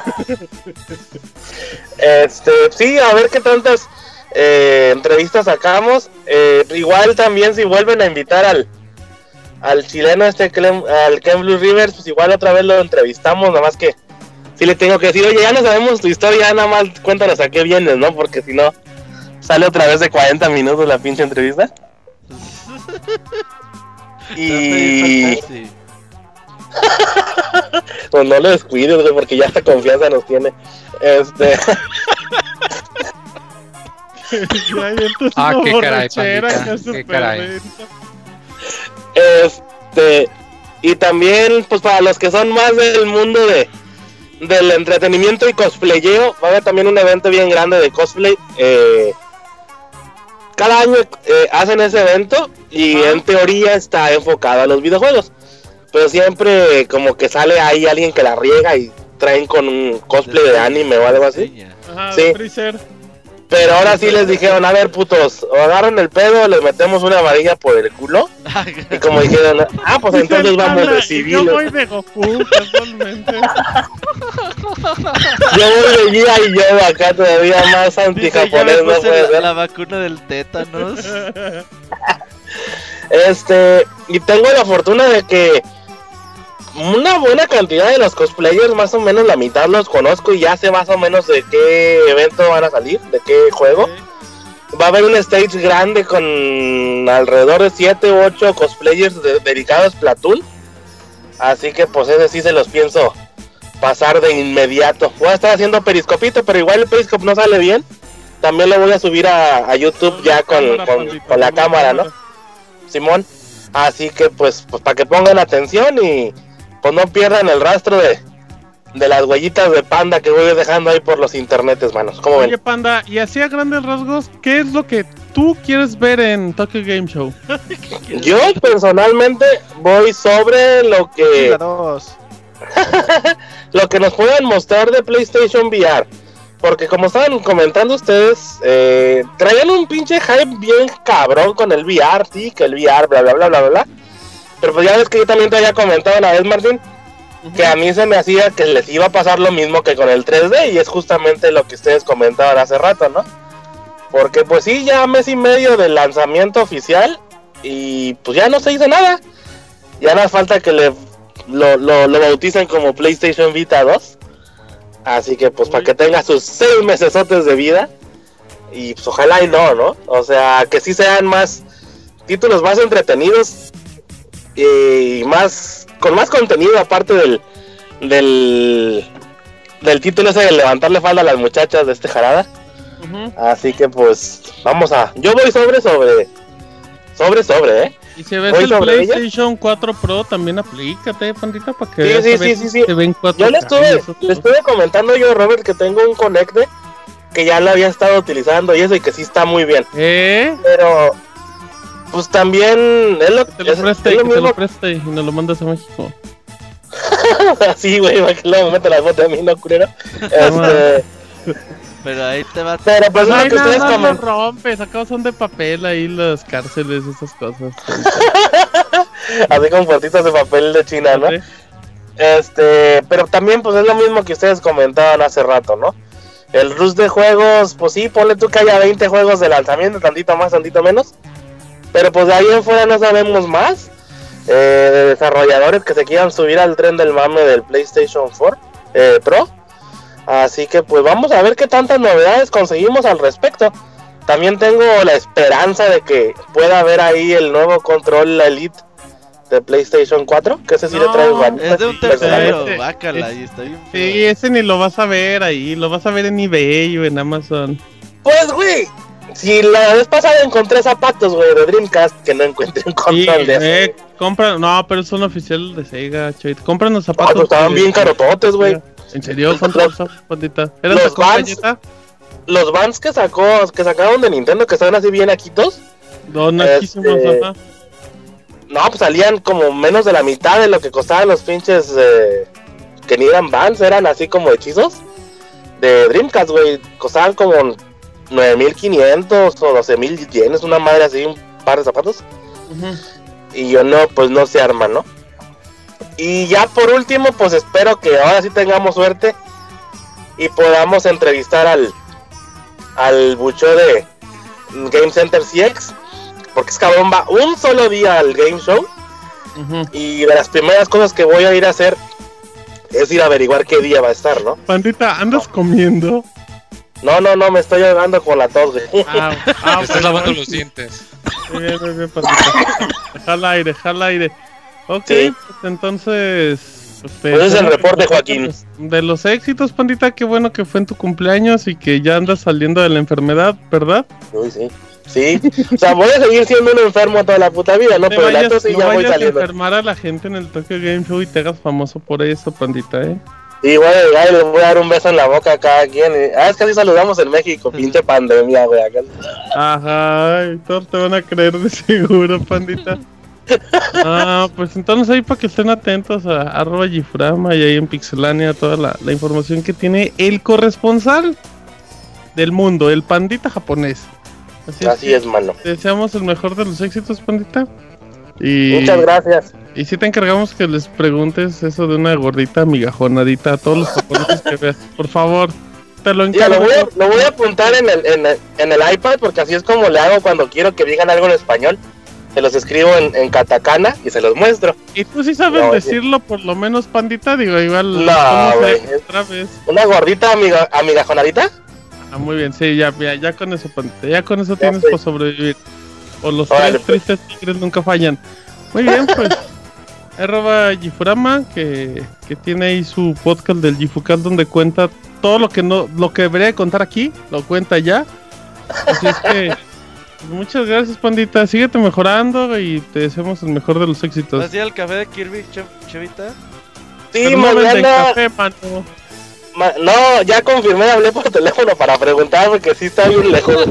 Sí, a ver qué tantas entrevistas sacamos. Igual también si vuelven a invitar al chileno al Ken Blue Rivers, pues igual otra vez lo entrevistamos, nada más que sí le tengo que decir, oye, ya no sabemos tu historia, nada más cuéntanos a qué vienes, ¿no? Porque si no, sale otra vez de 40 minutos la pinche entrevista. Y... Sí. Pues no lo descuides, güey, porque ya hasta confianza nos tiene. Qué caray, pandita, qué caray. Y también, pues para los que son más del mundo del entretenimiento y cosplayeo, va a haber también un evento bien grande de cosplay. Cada año hacen ese evento y en teoría está enfocado a los videojuegos. Pero siempre como que sale ahí alguien que la riega y traen con un cosplay de anime o algo así. Ajá, Sí. Freezer. Pero ahora sí les dijeron, a ver, putos, o agarran el pedo, les metemos una varilla por el culo. Y como dijeron, pues Dice entonces el vamos Panda, de y civiles. yo voy de Goku, casualmente. Yo voy de G.I. Joe acá todavía más Dice, ya me antijaponés, no puse puede ser. la vacuna del tétanos. Y tengo la fortuna de que una buena cantidad de los cosplayers, más o menos la mitad los conozco y ya sé más o menos de qué evento van a salir, de qué juego. Va a haber un stage grande con alrededor de 7 u 8 cosplayers dedicados a Splatoon. Así que pues ese sí se los pienso pasar de inmediato. Voy a estar haciendo periscopito, pero igual el periscope no sale bien. También lo voy a subir a YouTube ya con la cámara, ¿no? Simón. Así que pues para que pongan atención y pues no pierdan el rastro de las huellitas de Panda que voy dejando ahí por los internetes, manos. ¿Cómo ven? Oye, Panda, y así a grandes rasgos, ¿qué es lo que tú quieres ver en Tokyo Game Show? Yo personalmente voy sobre lo que lo que nos puedan mostrar de PlayStation VR. Porque como estaban comentando ustedes, traían un pinche hype bien cabrón con el VR, sí, que el VR, bla, bla, bla, bla, bla. Pero pues ya ves que yo también te había comentado una vez, Martín, que a mí se me hacía que les iba a pasar lo mismo que con el 3D, y es justamente lo que ustedes comentaban hace rato, ¿no? Porque pues sí, ya mes y medio del lanzamiento oficial, y pues ya no se hizo nada. Ya no falta que lo bauticen como PlayStation Vita 2. Así que pues para que tenga sus 6 mesesotes de vida. Y pues ojalá y no. O sea, que sí sean más títulos más entretenidos y con más contenido aparte del título ese de levantarle falda a las muchachas de este jarada. Así que pues yo voy sobre, Y si ves el PlayStation 4 Pro, también aplícate, Pandita, para que sí. te ven 4K. Yo le estuve comentando yo a Robert que tengo un Conecte que ya lo había estado utilizando y eso, y que sí está muy bien. Pero pues también es lo que te lo preste y nos lo mandas a México. Sí, güey, para que luego me mete las botas de mí, no, culero. Pero ahí te va. Pero pues no, lo que ustedes comentan. rompes, acá son de papel ahí las cárceles, esas cosas. Así con puertitas de papel de China, ¿no? Pero también pues es lo mismo que ustedes comentaban hace rato, ¿no? El rush de juegos, pues sí, ponle tú que haya 20 juegos de lanzamiento, tantito más, tantito menos. Pero pues de ahí en fuera no sabemos más. Desarrolladores que se quieran subir al tren del mame del PlayStation 4 Pro. Así que pues vamos a ver qué tantas novedades conseguimos al respecto. También tengo la esperanza de que pueda haber ahí el nuevo control Elite de PlayStation 4, que ese sí le trae igual. Es de un tercero, bácala, ahí está bien feo. Sí, ese ni lo vas a ver ahí, lo vas a ver en eBay o en Amazon. Pues güey, si la vez pasada encontré zapatos, güey, de Dreamcast, que no encontré un control de eso. No, pero son oficiales de Sega, Choit. Compran los zapatos. Pues estaban bien carototes, güey. ¿En serio? ¿Cuántos son, Pandita? Los Vans que sacaron de Nintendo, que estaban así bien aquitos, Donatísimos, ajá. No, pues salían como menos de la mitad de lo que costaban los pinches que ni eran Vans, eran así como hechizos de Dreamcast, güey. Costaban como 9.500 o 12.000 yenes, una madre así, un par de zapatos. Y yo no, pues no se arma, ¿no? Y ya por último, pues espero que ahora sí tengamos suerte y podamos entrevistar al bucho de Game Center CX, porque es cabrón, va un solo día al Game Show. Y de las primeras cosas que voy a ir a hacer es ir a averiguar qué día va a estar, ¿no? Pandita, ¿andas comiendo? No, me estoy ahogando con la tos, güey. Me estás lavando los dientes. Muy bien, Pandita. Deja al aire. Ok, Sí. pues entonces... Pues es el reporte, Joaquín. De los éxitos, Pandita, qué bueno que fue en tu cumpleaños y que ya andas saliendo de la enfermedad, ¿verdad? Uy, sí. Sí, o sea, voy a seguir siendo un enfermo toda la puta vida, ¿no? Pero la tos sí ya voy vayas a saliendo. enfermar a la gente en el Tokyo Game Show y te hagas famoso por eso, Pandita, ¿eh? Sí, voy a llegar y les voy a dar un beso en la boca a cada quien. Es que así saludamos en México, pinche pandemia, güey. Acá. Ajá, y todos te van a creer de seguro, Pandita. Pues entonces ahí para que estén atentos a @Gifurama y ahí en Pixelania toda la información que tiene el corresponsal del mundo, el Pandita japonés. Así es, mano. Te deseamos el mejor de los éxitos, Pandita. Y muchas gracias. Y si te encargamos que les preguntes eso de una gordita migajonadita a todos los japoneses que veas, por favor. Te lo encargo. Lo voy a apuntar en el iPad, porque así es como le hago cuando quiero que digan algo en español. Se los escribo en katakana y se los muestro. ¿Y tú sí sabes decirlo por lo menos, Pandita? Digo, igual... No, güey. Otra vez. ¿Una gordita amigajonadita? Muy bien, sí, ya con eso, Pandita. Ya con eso ya tienes para sobrevivir. O los tres tristes tigres nunca fallan. Muy bien, pues... @Gifurama, que tiene ahí su podcast del Gifucast, donde cuenta todo lo que debería de contar aquí, lo cuenta ya. Así es que muchas gracias, Pandita, síguete mejorando y te deseamos el mejor de los éxitos. ¿Hacía el café de Kirby, Chavita? Sí, pero no venden café, mano. No, ya confirmé, hablé por teléfono para preguntar porque sí está bien lejos.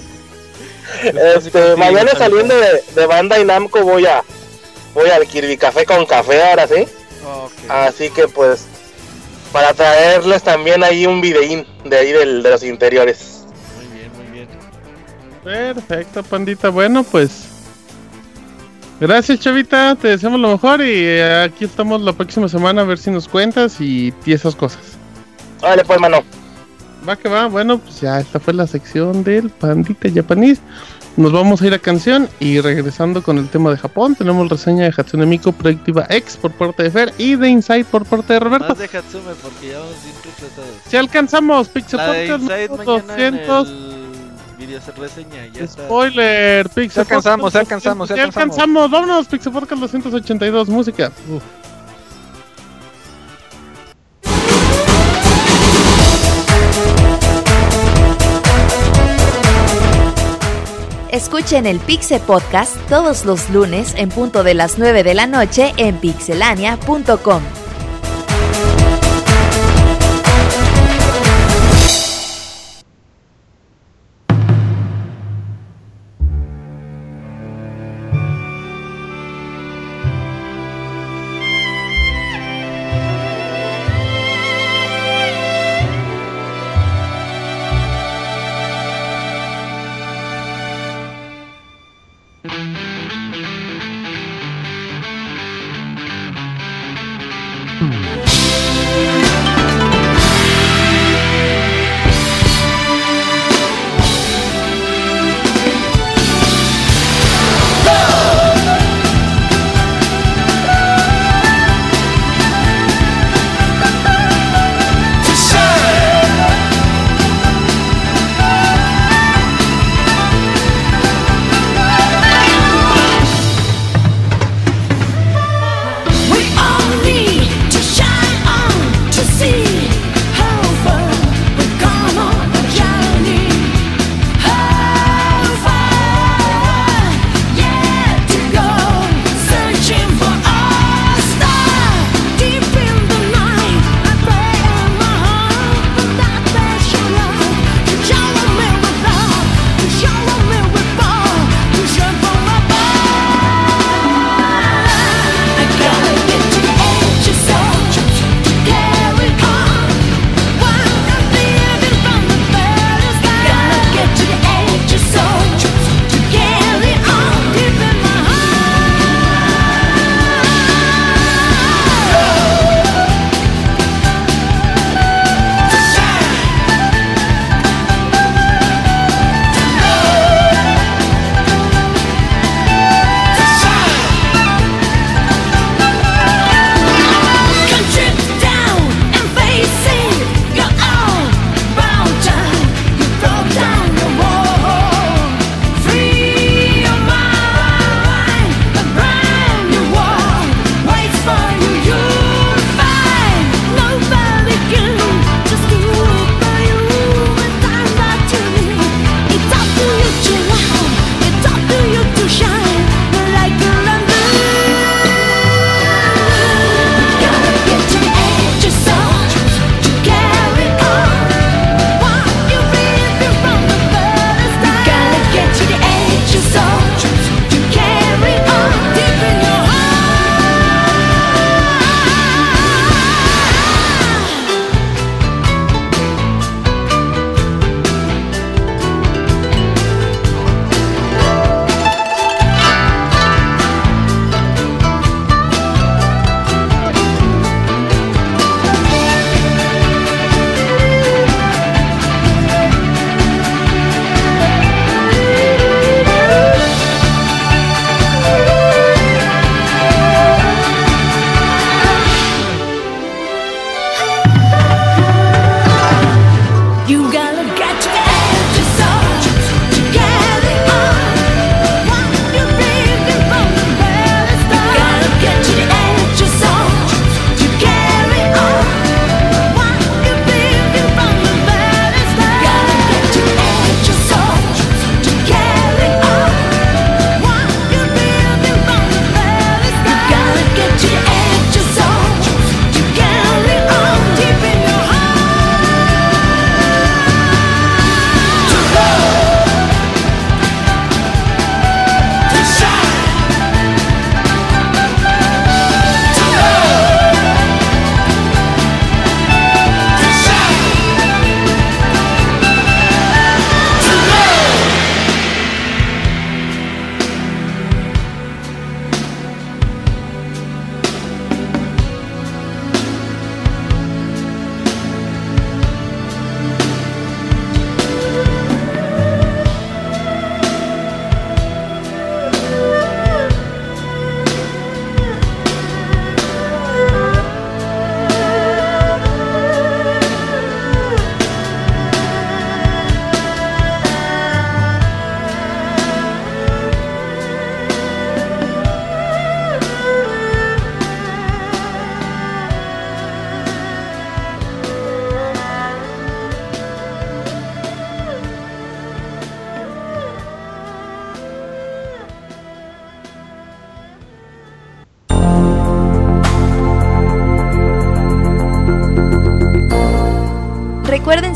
Mañana saliendo de Bandai Namco voy al Kirby Café con café ahora sí. Okay. Así que pues para traerles también ahí un videín de ahí de los interiores. Muy bien. Perfecto, Pandita. Bueno, pues gracias, Chavita, te deseamos lo mejor y aquí estamos la próxima semana a ver si nos cuentas y esas cosas. Vale, pues, mano. Va que va. Bueno, pues ya esta fue la sección del Pandita Japanese. Nos vamos a ir a canción y regresando con el tema de Japón, tenemos reseña de Hatsune Miku Proyectiva X por parte de Fer y de Inside por parte de Roberto. Más de Hatsume porque ya vamos bien completados. Si alcanzamos, Pixel Podcast Podcast número 200. Video reseña, ya spoiler, está. Pixel Podcast. Se alcanzamos. Vámonos, Pixel Podcast 282, música. Escuchen el Pixel Podcast todos los lunes en punto de las 9 de la noche en pixelania.com.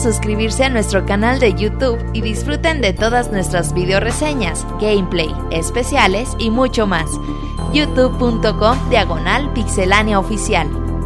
suscribirse a nuestro canal de YouTube y disfruten de todas nuestras videoreseñas, gameplay, especiales y mucho más. youtube.com/Pixelania Oficial.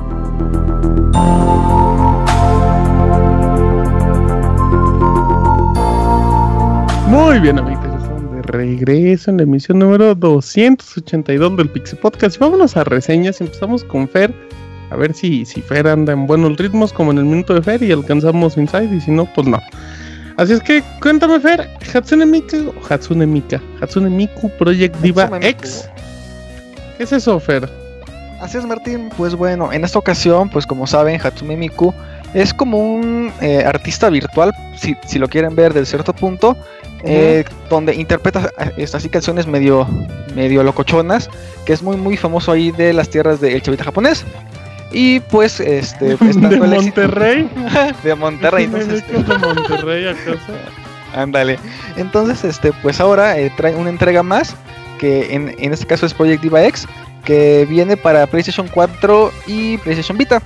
Muy bien, amigos, estamos de regreso en la emisión número 282 del Pixel Podcast. Y vámonos a reseñas. Empezamos con Fer. A ver si Fer anda en buenos ritmos como en el minuto de Fer y alcanzamos Inside, y si no, pues no. Así es que cuéntame, Fer, Hatsune Miku Project Diva X. ¿Qué es eso, Fer? Así es, Martín. Pues bueno, en esta ocasión, pues como saben, Hatsune Miku es como un artista virtual, si lo quieren ver desde cierto punto, donde interpreta así canciones medio locochonas, que es muy famoso ahí de las tierras del chavita japonés. Y pues ¿De Monterrey? De Monterrey. Entonces, de Monterrey acaso. Ándale. Entonces, pues ahora trae una entrega más, que en este caso es Project Diva X, que viene para PlayStation 4 y PlayStation Vita.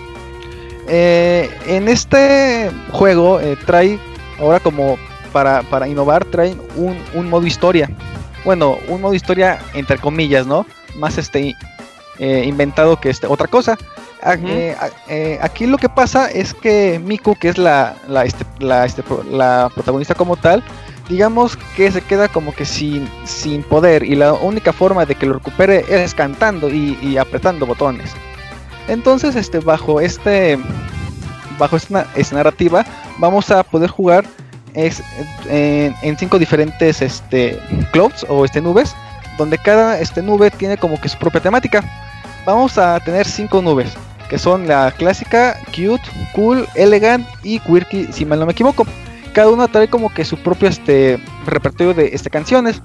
En este juego trae, ahora como para innovar, trae un modo historia. Bueno, un modo historia entre comillas, ¿no? Más inventado que otra cosa. Aquí lo que pasa es que Miku, que es la protagonista como tal, digamos que se queda como que sin poder, y la única forma de que lo recupere es cantando y apretando botones. Entonces, bajo esta narrativa, vamos a poder jugar en 5 diferentes clouds o nubes, donde cada nube tiene como que su propia temática. Vamos a tener 5 nubes, que son la clásica, cute, cool, elegant y quirky, si mal no me equivoco. Cada una trae como que su propio repertorio de canciones.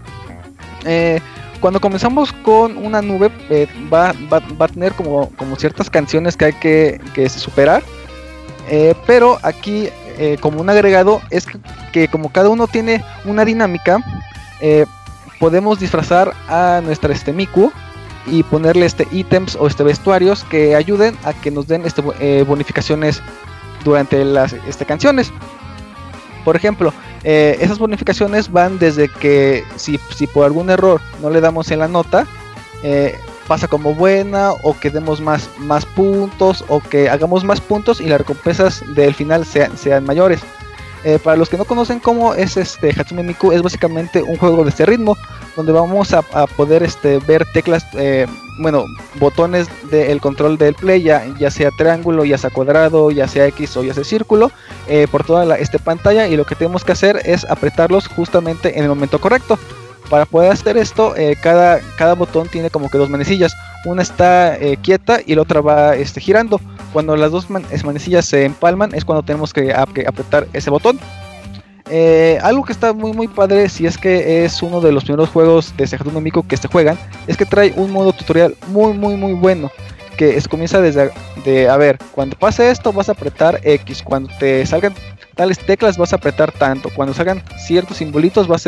Cuando comenzamos con una nube, va a tener como ciertas canciones que hay que superar. Pero aquí, como un agregado, es que como cada uno tiene una dinámica, podemos disfrazar a nuestra Miku y ponerle ítems o vestuarios que ayuden a que nos den bonificaciones durante las canciones. Por ejemplo, esas bonificaciones van desde que si por algún error no le damos en la nota, pasa como buena, o que demos más puntos, o que hagamos más puntos y las recompensas del final sean mayores. Para los que no conocen cómo es Hatsune Miku, es básicamente un juego de ritmo, donde vamos a poder ver teclas, botones del control del play, ya sea triángulo, ya sea cuadrado, ya sea X o ya sea círculo, por toda la pantalla, y lo que tenemos que hacer es apretarlos justamente en el momento correcto. Para poder hacer esto, cada botón tiene como que 2 manecillas. Una está quieta y la otra va girando. Cuando las 2 manecillas se empalman es cuando tenemos que apretar ese botón. Algo que está muy padre, si es que es uno de los primeros juegos de Hatsune Miku que se juegan, es que trae un modo tutorial muy bueno, que comienza desde a ver, cuando pase esto vas a apretar X, cuando te salgan tales teclas vas a apretar tanto, cuando salgan ciertos simbolitos vas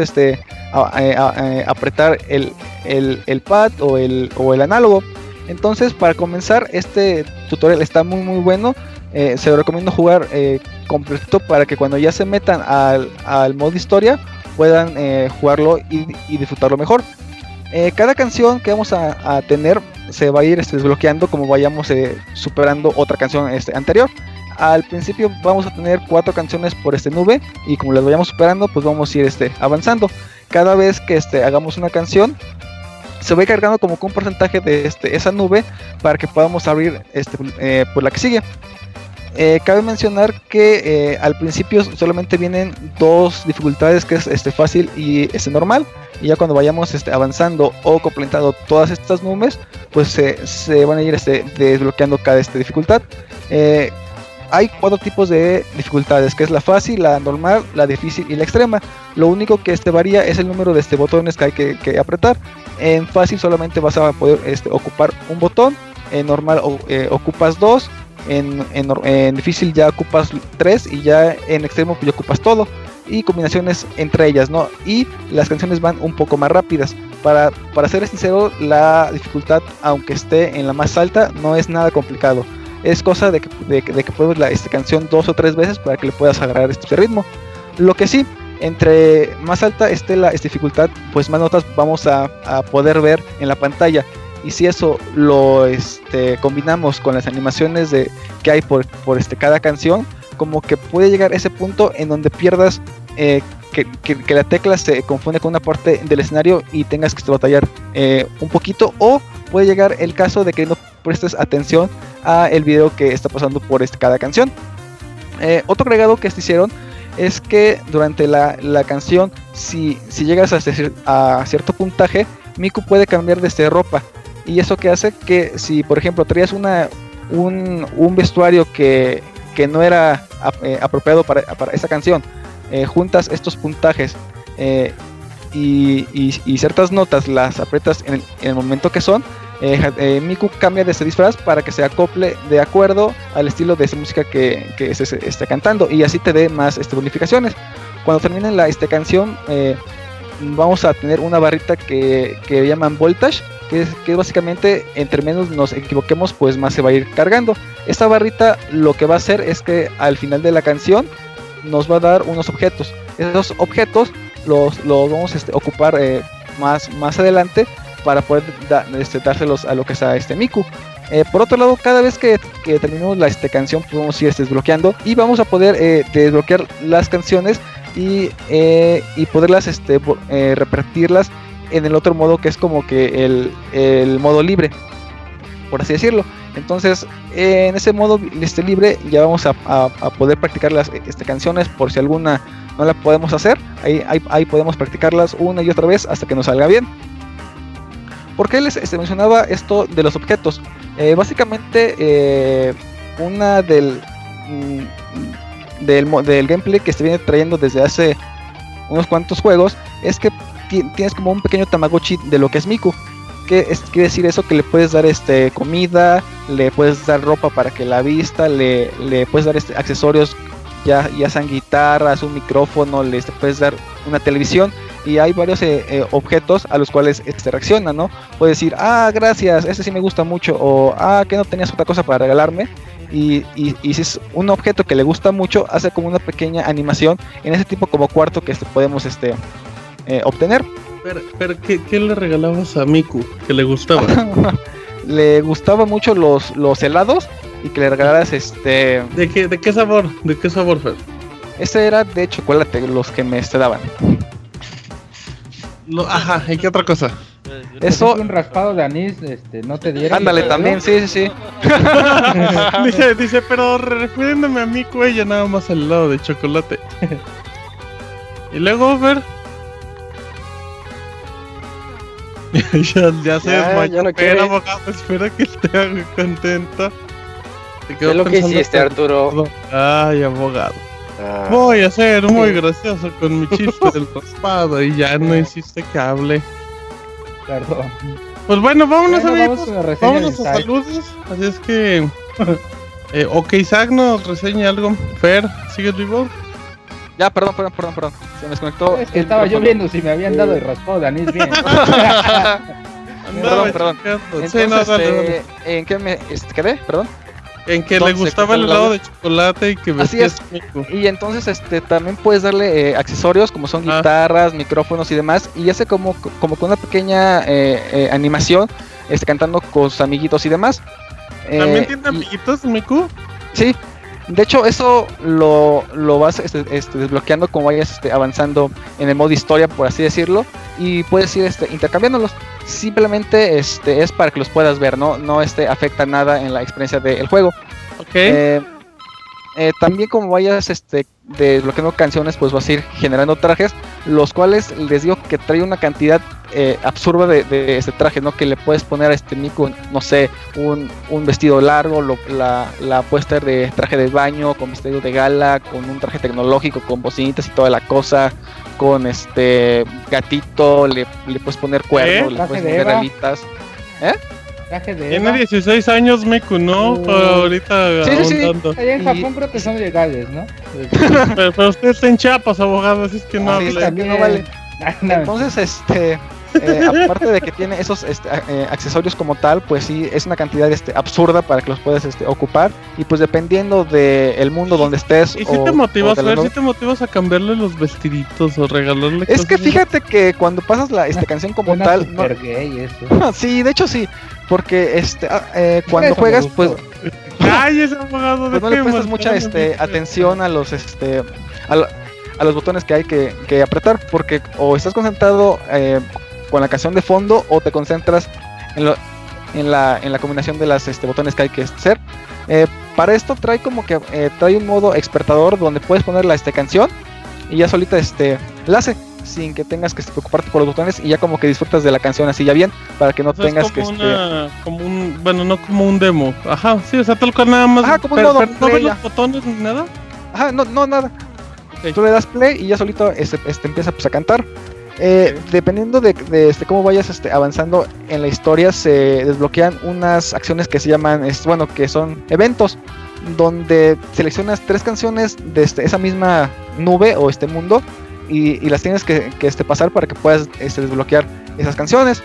a apretar el pad o el análogo. Entonces, para comenzar, este tutorial está muy bueno. Se lo recomiendo jugar completo, para que cuando ya se metan al modo historia puedan jugarlo y disfrutarlo mejor. Cada canción que vamos a tener se va a ir desbloqueando como vayamos superando otra canción anterior. Al principio vamos a tener 4 canciones por nube, y como las vayamos superando, pues vamos a ir avanzando. Cada vez que hagamos una canción, se va cargando como que un porcentaje de esa nube, para que podamos abrir por la que sigue. Cabe mencionar que al principio solamente vienen 2 dificultades, que es fácil y normal, y ya cuando vayamos avanzando o completando todas estas nubes, pues se van a ir desbloqueando cada dificultad. Hay 4 tipos de dificultades, que es la fácil, la normal, la difícil y la extrema. Lo único que varía es el número de botones que hay que apretar. En fácil solamente vas a poder ocupar un botón, en normal ocupas 2, en difícil ya ocupas 3, y ya en extremo pues ya ocupas todo, y combinaciones entre ellas, ¿no? Y las canciones van un poco más rápidas. Para ser sincero, la dificultad, aunque esté en la más alta, no es nada complicado. es cosa de que pruebes la canción 2 o 3 veces para que le puedas agarrar este ritmo. Lo que sí, entre más alta esté la dificultad, pues más notas vamos a poder ver en la pantalla. Y si eso lo combinamos con las animaciones que hay por cada canción, como que puede llegar a ese punto en donde pierdas que la tecla se confunde con una parte del escenario y tengas que batallar un poquito, o puede llegar el caso de que no prestes atención a el video que está pasando por cada canción. Otro agregado que hicieron es que durante la canción, si llegas a cierto puntaje, Miku puede cambiar de ropa. Y eso que hace que si por ejemplo traías un vestuario que no era apropiado para esa canción, juntas estos puntajes y ciertas notas las aprietas en el momento que son, Miku cambia de ese disfraz para que se acople de acuerdo al estilo de esa música que se está cantando, y así te dé más bonificaciones. Cuando termine la canción, vamos a tener una barrita que llaman voltage, que es básicamente, entre menos nos equivoquemos, pues más se va a ir cargando. Esta barrita lo que va a hacer es que al final de la canción nos va a dar unos objetos. Esos objetos los vamos a ocupar más adelante para poder dárselos a lo que es Miku. Por otro lado, cada vez que terminemos la canción, podemos ir desbloqueando y vamos a poder desbloquear las canciones y poderlas repartirlas en el otro modo, que es como que el modo libre, por así decirlo. Entonces en ese modo libre ya vamos a poder practicar las canciones, por si alguna no la podemos hacer, ahí podemos practicarlas una y otra vez hasta que nos salga bien. ¿Por qué les mencionaba esto de los objetos? Básicamente una del gameplay que se viene trayendo desde hace unos cuantos juegos es que tienes como un pequeño Tamagotchi de lo que es Miku. Quiere decir eso, que le puedes dar comida, le puedes dar ropa para que la vista, le puedes dar accesorios, ya sean guitarras, un micrófono, le puedes dar una televisión, y hay varios objetos a los cuales reacciona, ¿no? Puedes decir, gracias, sí me gusta mucho, o que no tenías otra cosa para regalarme. Y si es un objeto que le gusta mucho, hace como una pequeña animación en ese tipo como cuarto que podemos obtener. Pero ¿qué le regalabas a Miku que le gustaba? Le gustaban mucho los helados, y que le regalaras ¿De qué sabor? ¿De qué sabor, Fer? Ese era de chocolate, los que me daban. Ajá, ¿y qué otra cosa? Eso, un raspado de anís, no te dieron. Ándale, también, sí. dice, pero refiriéndome a Miku, ella nada más al helado de chocolate. Y luego, Fer. ya se desmayó, no abogado, espera que te haga contento. ¿Qué es lo que hiciste, Arturo? Ay, abogado. Voy a ser muy gracioso con mi chiste del raspado y ya no hiciste que hable. Perdón. Pues bueno, vámonos amigos, vámonos a saludos. Así es que ok, Isaac nos reseña algo. Fer, ¿sigues vivo? Ya, perdón, se me desconectó. Es que estaba yo viendo si me habían dado el raspado de anís bien. Perdón. Entonces, sí, no, dale. ¿En qué me quedé? Perdón. En que entonces, le gustaba el helado de chocolate y que vestía. Así es. Y entonces también puedes darle accesorios como son guitarras, micrófonos y demás, y hace como con una pequeña animación cantando con sus amiguitos y demás. ¿También tiene amiguitos, Miku? Sí. De hecho, eso lo vas desbloqueando como vayas avanzando en el modo historia, por así decirlo, y puedes ir intercambiándolos. Simplemente es para que los puedas ver, no afecta nada en la experiencia del juego. Okay. También como vayas desbloqueando canciones, pues vas a ir generando trajes, los cuales les digo que trae una cantidad absurda de traje, ¿no? Que le puedes poner a Miku, no sé, un vestido largo, la puedes traer de traje de baño, con vestido de gala, con un traje tecnológico, con bocinitas y toda la cosa, con gatito, le puedes poner cuernos, le puedes poner alitas. Tiene 16 años Miku, ¿no? Ahorita sí. Allá en Japón creo que son legales, ¿no? pero usted está en Chiapas, abogado, así es que no hable. No vale. Entonces, aparte de que tiene esos accesorios como tal, pues sí, es una cantidad absurda para que los puedas ocupar. Y pues dependiendo del mundo donde estés. ¿Y si te motivas, si te motivas a cambiarle los vestiditos o regalarle cosas? Es que fíjate que cuando pasas la canción como tal. No, gay eso. Sí, de hecho sí. Porque cuando juegas, pues. ¡Ay, ese abogado! Pues no le prestas mucha atención a los a los botones que hay que apretar, porque o estás concentrado con la canción de fondo o te concentras en la combinación de las botones que hay que hacer. Para esto trae como que trae un modo expertador donde puedes poner la canción y ya solita la hace sin que tengas que preocuparte por los botones y ya como que disfrutas de la canción así ya bien, para que no tengas que bueno, no como un demo. Ajá, sí, o sea, tal cual nada más. Ajá, como un modo ¿no ves los botones ni nada? Ajá, no nada. Okay. Tú le das play y ya solito empieza pues a cantar. Dependiendo de cómo vayas avanzando en la historia, se desbloquean unas acciones que se llaman, que son eventos, donde seleccionas 3 canciones de esa misma nube o mundo y las tienes que pasar para que puedas desbloquear esas canciones.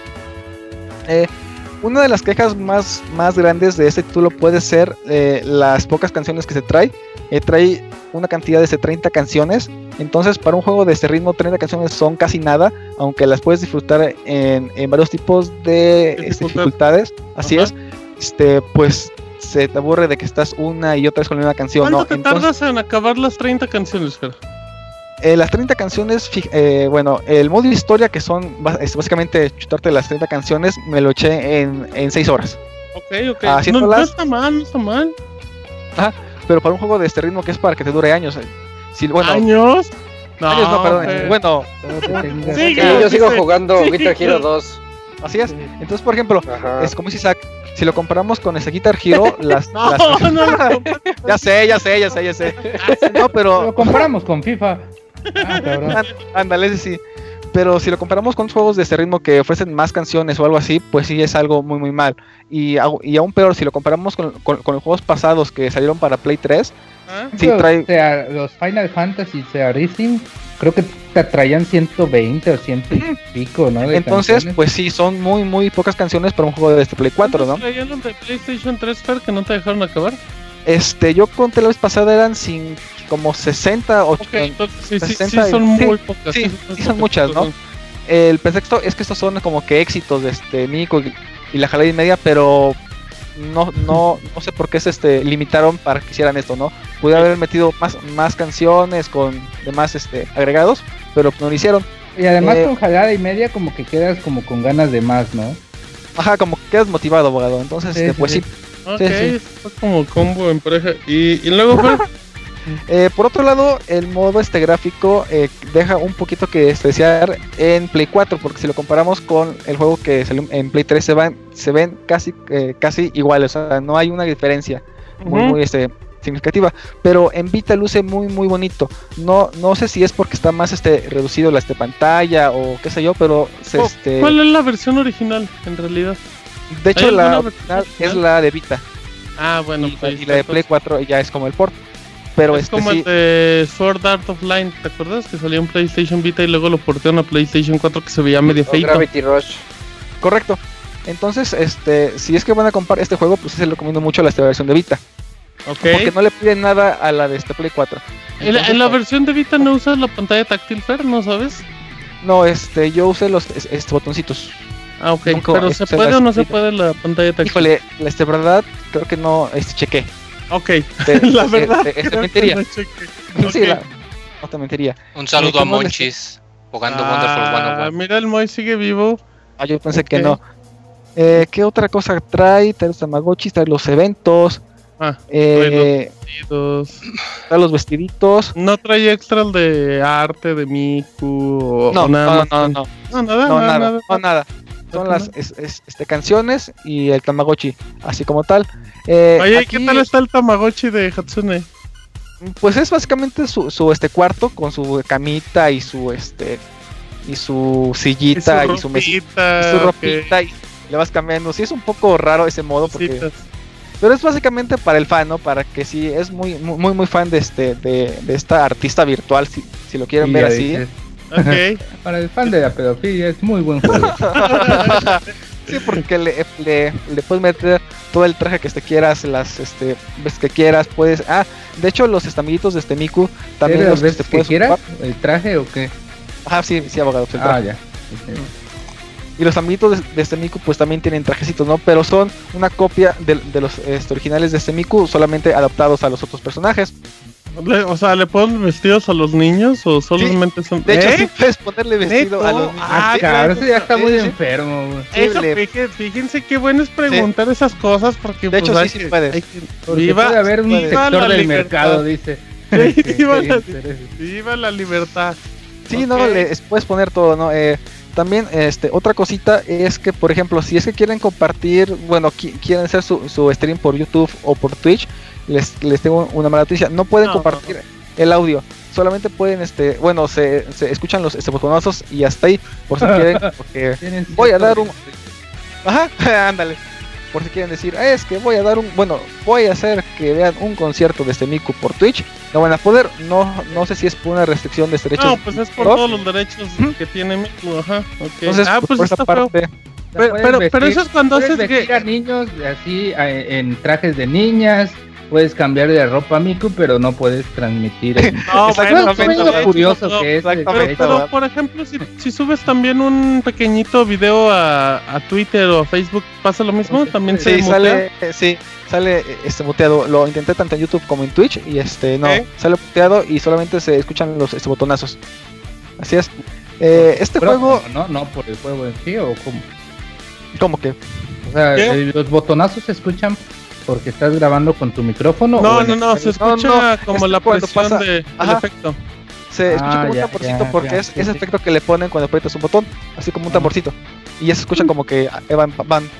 Una de las quejas más grandes de este título puede ser las pocas canciones que se trae. Trae una cantidad de 30 canciones. Entonces para un juego de este ritmo 30 canciones son casi nada, aunque las puedes disfrutar en varios tipos de dificultades. Así es. Pues se te aburre de que estás una y otra vez con la misma canción. ¿Cuánto te tardas en acabar las 30 canciones, Fer? Las 30 canciones, el modo historia, que son básicamente chutarte las 30 canciones, me lo eché en 6 horas. Ok. No está mal. Ajá, pero para un juego de este ritmo que es para que te dure años. ¿Años? No, perdón. Bueno, sí, yo sigo jugando Guitar Hero 2. Así es. Entonces, por ejemplo, es como dice Isaac, si lo comparamos con ese Guitar Hero, ya sé. No, pero lo comparamos con FIFA. Ándale, sí. Pero si lo comparamos con juegos de este ritmo que ofrecen más canciones o algo así, pues sí es algo muy muy mal. Y aún peor, si lo comparamos con los juegos pasados que salieron para Play 3, sí trae... los Final Fantasy, Racing, creo que te traían 120 o 100 y pico, ¿no? Entonces, canciones. Pues sí, son muy muy pocas canciones para un juego de Play 4, ¿no? ¿Traían los de PlayStation 3, Fer, que no te dejaron acabar? Yo conté la vez pasada eran como 60 o 60, sí, son muy pocas. Sí, son muchas, ¿no? El pretexto es que estos son como que éxitos de Nico y la jalada y media, pero no sé por qué se limitaron para que hicieran esto, ¿no? Pude haber metido más canciones con demás agregados, pero no lo hicieron. Y además con jalada y media como que quedas como con ganas de más, ¿no? Ajá, como que quedas motivado, abogado. Entonces, pues sí. Ok, fue como combo en pareja. Y luego fue... por otro lado, el modo gráfico deja un poquito que desear en Play 4, porque si lo comparamos con el juego que salió en Play 3 se ven casi iguales, o sea, no hay una diferencia muy significativa, pero en Vita luce muy muy bonito. No sé si es porque está más reducido la pantalla o qué sé yo, pero ¿cuál es la versión original en realidad? De hecho la original es la de Vita. Ah, bueno, y la de Play 4 ya es como el port. Pero es como el de Sword Art Online, ¿te acuerdas? Que salió en PlayStation Vita y luego lo portearon a PlayStation 4 que se veía medio feito. Gravity Rush. Correcto. Entonces, si es que van a comprar este juego, pues sí se lo recomiendo mucho la versión de Vita. Okay. Porque no le piden nada a la de Play 4. Entonces, ¿en la versión de Vita no usas la pantalla táctil, Fer? ¿No sabes? No, yo usé los botoncitos. Ah, ok. Pero ¿se puede o no se puede la pantalla táctil? Híjole, verdad, creo que no, chequé. Ok, la verdad mentiría. No sí, no te mentiría. Un saludo a Monchis jugando Wonderful 101. Mira, el Moy sigue vivo. Yo pensé que no. ¿Qué otra cosa trae? Trae los Tamagotchis, trae los eventos. Trae los vestiditos. ¿No trae extras de arte de Miku? No, nada. Nada. Son las canciones y el Tamagotchi, así como tal. Oye, aquí, ¿qué tal está el Tamagotchi de Hatsune? Pues es básicamente su cuarto con su camita y su sillita y su mesita y su ropita, y le vas cambiando. Sí, es un poco raro ese modo porque... Pero es básicamente para el fan, ¿no? Para que si es muy muy muy fan de esta artista virtual, si lo quieren ver así. Ok. Para el fan de la pedofilia es muy buen juego. Sí, porque le puedes meter todo el traje que quieras, las ves que quieras, puedes. De hecho los amiguitos de Miku también ¿Las los veces que puedes quieras? ocupar. ¿El traje o qué? Ajá, sí, abogado. El traje. Ya. Y los amiguitos de Miku pues también tienen trajecitos, ¿no? Pero son una copia de los originales de Miku, solamente adaptados a los otros personajes. O sea, ¿le ponen vestidos a los niños o solamente son...? De hecho, sí puedes ponerle vestido a los niños. Claro, eso ya está muy sí. enfermo, güey. Eso, fíjense qué bueno es preguntar esas cosas porque... De hecho, pues, sí puedes. Porque puede haber un sector del mercado, dice. Viva la libertad. Sí, no, puedes poner todo, ¿no? También, otra cosita es que, por ejemplo, si es que quieren compartir, bueno, quieren hacer su stream por YouTube o por Twitch, les tengo una mala noticia, no pueden compartir el audio, solamente pueden, se escuchan los botonazos y hasta ahí, por si quieren, porque voy a dar un... Ajá, ándale. Por si quieren decir, es que voy a hacer que vean un concierto de Miku por Twitch, no van a poder, no sé si es por una restricción de derechos. No, pues es por todos los derechos que tiene Miku, ajá, ok. Entonces, pues por esa está parte. Pero eso es cuando haces vestir a niños así en trajes de niñas. Puedes cambiar de ropa a Miku, pero no puedes transmitir. No, es lo curioso que es. Pero por ejemplo, si subes también un pequeñito video a Twitter o a Facebook, ¿pasa lo mismo? ¿También se mutea? Sale muteado. Lo intenté tanto en YouTube como en Twitch y sale muteado y solamente se escuchan los botonazos. Así es. Juego... No, por el juego en sí, ¿o cómo? ¿Cómo que? O sea, los botonazos se escuchan porque estás grabando con tu micrófono. No, se escucha como la presión del efecto. Se escucha como un tamborcito porque es ese efecto que le ponen cuando aprietas un botón, así como un tamborcito. Y ya se escuchan como que van,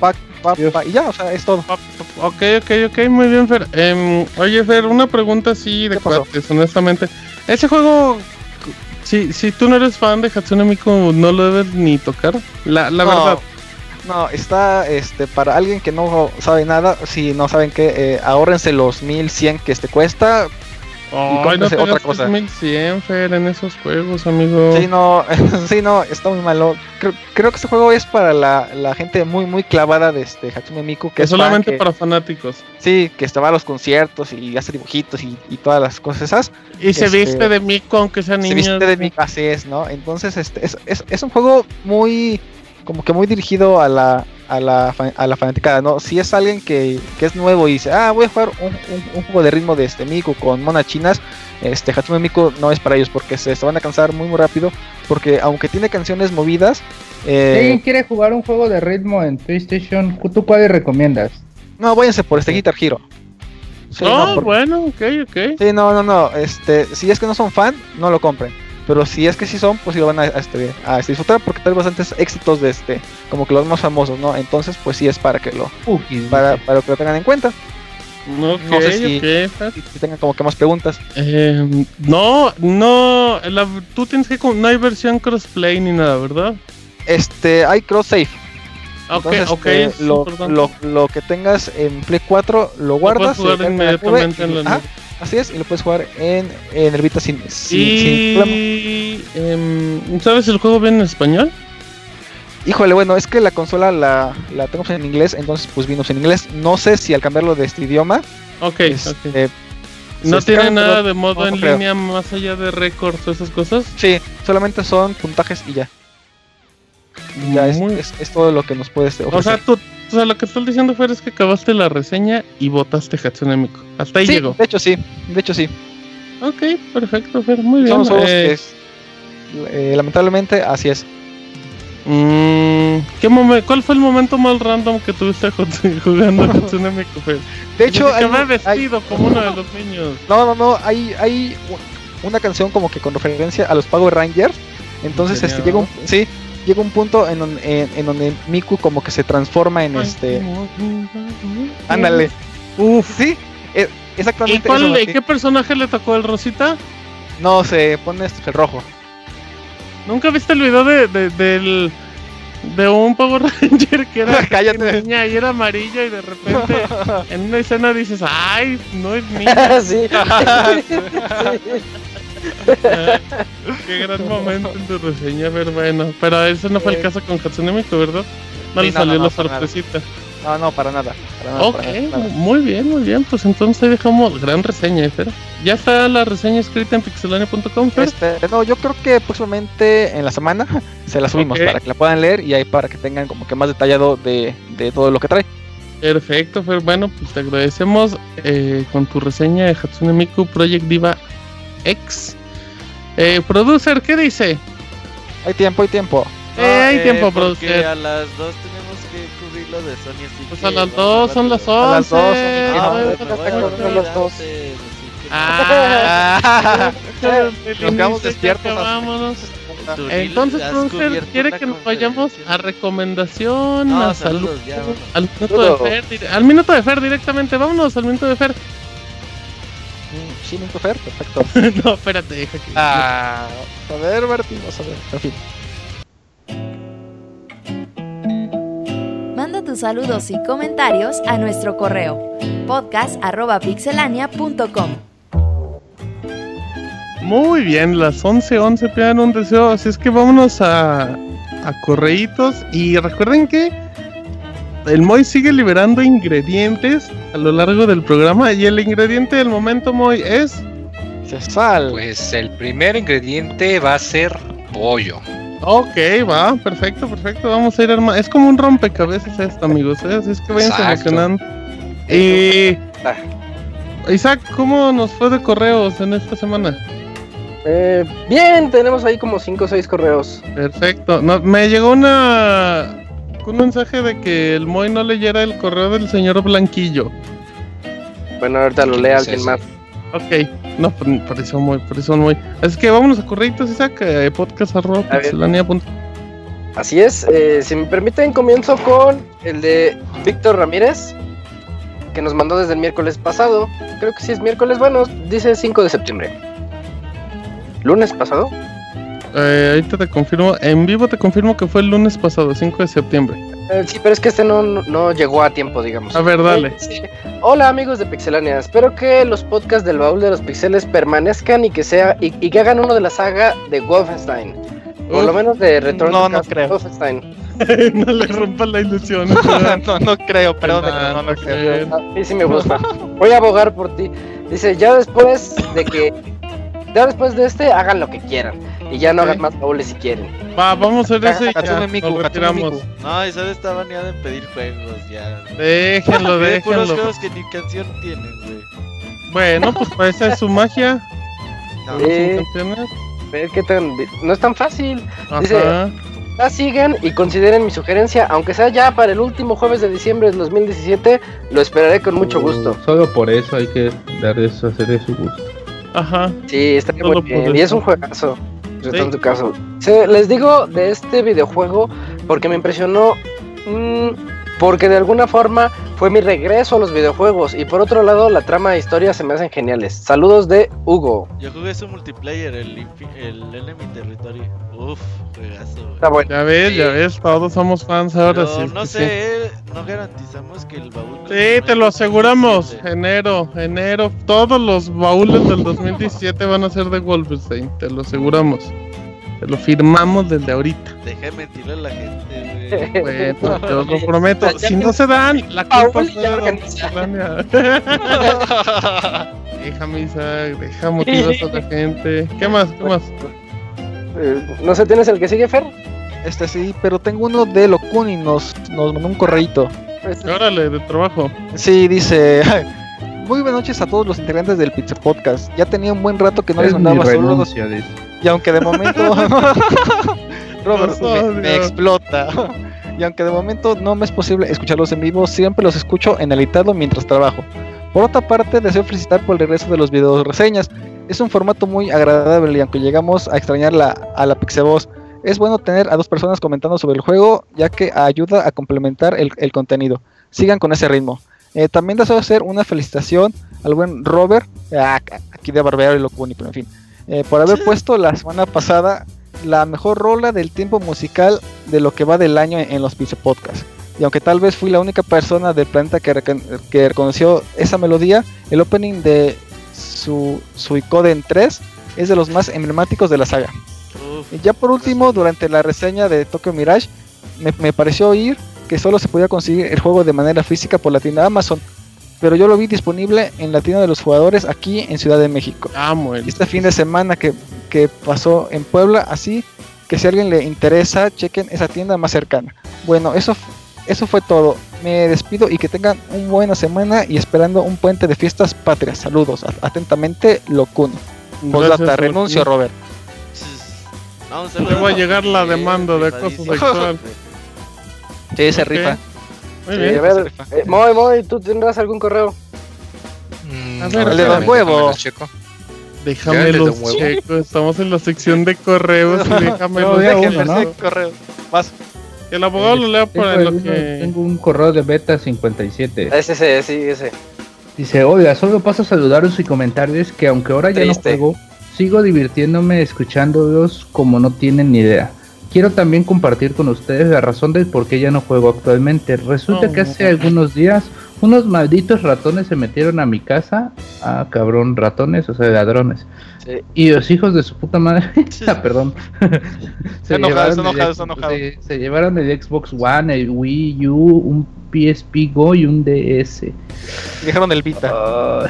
y ya, o sea, es todo. Ok, muy bien, Fer. Oye, Fer, una pregunta así de cuates, honestamente. Ese juego, si tú no eres fan de Hatsune Miku, no lo debes ni tocar, la verdad. No, está para alguien que no sabe nada, si no saben que ahórrense los 1100 que cuesta. Ay, no te otra cosa. 1100, Fer, en esos juegos, amigo. Sí, no, está muy malo. Creo que este juego es para la gente muy muy clavada de Hatsune Miku, que es solamente para fanáticos. Sí, que va a los conciertos y hace dibujitos y todas las cosas esas. Y se viste de Miku aunque sea niño. Se viste de Miku, así es, ¿no? Entonces es un juego muy como que muy dirigido a la fanaticada, ¿no? Si es alguien que es nuevo y dice, voy a jugar un juego de ritmo de Miku con monas chinas, Hatsune Miku no es para ellos porque se van a cansar muy rápido, porque aunque tiene canciones movidas... Si alguien quiere jugar un juego de ritmo en PlayStation, ¿tú cuáles recomiendas? No, váyanse por Guitar Hero. Sí, bueno, ok. Sí, no, si es que no son fan, no lo compren. Pero si es que sí son, pues sí lo van a disfrutar porque trae bastantes éxitos de como que los más famosos, ¿no? Entonces, pues sí es para que para que lo tengan en cuenta. No sé si tengan como que más preguntas. Tú tienes que no hay versión crossplay ni nada, ¿verdad? Hay cross save. Entonces, lo que tengas en Play 4 lo guardas. Lo puedes jugar inmediatamente en la nube. Así es, y lo puedes jugar en el Vita sin problema. ¿Sabes si el juego viene en español? Híjole, bueno, es que la consola la tenemos en inglés, entonces pues vino en inglés. No sé si al cambiarlo de idioma. ¿No tiene nada de modo en línea más allá de récords o esas cosas? Sí, solamente son puntajes y ya. Ya es todo lo que nos puedes ofrecer. O sea, lo que estás diciendo, Fer, es que acabaste la reseña y votaste Hatsune Miku. Hasta ahí llegó. De hecho sí. Ok, perfecto, Fer, muy bien. Son juegos que lamentablemente así es. ¿Cuál fue el momento más random que tuviste jugando Hatsune Miku, Fer? De hecho, que me he vestido como uno de los niños. No, hay una canción como que con referencia a los Power Rangers. Entonces llega un punto en donde Miku como que se transforma en ándale. Sí, exactamente. ¿Y qué personaje le tocó el Rosita? No, se pone el rojo. ¿Nunca viste el video de un Power Ranger que era niña y era amarilla y de repente en una escena dices, ay, no es niña? Sí. Qué gran momento en tu reseña, pero bueno. Pero ese no fue el caso con Hatsune Miku, ¿verdad? No le salió la sorpresita. No, para nada. Ok, muy bien. Pues entonces ahí dejamos gran reseña, Fer. ¿Ya está la reseña escrita en pixelania.com, Fer? No, yo creo que próximamente en la semana se la subimos para que la puedan leer y ahí para que tengan como que más detallado de todo lo que trae. Perfecto, Fer. Bueno, pues te agradecemos con tu reseña de Hatsune Miku Project Diva X. Producer, ¿qué dice? Hay tiempo. Hay tiempo, porque producer. a las 2 tenemos que cubrir lo de Sony, así Pues que a las 2 son las 11. A las 2 son las 2. Nos quedamos despiertos. Vámonos. Entonces, producer, ¿quiere que nos vayamos a recomendación, a salud, al minuto de Fer? Al minuto de Fer directamente, vámonos al minuto de Fer. Sí, minuto Fer, perfecto. No, espérate, deja que... A ver, Martín, vamos a ver. En fin. Manda tus saludos y comentarios a nuestro correo podcast@pixelania.com. Muy bien, las 11:11 pidan un deseo, así es que vámonos a correitos. Y recuerden que el Moy sigue liberando ingredientes a lo largo del programa. Y el ingrediente del momento, Moy, es... Sal. Pues el primer ingrediente va a ser pollo. Ok, va, perfecto. Vamos a ir armando. Es como un rompecabezas esto, amigos, así es que vayan seleccionando. Isaac, ¿cómo nos fue de correos en esta semana? Bien, tenemos ahí como 5 o 6 correos. Perfecto. No, me llegó un mensaje de que el Moy no leyera el correo del señor Blanquillo. Bueno, ahorita lo lee alguien más. Ok, no, por eso muy. Así que vámonos a correitos, Isaac, podcast@pixelania.com. Así es, si me permiten comienzo con el de Víctor Ramírez, que nos mandó desde el miércoles pasado. Creo que sí es miércoles, bueno, dice 5 de septiembre. ¿Lunes pasado? Ahorita te confirmo, en vivo te confirmo que fue el lunes pasado, 5 de septiembre. Sí, pero es que este no llegó a tiempo, digamos. A ver, dale. Sí. Hola amigos de Pixelania, espero que los podcasts del baúl de los pixeles permanezcan y que hagan uno de la saga de Wolfenstein. Por lo menos de Return no, to no creo. Wolfenstein. No le rompas la ilusión. no creo, perdón, no creo. A mí sí me gusta. Voy a abogar por ti. Dice, ya después de este, hagan lo que quieran. Y ya no hagan más baúles si quieren. Vamos a hacer eso y ya Hatsune Miku, nos retiramos. No, Isaac está baneado en pedir juegos ya. Déjenlo. Pide puros juegos que ni canción tienen, güey. Bueno, pues esa es su magia. No, Sin canciones. no es tan fácil. Ajá. Dice, la sigan y consideren mi sugerencia, aunque sea ya para el último jueves de diciembre del 2017, lo esperaré con mucho gusto. Solo por eso hay que hacer de su gusto. Ajá. Sí, está Solo muy bien. por Y es eso. un juegazo. Sí. En tu caso. Sí, les digo de este videojuego porque me impresionó. Porque de alguna forma fue mi regreso a los videojuegos. Y por otro lado, la trama de historia se me hacen geniales. Saludos de Hugo. Yo jugué su multiplayer, el Enemy Territory. Uf, juegazo, güey. Está bueno. Ya ves, todos somos fans ahora. Pero Sí, no sí, sé, no garantizamos que el baúl... Sí, te lo aseguramos. Enero. Todos los baúles del 2017 van a ser de Wolfenstein. Te lo aseguramos. Te lo firmamos desde ahorita. Deja de mentirle a la gente, güey. Bueno, yo lo prometo. Si no se dan, la culpa fue de Don Pixelania. Déjame, Isaac. Deja motivas a la gente. ¿Qué más? No sé, ¿tienes el que sigue, Fer? Sí, pero tengo uno de Locuni, nos mandó un correíto. Órale, de trabajo. Sí, dice... Muy buenas noches a todos los integrantes del Pixel Podcast. Ya tenía un buen rato que no les mandaba saludos. Y aunque de momento... Robert, me explota. Y aunque de momento no me es posible escucharlos en vivo, siempre los escucho en el editado mientras trabajo. Por otra parte, deseo felicitar por el regreso de los videos reseñas. Es un formato muy agradable y aunque llegamos a extrañar a la Pixevoz, es bueno tener a dos personas comentando sobre el juego, ya que ayuda a complementar el contenido. Sigan con ese ritmo. También deseo hacer una felicitación al buen Robert, aquí de Barbero y Locuni, pero en fin, por haber puesto la semana pasada la mejor rola del tiempo musical de lo que va del año en los Pixel Podcasts. Y aunque tal vez fui la única persona del planeta que reconoció esa melodía, el opening de Suikoden 3 es de los más emblemáticos de la saga. Uf. Y ya por último, durante la reseña de Tokyo Mirage, me pareció oír que solo se podía conseguir el juego de manera física por la tienda Amazon, pero yo lo vi disponible en la tienda de los jugadores aquí en Ciudad de México. Amo Este fin de semana que pasó en Puebla, así que si a alguien le interesa, chequen esa tienda más cercana. Bueno, eso fue todo. Me despido y que tengan una buena semana y esperando un puente de fiestas patrias. Saludos. Atentamente, Locuno. Postdata, renuncio, Robert. No, un Le saludo. va a llegar la demanda de acoso Rifadísimo. sexual. Sí, se Ok. rifa. Muy Sí, bien. a ver, Moy, ¿tú tendrás algún correo? A ver, el de Don déjame Huevo. los checo. Déjame ¿Ya, el de los Don Huevo? checo. Estamos en la sección de correos y déjame No, los ya checo. uno, ¿no? Ese correo. Vas. Que el abogado lo lea Tengo, para lo que... tengo un correo de Beta 57. Ese, sí, ese. Dice, oiga, solo paso a saludaros y comentarles que aunque ahora ya no Triste. juego, sigo divirtiéndome escuchándolos como no tienen ni idea. Quiero también compartir con ustedes la razón del por qué ya no juego actualmente. Resulta que hace algunos días unos malditos ratones se metieron a mi casa. Ah, cabrón, ratones, o sea, ladrones. Sí. Y los hijos de su puta madre, perdón, Está enojado, está llevaron enojado, el- está enojado. se llevaron el Xbox One, el Wii U, un PSP Go y un DS. Dejaron el Vita. Ah.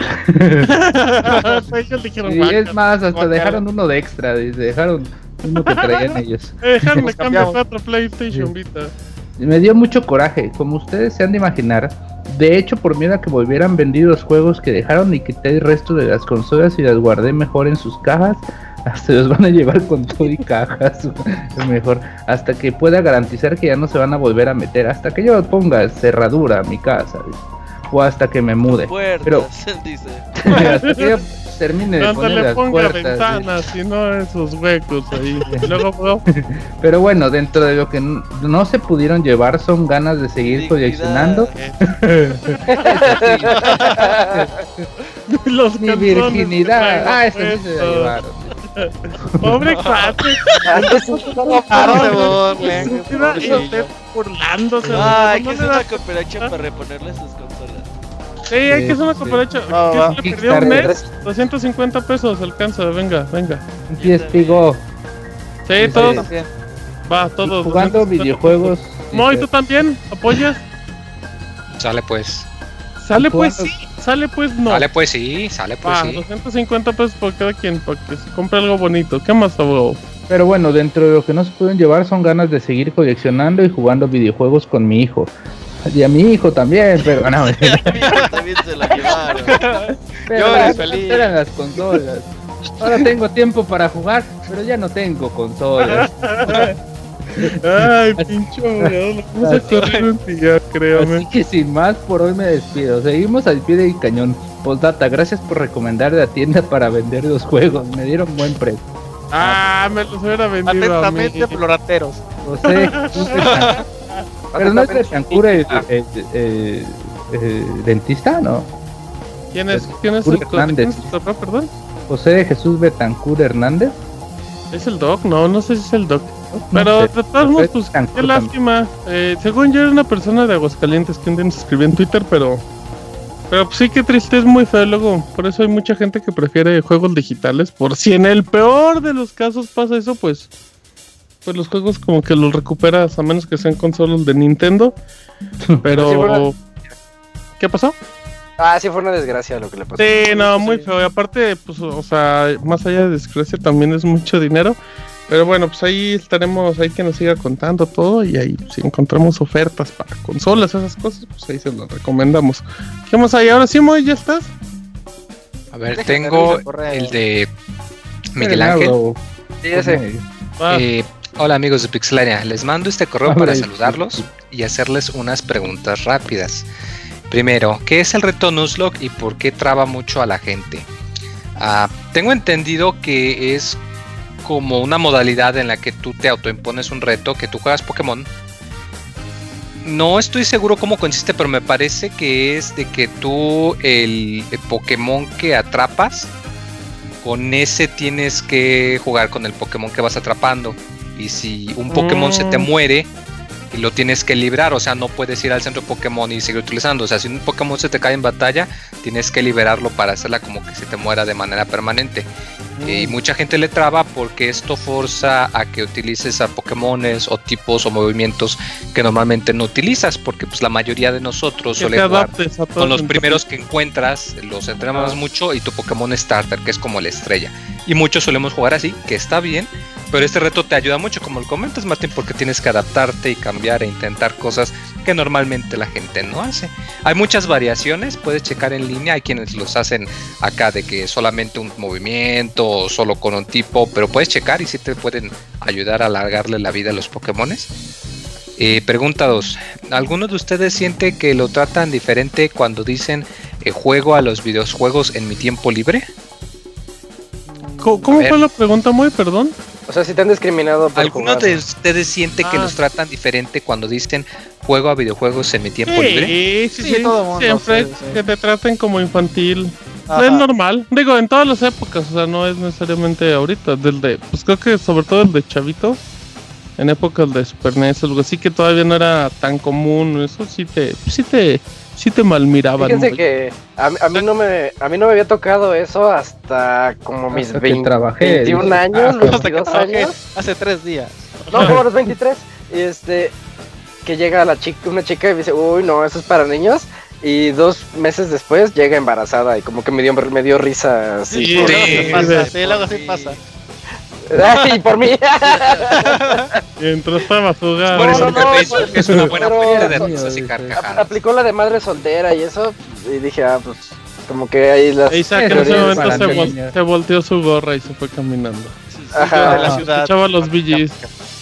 Ellos dijeron, Y "Guácala". es más, hasta Guácala. dejaron uno de extra, dice, dejaron uno que traían ellos. Déjame Nos cambiar cambiamos. 4 PlayStation Sí. Vita. Me dio mucho coraje, como ustedes se han de imaginar. De hecho, por miedo a que volvieran vendidos juegos que dejaron y quité el resto de las consolas y las guardé mejor en sus cajas, hasta los van a llevar con todo y cajas. Mejor, hasta que pueda garantizar que ya no se van a volver a meter, hasta que yo ponga cerradura a mi casa, dice. O hasta que me mude. Puertas, Pero- dice. Hasta que yo termine de Cuando poner le las ponga puertas. dice. ventanas y no esos huecos ahí. Y luego, bro, Pero bueno, dentro de lo que no se pudieron llevar son ganas de seguir coleccionando. los Mi calzones virginidad. que traigo Ah, ese sí se la puestos. llevaron. Pobre cuate. Mira, y usted burlándose. Hay que no hacer le da- una cooperación para reponerle sus consolas. Sí, hay que hacer una Sí. cooperacha. Va, ¿Qué va. se le perdió un Kickstarter. mes? 250 pesos alcanza, venga. Un PSP Go. Sí, Sí, todos. También. Va, todos. Jugando 250 videojuegos. pesos. Moy, ¿tú también? ¿Apoyas? Sale pues. Sale pues ¿Cuántos? sí, sale pues no. Sale pues sí, sale pues Va, sí. 250 pesos por cada quien, para que se compre algo bonito. ¿Qué más, abogado? Pero bueno, dentro de lo que no se pueden llevar son ganas de seguir coleccionando y jugando videojuegos con mi hijo. Y a mi hijo también, pero no, También se la llevaron. pero Yo las- feliz. eran las consolas. Ahora tengo tiempo para jugar, pero ya no tengo consolas. Ay, pinche abogado, lo vamos a correr un día, créame. Así que sin más, por hoy me despido. Seguimos al pie del cañón. Postdata, gracias por recomendar la tienda para vender los juegos. Me dieron buen precio. Ah, me los hubiera vendido a mí. Atentamente, florateros. José, pero no es Betancur el dentista, ¿no? ¿Quién es Julio el Hernández. ¿quién es el papá, perdón? José de Jesús Betancur Hernández. ¿Es el Doc? No sé si es el Doc. No Pero sé, de todos modos, José pues Betancur qué también. lástima. Según yo era una persona de Aguascalientes que un día nos escribió en Twitter, pero pues sí, qué triste, es muy feo. Luego, por eso hay mucha gente que prefiere juegos digitales. Por si en el peor de los casos pasa eso, pues los juegos como que los recuperas a menos que sean consolas de Nintendo. Pero Sí, bueno. ¿qué pasó? Ah, sí, fue una desgracia lo que le pasó. Sí, no, muy feo. Y aparte, pues, o sea, más allá de desgracia también es mucho dinero. Pero bueno, pues ahí estaremos, ahí que nos siga contando todo. Y ahí, si encontramos ofertas para consolas, esas cosas, pues ahí se las recomendamos. ¿Qué más hay? Ahora sí, Moy, ¿ya estás? A ver, Déjame tengo abrir el correo. el de Miguel Ángel. Sí, ese. Va. Hola amigos de Pixelania, les mando este correo Hola, para y- saludarlos y hacerles unas preguntas rápidas. Primero, ¿qué es el reto Nuzlocke y por qué traba mucho a la gente? Tengo entendido que es como una modalidad en la que tú te autoimpones un reto, que tú juegas Pokémon. No estoy seguro cómo consiste, pero me parece que es de que tú el Pokémon que atrapas, con ese tienes que jugar con el Pokémon que vas atrapando. Y si un Pokémon se te muere, y lo tienes que librar, o sea, no puedes ir al centro de Pokémon y seguir utilizando. O sea, si un Pokémon se te cae en batalla, tienes que liberarlo para hacerla como que se te muera de manera permanente. Y mucha gente le traba porque esto forza a que utilices a Pokémones o tipos o movimientos que normalmente no utilizas, porque pues la mayoría de nosotros suele jugar con los primeros que encuentras, los entrenamos mucho y tu Pokémon starter, que es como la estrella. Y muchos solemos jugar así, que está bien, pero este reto te ayuda mucho, como lo comentas, Martín, porque tienes que adaptarte y cambiar e intentar cosas que normalmente la gente no hace. Hay muchas variaciones, puedes checar en línea, hay quienes los hacen acá de que solamente un movimiento o solo con un tipo, pero puedes checar y sí te pueden ayudar a alargarle la vida a los Pokémones. Pregunta 2. ¿Alguno de ustedes siente que lo tratan diferente cuando dicen juego a los videojuegos en mi tiempo libre? ¿Cómo fue la pregunta, muy perdón? O sea, si te han discriminado por ¿Alguno de ustedes siente que los tratan diferente cuando dicen juego a videojuegos en mi tiempo libre? Sí, todo el mundo, siempre sí. que te traten como infantil. Ajá. Es normal, digo, en todas las épocas, o sea, no es necesariamente ahorita. Pues creo que sobre todo el de chavito, en épocas de Super NES, algo así que todavía no era tan común, eso sí te malmiraban. Fíjense que a mí no me había tocado eso hasta como mis Hasta que trabajé, 21 dice. años, Hasta que 22 años. hace 3 días. No, como a los 23. Y que llega una chica y me dice, uy, no, eso es para niños. Y 2 meses después llega embarazada y como que me dio risa así. Sí, Luego sí pasa. Ay, por mí. Mientras estabas jugando. Por eso no, que Facebook es una buena pero- fuente de risas y carcajadas. Aplicó la de madre soltera y eso. Y dije, pues, como que ahí las. Isaac en ese prioridades momento para para niños. se volteó su gorra y se fue caminando. Ajá. De la ciudad. Escuchaba los BGs.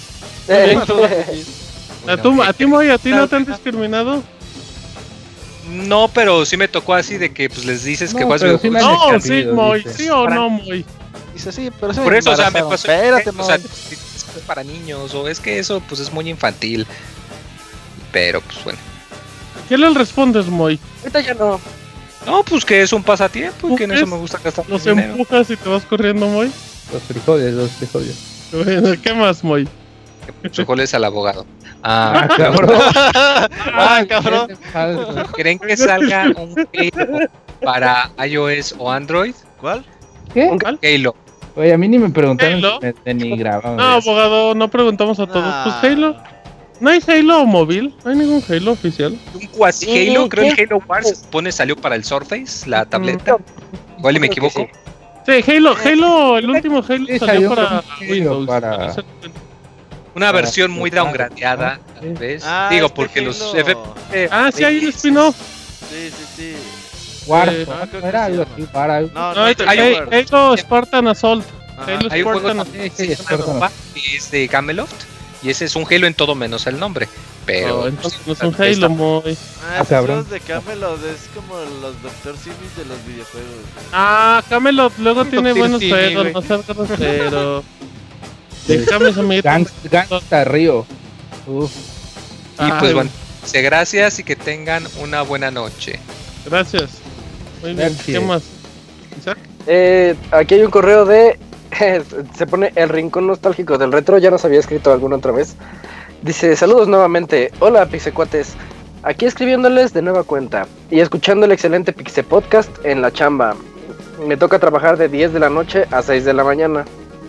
¿A ti, Moy, a ti no te han discriminado? No, pero sí me tocó así de que pues les dices que No, juegas pero sí me videojuegos. han No, sí, escapido, Moy, dice. sí o no, Moy. Dice sí, pero sí Por eso, o sea, me embarazaron. pasó. Espérate, O sea, Moy. es para niños, o es que eso pues es muy infantil. Pero pues bueno. ¿Qué le respondes, Moy? Ahorita ya no. No, pues que es un pasatiempo y que en eso ¿Ves? me gusta gastar ¿Los dinero. empujas y te vas corriendo, Moy? Los frijoles. Bueno, ¿qué más, Moy? Frijoles al abogado. Cabrón. Ah, cabrón. ¿Creen que salga un Halo para iOS o Android? ¿Cuál? ¿Qué? Halo. Oye, a mí ni me preguntaron Halo. si me denigraban. No, abogado, no preguntamos a todos. Pues Halo. ¿No hay Halo móvil? ¿No hay ningún Halo oficial? Un cuasi Halo, creo el Halo Wars se supone salió para el Surface, la tableta. Igual y me Creo que equivoco. Sí, Halo, el último Halo Sí, salió salió para Halo Windows. para- Una versión muy claro. downgradeada, tal vez. Ah, Digo, este porque los Halo. FPS. Ah, sí, hay un spin-off. Sí. Warzone, creo ¿no era que algo sí, así? Para... No, No, hay un- Halo Spartan Assault. Ajá. Halo Hay un juego Spartan también Sí, que sí, se llama perdón. Nova, que es de Gameloft. Y ese es un Halo en todo menos el nombre. Pero. No, entonces no es un ahí está. Halo, Moy. Ah, cabrón. los de Camelot es como los Dr. Simis de los videojuegos. Ah, Camelot luego tiene Doctor buenos Simi, juegos, güey. no seas grosero. Déjame ese amiguito. Gangsta Río. Uf. Y pues Ay, bueno, gracias y que tengan una buena noche. Gracias. Muy bien, Gracias. ¿qué más? Isaac. Aquí hay un correo de. Se pone el rincón nostálgico del retro. Ya nos había escrito alguna otra vez. Dice: saludos nuevamente. Hola, Pixecuates. Aquí escribiéndoles de nueva cuenta y escuchando el excelente Pixe Podcast en la chamba. Me toca trabajar de 10 de la noche a 6 de la mañana.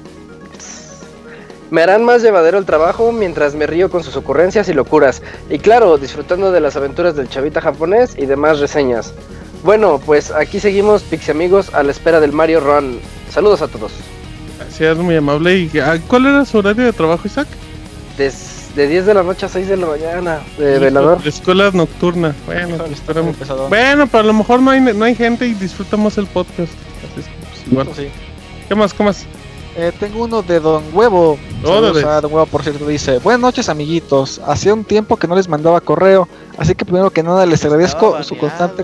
Me harán más llevadero el trabajo mientras me río con sus ocurrencias y locuras. Y claro, disfrutando de las aventuras del chavita japonés y demás reseñas. Bueno, pues aquí seguimos, Pixie amigos, a la espera del Mario Run. Saludos a todos. Gracias, muy amable. ¿Y cuál era su horario de trabajo, Isaac? De 10 de la noche a 6 de la mañana, de velador. De escuela nocturna. Bueno, Híjole, pues, está muy esperemos. pesadón. Bueno, pero a lo mejor no hay gente y disfrutamos el podcast. Así es que, pues, igual. Eso sí. ¿Qué más? ¿Qué más? Tengo uno de Don Huevo. Saludos Órale. a Don Huevo, por cierto, dice: buenas noches, amiguitos. Hacía un tiempo que no les mandaba correo, así que primero que nada les agradezco su constante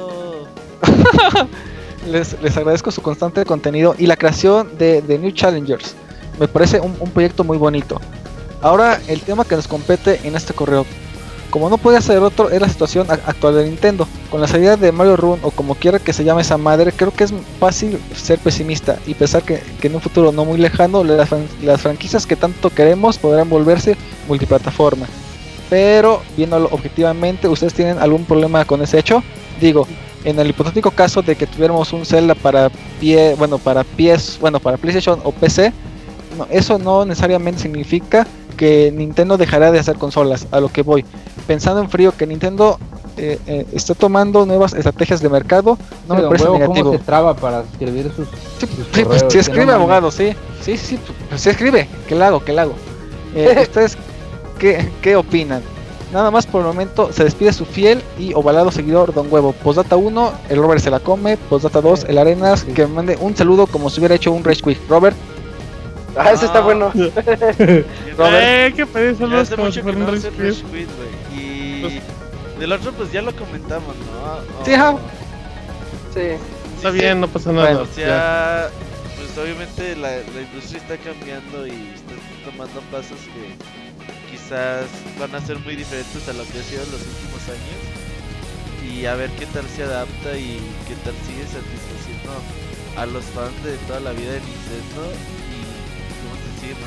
les agradezco su constante contenido y la creación de New Challengers. Me parece un proyecto muy bonito. Ahora el tema que nos compete en este correo. Como no puede ser otro, es la situación actual de Nintendo. Con la salida de Mario Run, o como quiera que se llame esa madre, creo que es fácil ser pesimista y pensar que en un futuro no muy lejano las franquicias que tanto queremos podrán volverse multiplataforma. Pero viéndolo objetivamente, ¿ustedes tienen algún problema con ese hecho? Digo, en el hipotético caso de que tuviéramos un Zelda para PlayStation o PC, no, eso no necesariamente significa que Nintendo dejará de hacer consolas. A lo que voy, pensando en frío, que Nintendo está tomando nuevas estrategias de mercado, no me parece negativo. ¿Cómo se traba para escribir sus pues si escribe, abogado, sí, pues si escribe, que la hago. ¿Ustedes qué opinan? Nada más por el momento se despide su fiel y ovalado seguidor Don Huevo. Postdata 1, el Robert se la come. Postdata 2, el Arenas, que me mande un saludo como si hubiera hecho un Rage Quit. Robert. Ese está bueno. Robert, ¿qué pedís? ya hace Como mucho si que fuera un no Rage hace Quit. Rage Quit, güey. Y del otro pues ya lo comentamos, ¿no? Sí, ajá. Sí. Está bien, no pasa nada. Bueno, o sea, pues obviamente la industria está cambiando y está tomando pasos que quizás van a ser muy diferentes a lo que ha sido en los últimos años. Y a ver qué tal se adapta y qué tal sigue satisfaciendo a los fans de toda la vida de Nintendo y cómo se sigue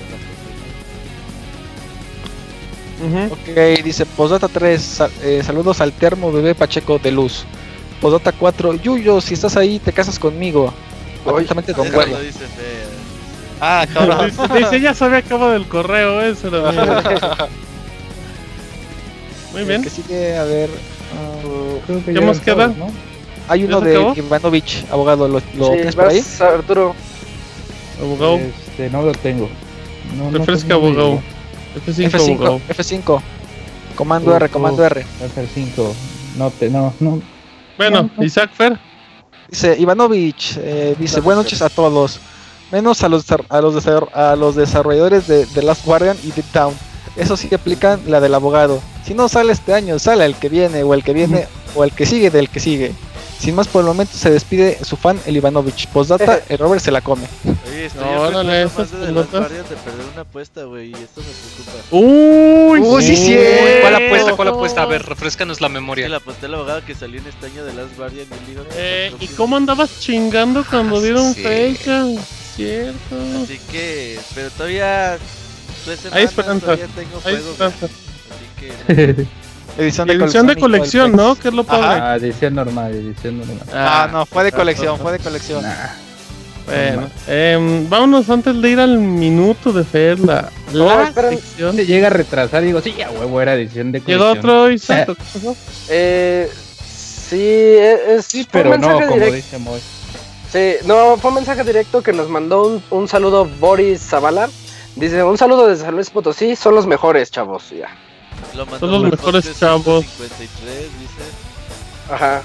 manteniendo la compañía. Ok, dice Postdata 3, saludos al termo bebé Pacheco de Luz. Postdata 4, Yuyo, si estás ahí te casas conmigo. Atentamente Don Eso Huevo. lo dice Fea. Ah, cabrón. Dice, ya sabía acabo del correo, eso era mío. Muy bien. Que sigue, a ver. Creo que ¿Qué ya más eran queda? todos, ¿no? Hay uno ¿Ya se de acabó? Ivanovich, abogado, ¿lo Sí, tienes por ahí? vas, Arturo. Abogado, No lo tengo. No, refresca, no me abogado. llegó. F5, abogado. F5. Comando R, comando R. F5. No. Bueno, Isaac Fer. Dice Ivanovich, dice buenas noches a todos, menos a los desarrolladores de The Last Guardian y Deep Down. Eso sí que aplican la del abogado. Si no sale este año, sale el que viene, o el que viene, o el que sigue del que sigue. Sin más por el momento se despide su fan el Ivanovich. Postdata, el Robert se la come. Oye, estoy No, apretando órale, más esas de las pelotas. varias de perder una apuesta, güey, y esto me preocupa. Uy, Sí, sí. ¿Cuál apuesta? A ver, refrescanos la Es que memoria. la aposté al abogado que salió en este año de Last Guardian y él dijo que fue ¿Y propio. cómo andabas chingando cuando dieron sí. fecha? Cierto. Así que, pero todavía 3 semanas, Hay esperanza. todavía tengo Ahí juego, está. güey. Así que Edición Edición de y todo el colección, pex. ¿no? Que es lo padre. Ah, edición normal. Ah, no, fue de colección, fue de colección. Nah. Bueno, vámonos antes de ir al minuto de Fer, la esperen. sección. Se llega a retrasar y digo, sí, a huevo era edición de Llegó colección. otro Isaac. ¿Qué pasó? Sí, Sí, fue un pero no, mensaje como directo. dice Moy. Sí, no, fue un mensaje directo que nos mandó un saludo Boris Zavala. Dice, un saludo desde San Luis Potosí, son los mejores, chavos. Ya. lo mandó Son los por mejores podcast chavos. 153, dice. Ajá.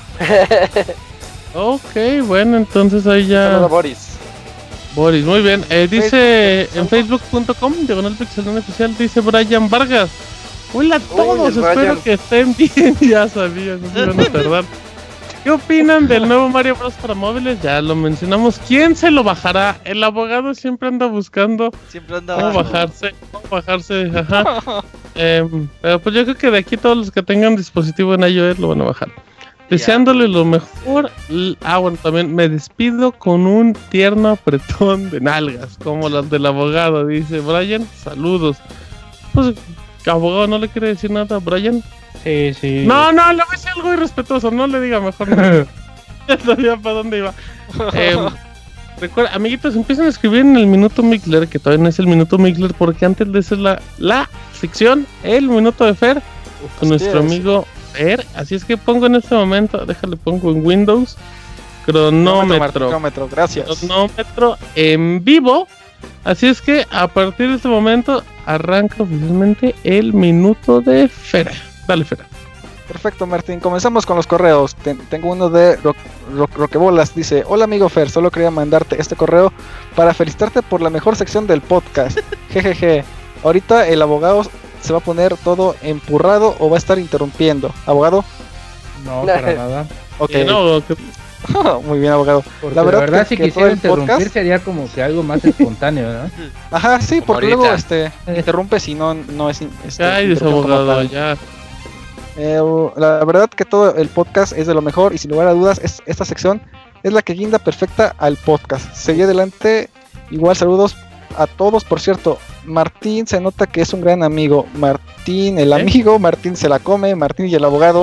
Ok, bueno, entonces ahí Saludo ya. Boris. Boris, muy bien. Dice en facebook.com, diagonal pixelón oficial, dice Brian Vargas. Hola a todos, el espero Brian. que estén bien. Ya sabía, no se iban a tardar. ¿Qué opinan del nuevo Mario Bros para móviles? Ya lo mencionamos. ¿Quién se lo bajará? El abogado siempre anda buscando Siempre anda cómo abajo. bajarse, ajá. Pero pues yo creo que de aquí todos los que tengan dispositivo en iOS lo van a bajar. Deseándole lo mejor. Bueno, también me despido con un tierno apretón de nalgas, como las del abogado, dice Brian. Saludos. Pues, abogado, ¿no le quiere decir nada a Brian? Sí. No, le voy a decir algo irrespetuoso, no le diga mejor. No. Ya sabía para dónde iba. Recuerda, amiguitos, empiecen a escribir en el Minuto Mixler, que todavía no es el Minuto Mixler, porque antes de eso es la sección, el Minuto de Fer, con nuestro amigo Fer. Así es que pongo en este momento, pongo en Windows, cronómetro, gracias. cronómetro en vivo. Así es que a partir de este momento arranca oficialmente el Minuto de Fer. Dale, Fer. Perfecto, Martín. Comenzamos con los correos. Tengo uno de Roquebolas. Dice: hola amigo Fer, solo quería mandarte este correo para felicitarte por la mejor sección del podcast. Jejeje. Ahorita el abogado se va a poner todo empurrado o va a estar interrumpiendo. ¿Abogado? No, para nada. Ok. No, Muy bien, abogado. Porque La la verdad verdad, que si todo quisiera el interrumpir podcast- sería como que algo más espontáneo, ¿no? Ajá, sí, Como porque luego ahorita. interrumpe si no es. cállese, interrupción como abogado, tal. ya. La verdad que todo el podcast es de lo mejor y sin lugar a dudas esta sección es la que guinda perfecta al podcast. Seguí adelante, igual saludos a todos. Por cierto, Martín se nota que es un gran amigo. Martín el amigo, Martín se la come, Martín y el abogado.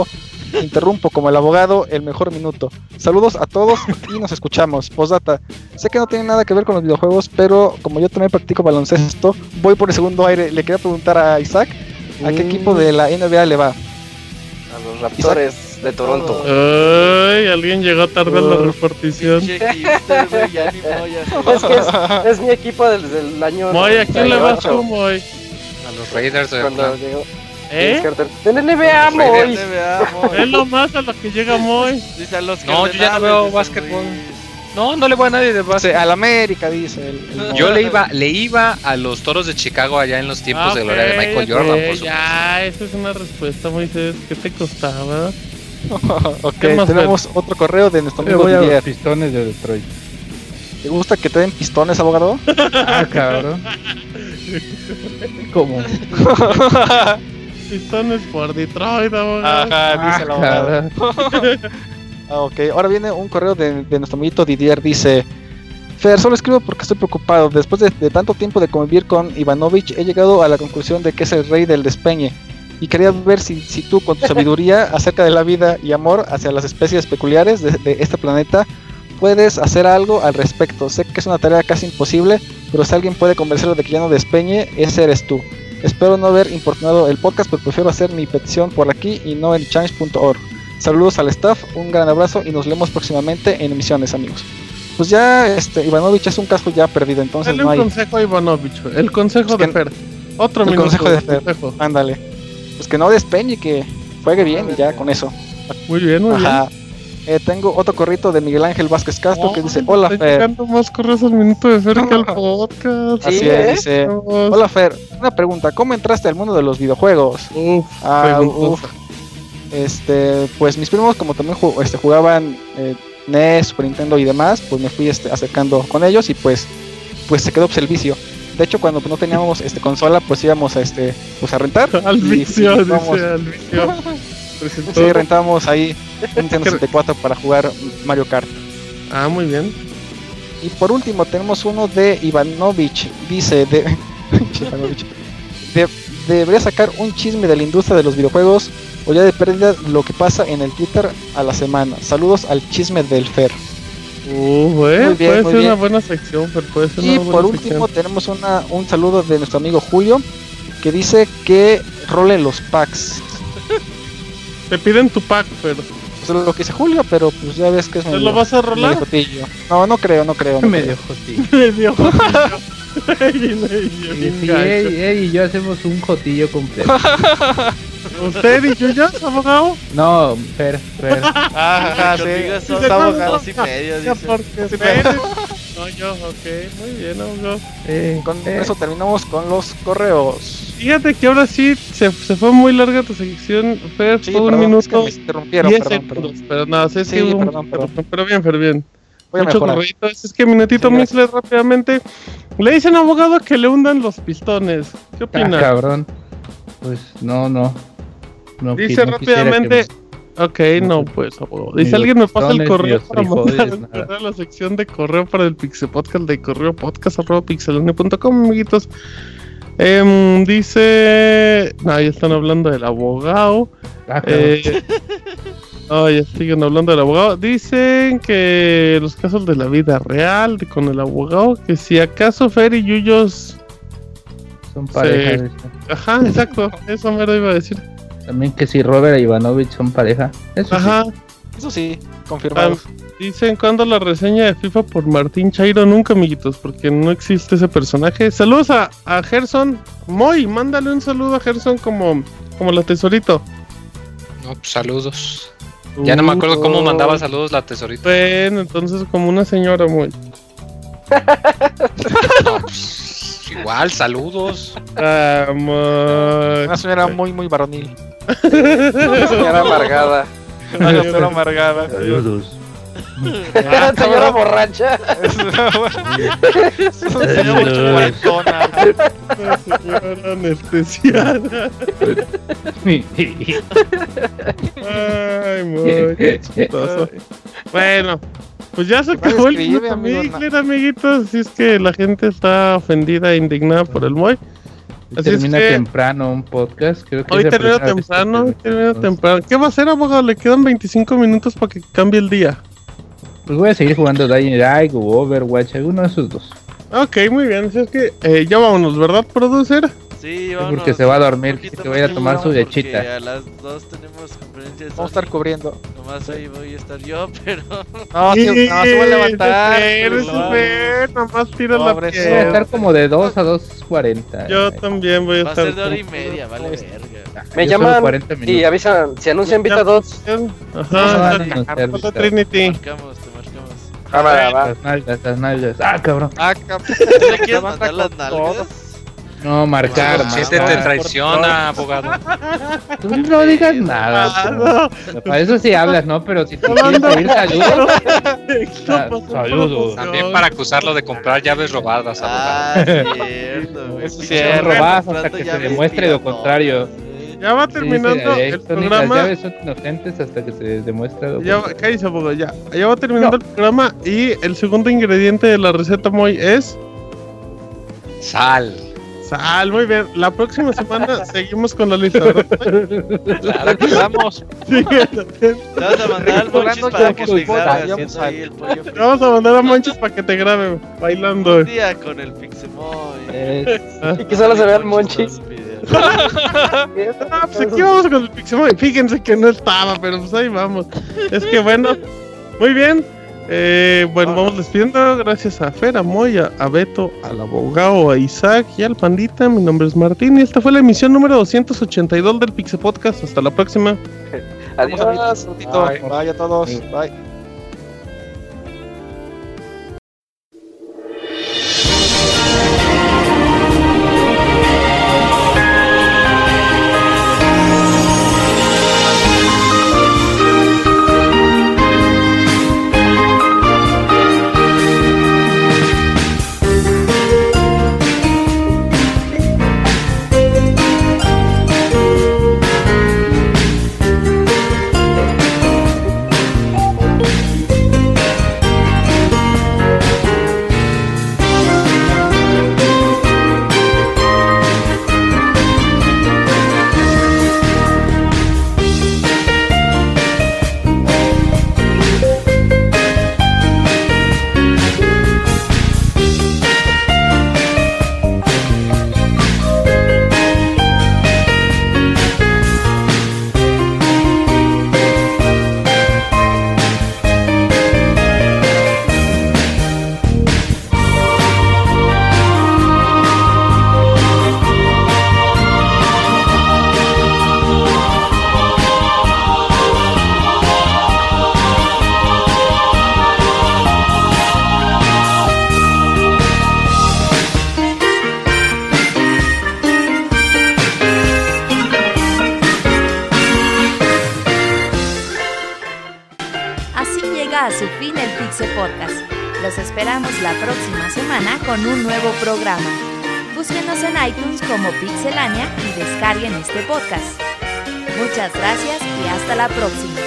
interrumpo como el abogado el mejor minuto. Saludos a todos y nos escuchamos. Postdata, sé que no tiene nada que ver con los videojuegos, pero como yo también practico baloncesto, voy por el segundo aire. Le quería preguntar a Isaac, ¿a qué equipo de la NBA le va? A los Raptors de Toronto. Ay, alguien llegó tarde a la repartición. Pinche hipster, güey, ya ni moya. Es que es mi equipo desde el año. Moy, ¿a quién le vas 98, tú, Moy? A los Raiders de cuando Oakland. llegó ¿Eh? Vince Carter. En NBA, Moy. Es lo más a lo que llega Moy. Dice a los No, yo ya no veo básquetbol. No le voy a nadie de base. Al América, dice el Yo le iba a los Toros de Chicago allá en los tiempos de gloria de Michael Jordan, por supuesto. Ya, esa es una respuesta, Moisés. ¿Qué te costaba? Ok, ¿Qué más, tenemos otro correo de nuestro Me amigo voy a los Didier. Pistones de Detroit. ¿Te gusta que te den pistones, abogado? Ah, cabrón. ¿Cómo? Pistones por Detroit, abogado. Ajá, dice el abogado. cabrón. Ok, ahora viene un correo de nuestro amiguito Didier, dice: Fer, solo escribo porque estoy preocupado. Después de tanto tiempo de convivir con Ivanovich, he llegado a la conclusión de que es el rey del despeñe. Y quería ver si tú, con tu sabiduría acerca de la vida y amor hacia las especies peculiares de este planeta, puedes hacer algo al respecto. Sé que es una tarea casi imposible, pero si alguien puede convencerlo de que ya no despeñe, ese eres tú. Espero no haber importunado el podcast, pero prefiero hacer mi petición por aquí y no en change.org. Saludos al staff, un gran abrazo y nos leemos próximamente en emisiones, amigos. Pues ya, Ivanovich es un caso ya perdido, entonces Dale no un hay. consejo a Ivanovich, el consejo Es de que- Fer. Otro el minuto consejo de Fer. consejo. Ándale. Pues que no despeñe, que juegue bien y ya con eso. Muy bien, muy Ajá. Tengo otro corrito de Miguel Ángel Vázquez Castro bien. que dice: Hola Está Fer. llegando más correos al minuto de Fer que al podcast. Sí, Así ¿eh? es, dice: Vamos. Hola Fer, una pregunta, ¿cómo entraste al mundo de los videojuegos? Uf, Uf. Pues mis primos, como también jugaban NES, Super Nintendo y demás, pues me fui acercando con ellos y pues se quedó el vicio. De hecho, cuando no teníamos consola, pues íbamos a rentar. Al y vicio, vamos- dice, al vicio. Presentó- Sí, rentábamos ahí un Nintendo 64 para jugar Mario Kart. Ah, muy bien. Y por último tenemos uno de Ivanovich. Dice Ivanovich, debería sacar un chisme de la industria de los videojuegos o ya de pérdida lo que pasa en el Twitter a la semana. Saludos al chisme del Fer. Puede bien, ser muy una bien. buena sección, pero puede ser Y una buena por último sección. tenemos un saludo de nuestro amigo Julio que dice que role los packs. Te piden tu pack, Fer. Eso es lo que dice Julio, pero pues ya ves que es ¿Te medio, lo vas a medio rolar? jotillo. No creo. No Medio creo. jotillo. Me dio jotillo. Y si él y yo hacemos un jotillo completo. ¿Usted y yo ya, abogado? No, Fer. Ajá, sí. Conmigo son ¿De cuándo? 2:30, Ya dice. porque Fer. No, yo, ok. Muy bien, abogado. Con eso terminamos con los correos. Fíjate que ahora sí se fue muy larga tu sección, Fer. Sí, fue un perdón, es que minuto me interrumpieron, 10 perdón. segundos. Pero no, es Sí, que hubo perdón. interrupción, pero bien, Fer, bien. Voy a Mucho mejorar. correo. Es que minutito Sí, gracias. Mixler rápidamente. Le dicen abogado que le hundan los pistones. ¿Qué Ah, opina? cabrón. Pues no. Dice no quisiera rápidamente. que Ok, no, pues, abogado. Ni Dice los alguien me pasa el pistones, correo ni los para frijoles, mandar nada. a la sección de correo para el Pixel Podcast de correo podcast@pixelania.com, amiguitos. Dice. No, ya están hablando del abogado. Ah, cabrón. Ya siguen hablando del abogado. Dicen que los casos de la vida real con el abogado, que si acaso Fer y Yuyos. Son pareja. de- Ajá, exacto, eso me lo iba a decir. También que si Robert e Ivanovich son pareja. Eso Ajá. Eso sí, confirmado. Dicen cuando la reseña de FIFA por Martín Chairo, nunca, amiguitos, porque no existe ese personaje. Saludos a Gerson. Moy, mándale un saludo a Gerson como la tesorito. No, pues, saludos. Ya no me acuerdo cómo mandaba saludos la tesorita. Bueno, entonces como una señora, Moy. No, pues, igual, saludos. Moy. Una señora muy, muy varonil. Señora amargada. Una señora amargada. Saludos. Señora borracha. Es una señora mucho cuarentona. Una señora anestesiada. Ay, Moy, qué chistoso. Bueno, pues ya se Igual acabó el escribe, minuto amigo, Mixler, amiguitos. Si es que la gente está ofendida e indignada por el Moy. Así termina es que temprano un podcast. Creo que hoy es la termina primera vez que temprano, termina. ¿Qué va a hacer, abogado? Le quedan 25 minutos para que cambie el día. Pues voy a seguir jugando Dying Light o Overwatch, alguno de esos dos. Ok, muy bien. Así es que ya vámonos, ¿verdad, producer? Sí, Porque se va a dormir, un poquito que va a ir a más tomar su temprano, lechita. porque a las 2 tenemos conferencia de Vamos a estar Sony. cubriendo. Nomás ahí voy a estar yo, pero... No, se va a levantar. Nomás tira la Pobre, Voy a piedra. estar como de 2 a 2:40. Yo también voy a Va a estar. ser de hora y media, vale verga. Me Yo solo llaman 40 y minutos. avisan, si anuncian Vita 2. Ajá. anunciar Hola, Vita. Trinity. Marcamos, te marcamos. Cámara, va. Las nalgas. Ah, cabrón. ¿Le quieres mandar las nalgas? No, marcar. Si este te traiciona, abogado. Tú no digas nada. Para eso sí hablas, ¿no? Pero si te quieres pedir saludos. Saludos. También para acusarlo de comprar llaves robadas, abogado. Ah, cierto, güey. Eso sí Pinche es hombre robadas comprando hasta que se llaves demuestre lo piratonas, contrario. güey. Ya va Sí, terminando sí, el las programa. llaves son inocentes hasta que se demuestra lo Ya, contrario. cállese, abogado, ya. Ya va terminando el programa y el segundo ingrediente de la receta Moy es Sal. sal. Muy bien. La próxima semana seguimos con la lista, ¿verdad? Claro que vamos. Sí, Te vas a mandar al Monchis Jugando para ya que con te sus grabe botas, haciendo ahí el pollo frito. vamos a mandar a Monchis para que te grabe bailando. Un día con el Pixemoy. Y que solo se vea el Monchis. Ah, pues aquí vamos con el Pixemoy. Fíjense que no estaba, pero pues ahí vamos. Es que bueno, muy bien. Bueno, vamos despidiendo. Gracias a Fer, a Moy, a Beto, al abogado, a Isaac y al Pandita. Mi nombre es Martín y esta fue la emisión número 282 del Pixe Podcast. Hasta la próxima. Adiós. Bye a todos. Bye. Así llega a su fin el Pixe Podcast. Los esperamos la próxima semana con un nuevo programa. Búsquenos en iTunes como Pixelania y descarguen este podcast. Muchas gracias y hasta la próxima.